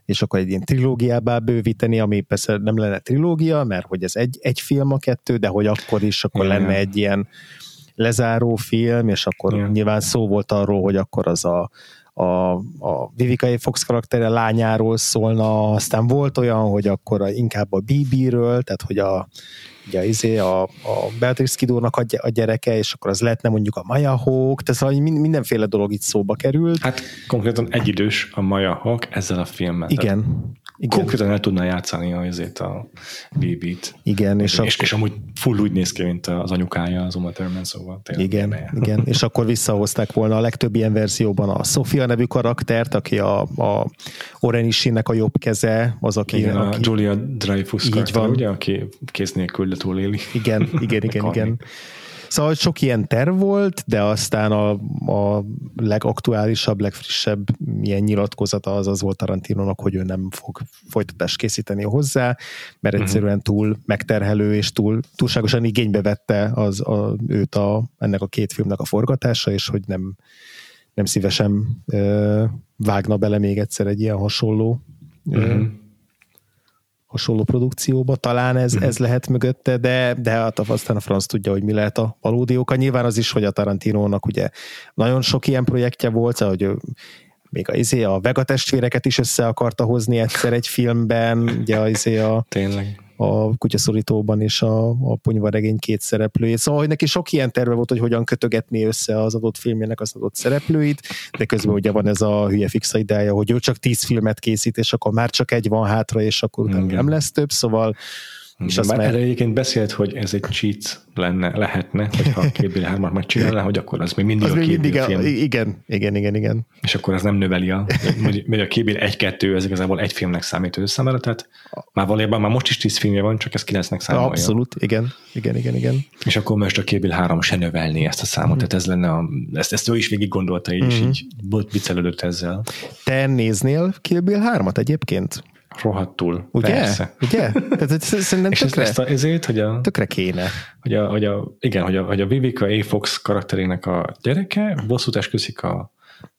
és akkor egy ilyen trilógiába bővíteni, ami persze nem lenne trilógia, mert hogy ez egy film a kettő, de hogy akkor is akkor lenne egy ilyen lezáró film, és akkor nyilván szó volt arról, hogy akkor az a Vivica A. Fox karaktere lányáról szólna, aztán volt olyan, hogy akkor inkább a BB-ről, tehát hogy a Beatrix Kidónak a gyereke, és akkor az lehetne mondjuk a Maya Hawke, tehát szóval mindenféle dolog itt szóba került. Hát konkrétan egyidős a Maya Hawke ezzel a filmmel. Igen. Konkrétan el tudná játszani azért a BB-t. Igen. És amúgy full úgy néz ki, mint az anyukája az Uma Thurman, szóval tényleg. Igen. És akkor visszahozták volna a legtöbb ilyen verzióban a Sofia nevű karaktert, aki a Oren Ishii-nek a jobb keze, az, aki... Igen, a Julia Dreyfus karakter, ugye, aki kéz nélkül túléli. Igen. Szóval sok ilyen terv volt, de aztán a legaktuálisabb, legfrissebb ilyen nyilatkozata az volt Tarantinónak, hogy ő nem fog folytatást készíteni hozzá, mert egyszerűen túl megterhelő és túlságosan igénybe vette őt ennek a két filmnek a forgatása, és hogy nem szívesen vágna bele még egyszer egy ilyen hasonló produkcióba. Talán ez lehet mögötte, de hát aztán a franc tudja, hogy mi lehet a valódi oka. Nyilván az is, hogy a Tarantinónak ugye nagyon sok ilyen projektje volt, hogy még a Vega testvéreket is össze akarta hozni egyszer egy filmben, ugye Tényleg. A Kutyaszorítóban és a Ponyvaregény két szereplőjét. Szóval, hogy neki sok ilyen terve volt, hogy hogyan kötögetni össze az adott filmjének az adott szereplőit, de közben ugye van ez a hülye fixa ideája, hogy ő csak 10 filmet készít, és akkor már csak egy van hátra, és akkor utána nem lesz több, szóval és azt erre egyébként beszélt, hogy ez egy cheat lehetne, hogyha a Kill Bill 3-at megcsinálná, hogy akkor az még mindig az a Kill Bill film. Igen. És akkor ez nem növeli hogy a Kill Bill 1-2, ez igazából egy filmnek számít összemelre, tehát már valójában már most is 10 filmje van, csak ez 9-nek számolja. Abszolút, igen. És akkor most a Kill Bill 3 se növelni ezt a számot, tehát ez lenne ezt ő is végig gondolta, és így viccelődött ezzel. Te néznél Kill Bill 3-at egyébként? Rohadtul. Ugye? Persze. Ugye? Tehát szerintem és ezért, hogy tökre kéne. Hogy a Vivica A. Fox karakterének a gyereke bosszút esküszik a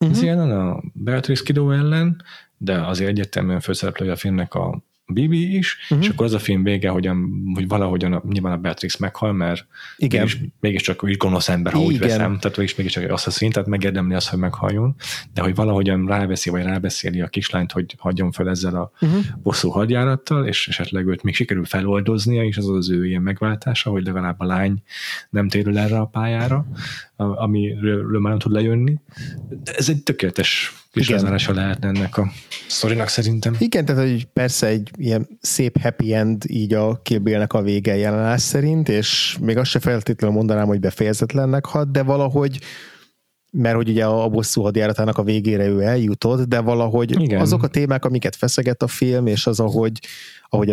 Beatrix Kidó ellen, de azért egyértelműen főszereplője a filmnek a Bibi is, és akkor az a film vége, hogy valahogyan nyilván a Beatrix meghal, mert mégiscsak ő is gonosz ember, ha úgy veszem, tehát mégiscsak egy asszaszín, tehát megérdemli azt, hogy meghaljon, de hogy valahogyan rábeszéli a kislányt, hogy hagyjon fel ezzel a bosszú hadjárattal, és esetleg őt még sikerül feloldoznia, és az ő ilyen megváltása, hogy legalább a lány nem térül erre a pályára, amiről már nem tud lejönni. De ez egy tökéletes kis lezárása lehetne ennek a sztorinak szerintem. Igen, tehát hogy persze egy ilyen szép happy end így a Kill Bill-nek a vége jelenás szerint, és még azt se feltétlenül mondanám, hogy befejezetlennek hat, de valahogy, mert hogy ugye a bosszú hadjáratának a végére ő eljutott, de valahogy azok a témák, amiket feszeget a film, és az, ahogy a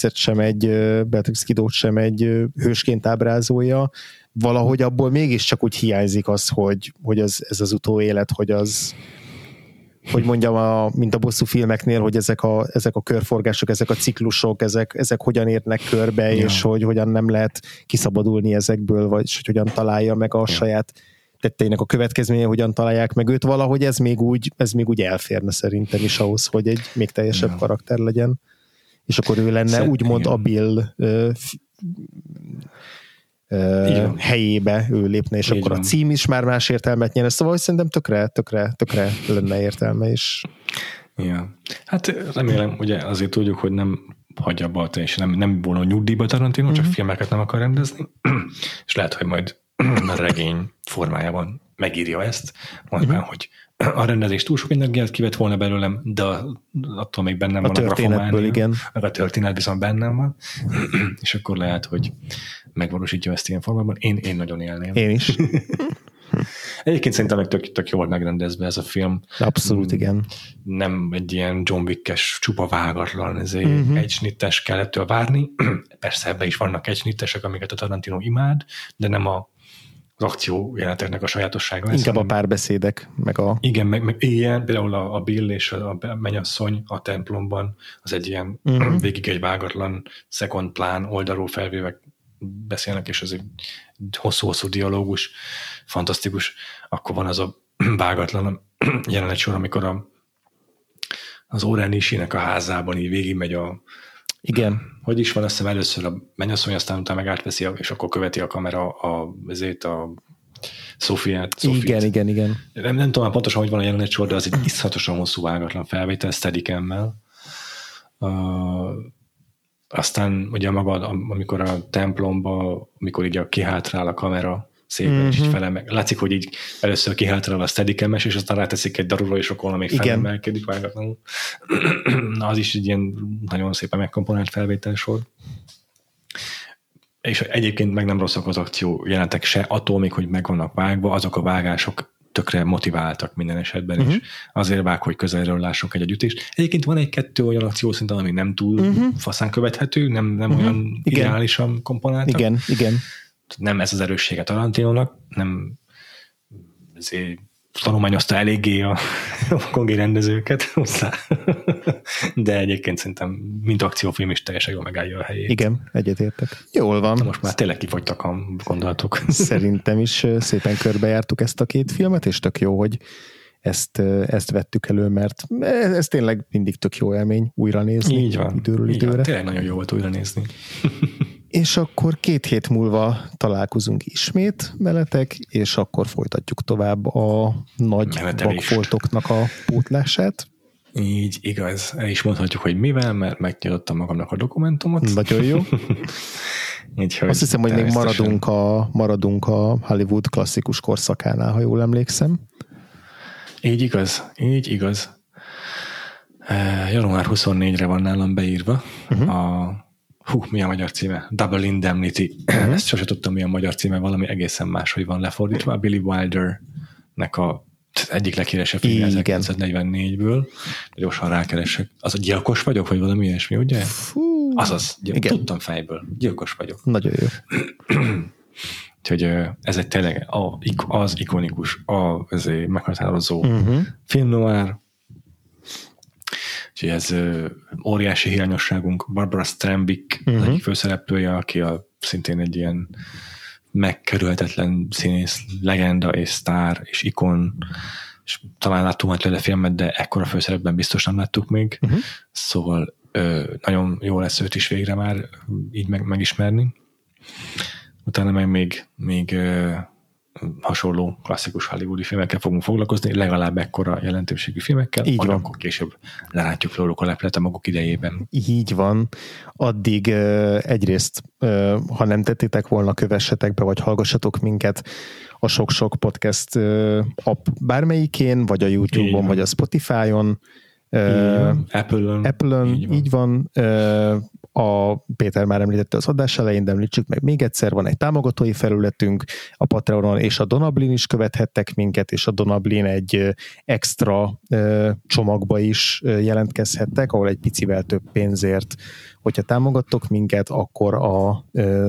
Beatrix Kidót sem egy hősként ábrázolja, valahogy abból mégiscsak úgy hiányzik az, hogy ez az utóélet, hogy az, hogy mondjam, mint a bosszú filmeknél, hogy ezek a körforgások, ezek a ciklusok, ezek hogyan érnek körbe, és hogy hogyan nem lehet kiszabadulni ezekből, vagy hogy hogyan találja meg a saját tetteinek a következménye, hogyan találják meg őt, valahogy ez még úgy elférne szerintem is ahhoz, hogy egy még teljesebb karakter legyen. És akkor ő lenne úgymond a Bill helyébe ő lépne, és akkor a cím is már más értelmet nyerne. Szóval szerintem tökre lenne értelme is. Ja. Hát remélem, ugye azért tudjuk, hogy nem hagyja abba teljesen, nem volna nyugdíjba Tarantino, csak filmeket nem akar rendezni, és lehet, hogy majd a regény formájában megírja ezt, mondván, hogy a rendezés túl sok energiát kivett volna belőlem, de attól még bennem van a történetből, a történet viszont bennem van, és akkor lehet, hogy megvalósítja ezt ilyen formában. Én nagyon élném. Én is. Egyébként szerintem meg tök jól megrendezve ez a film. Abszolút, igen. Nem egy ilyen John Wick-es csupa vágatlan, ez egy snittes kell ettől várni. Persze ebben is vannak egy snittesek, amiket a Tarantino imád, de nem az akció jeleneteknek a sajátossága. Inkább a párbeszédek, meg a... Igen, meg ilyen, például a Bill és a mennyasszony a templomban, az egy ilyen végig egy vágatlan second plán oldalról felvéve beszélnek, és ez egy hosszú-hosszú dialógus, fantasztikus. Akkor van az a vágatlan jelenet sor, amikor az Oren Ishii-nek a házában így végigmegy Igen. Hogy is van, azt hiszem először a mennyasszony, aztán utána meg átveszi, és akkor követi a kamera a Sofiát. Igen. Nem tudom pontosan, hogy van a jelenet sor, de az egy iszonyatosan hosszú vágatlan felvétel, Steadicam-mel. Aztán ugye maga, amikor a templomba, amikor így kihátrál a kamera szépen, és így felemelkedik. Látszik, hogy így először kihátrál a Steadicam-es, és aztán ráteszik egy darúra, és akkor még felemelkedik vágatlanul. Na, az is egy ilyen nagyon szépen megkomponált felvételsor. És egyébként meg nem rosszak az akció jelentek se, attól még, hogy meg vannak vágva, azok a vágások tökre motiváltak minden esetben, és azért vág, hogy közelről lássunk egy együttést. Egyébként van egy-kettő olyan akció szinten, ami nem túl faszán követhető, nem olyan ideálisan komponáltak. Igen. Nem ez az erőssége Tarantinónak, nem ezért tanulmányozta eléggé a kongi rendezőket hozzá. De egyébként szerintem mint akciófilm is teljesen jól megállja a helyét. Igen, egyetértek. Jól van. De most már tényleg kifogytak a gondolatok. Szerintem is szépen körbejártuk ezt a két filmet, és tök jó, hogy ezt vettük elő, mert ez tényleg mindig tök jó élmény újra nézni. Így van. Időről időre. Van. Tényleg nagyon jó volt újra nézni. És akkor 2 hét múlva találkozunk ismét veletek, és akkor folytatjuk tovább a nagy vakfoltoknak a pótlását. Így igaz. El is mondhatjuk, hogy mivel, mert megnyitottam magamnak a dokumentumot. Nagyon jó. Azt hiszem, hogy még maradunk a Hollywood klasszikus korszakánál, ha jól emlékszem. Így igaz. Január 24-re van nálam beírva mi a magyar címe? Double Indemnity. Ezt sose tudtam, mi a magyar címe, valami egészen máshogy van lefordítva. A Billy Wilder-nek egyik leghíresebb film 1944-ből. Gyorsan rákeresek. Az a Gyilkos vagyok, vagy valami ilyesmi, ugye? Azaz, tudtam fejből. Gyilkos vagyok. Nagyon jó. Úgyhogy ez egy tényleg az ikonikus, az meghatározó film noir. Úgyhogy ez óriási hiányosságunk. Barbara Stanwyck az egyik főszereplője, aki szintén egy ilyen megkerülhetetlen színész, legenda és sztár és ikon, és talán láttuk majd tőle filmet, de ekkora főszerepben biztos nem láttuk még. Szóval nagyon jó lesz őt is végre már így megismerni. Utána meg még hasonló klasszikus hollywoodi filmekkel fogunk foglalkozni, legalább ekkora jelentőségű filmekkel, így van. Akkor később lerátjuk róluk a leplet a maguk idejében. Így van. Addig egyrészt, ha nem tettétek volna, kövessetek be, vagy hallgassatok minket a sok-sok podcast app bármelyikén, vagy a YouTube-on, vagy a Spotify-on. Apple-ön. Így van. A Péter már említette az adás elején, de említsük meg még egyszer, van egy támogatói felületünk, a Patreonon és a Donablin is követhettek minket, és a Donablin egy extra csomagba is jelentkezhettek, ahol egy picivel több pénzért, hogyha támogattok minket, akkor a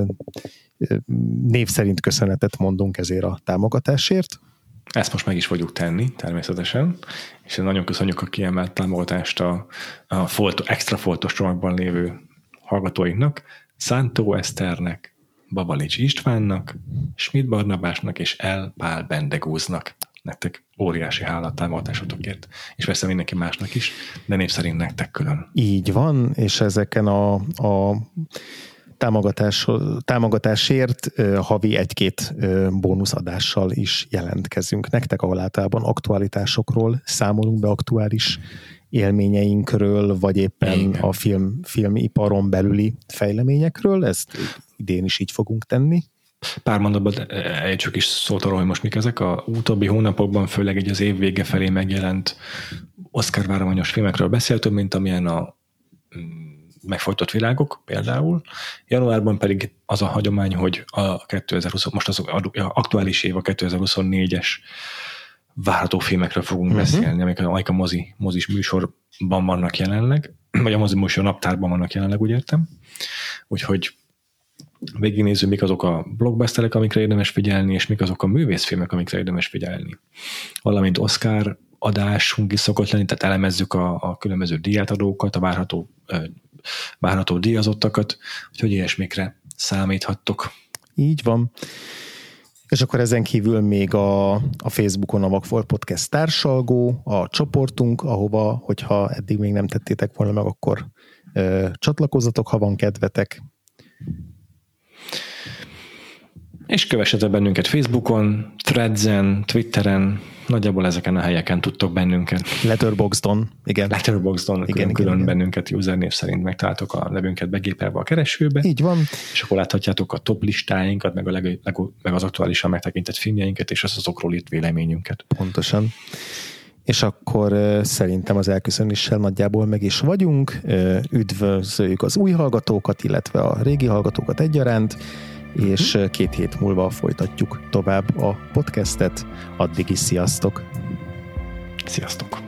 név szerint köszönetet mondunk ezért a támogatásért. Ezt most meg is fogjuk tenni, természetesen, és nagyon köszönjük a kiemelt támogatást a extra foltos csomagban lévő hallgatóinknak, Szántó Eszternek, Babalics Istvánnak, Schmidt Barnabásnak és L. Pál Bendegúznak. Nektek óriási hála támogatásotokért, és persze mindenki másnak is, de név szerint nektek külön. Így van, és ezeken a támogatásért havi 1-2 bónuszadással is jelentkezünk nektek, ahol általában aktualitásokról számolunk be, aktuális élményeinkről, vagy éppen a filmiparon belüli fejleményekről. Ezt idén is így fogunk tenni. Pár mondatban csak is szólt arról, hogy most mik ezek. A utóbbi hónapokban, főleg így az év vége felé megjelent Oscar várományos filmekről beszéltünk, mint amilyen a Megfojtott világok például. Januárban pedig az a hagyomány, hogy a 2020, most az aktuális év, a 2024-es várható filmekről fogunk beszélni, amik a mozis műsorban vannak jelenleg, vagy a mozi műsor naptárban vannak jelenleg, úgy értem. Úgyhogy végignézzük, mik azok a blockbusterek, amikre érdemes figyelni, és mik azok a művészfilmek, amikre érdemes figyelni. Valamint Oscar adásunk is szokott lenni, tehát elemezzük a különböző díjátadókat, a várható díjazottakat, úgyhogy ilyesmikre számíthattok. Így van. És akkor ezen kívül még a Facebookon a Vagfolt Podcast társalgó, a csoportunk, ahova, hogyha eddig még nem tettétek volna meg, akkor csatlakozzatok, ha van kedvetek. És kövessetek bennünket Facebookon, Threads-en, Twitteren, nagyjából ezeken a helyeken tudtok bennünket. Letterboxdon, igen. Letterboxdon, külön bennünket usernév szerint megtaláltok a nevünket begépelve a keresőbe. Így van. És akkor láthatjátok a top listáinkat, meg az aktuálisan megtekintett filmjeinket, és azokról írt véleményünket. Pontosan. És akkor szerintem az elköszönéssel nagyjából meg is vagyunk. Üdvözöljük az új hallgatókat, illetve a régi hallgatókat egyaránt, és 2 hét múlva folytatjuk tovább a podcastet. Addig is sziasztok! Sziasztok!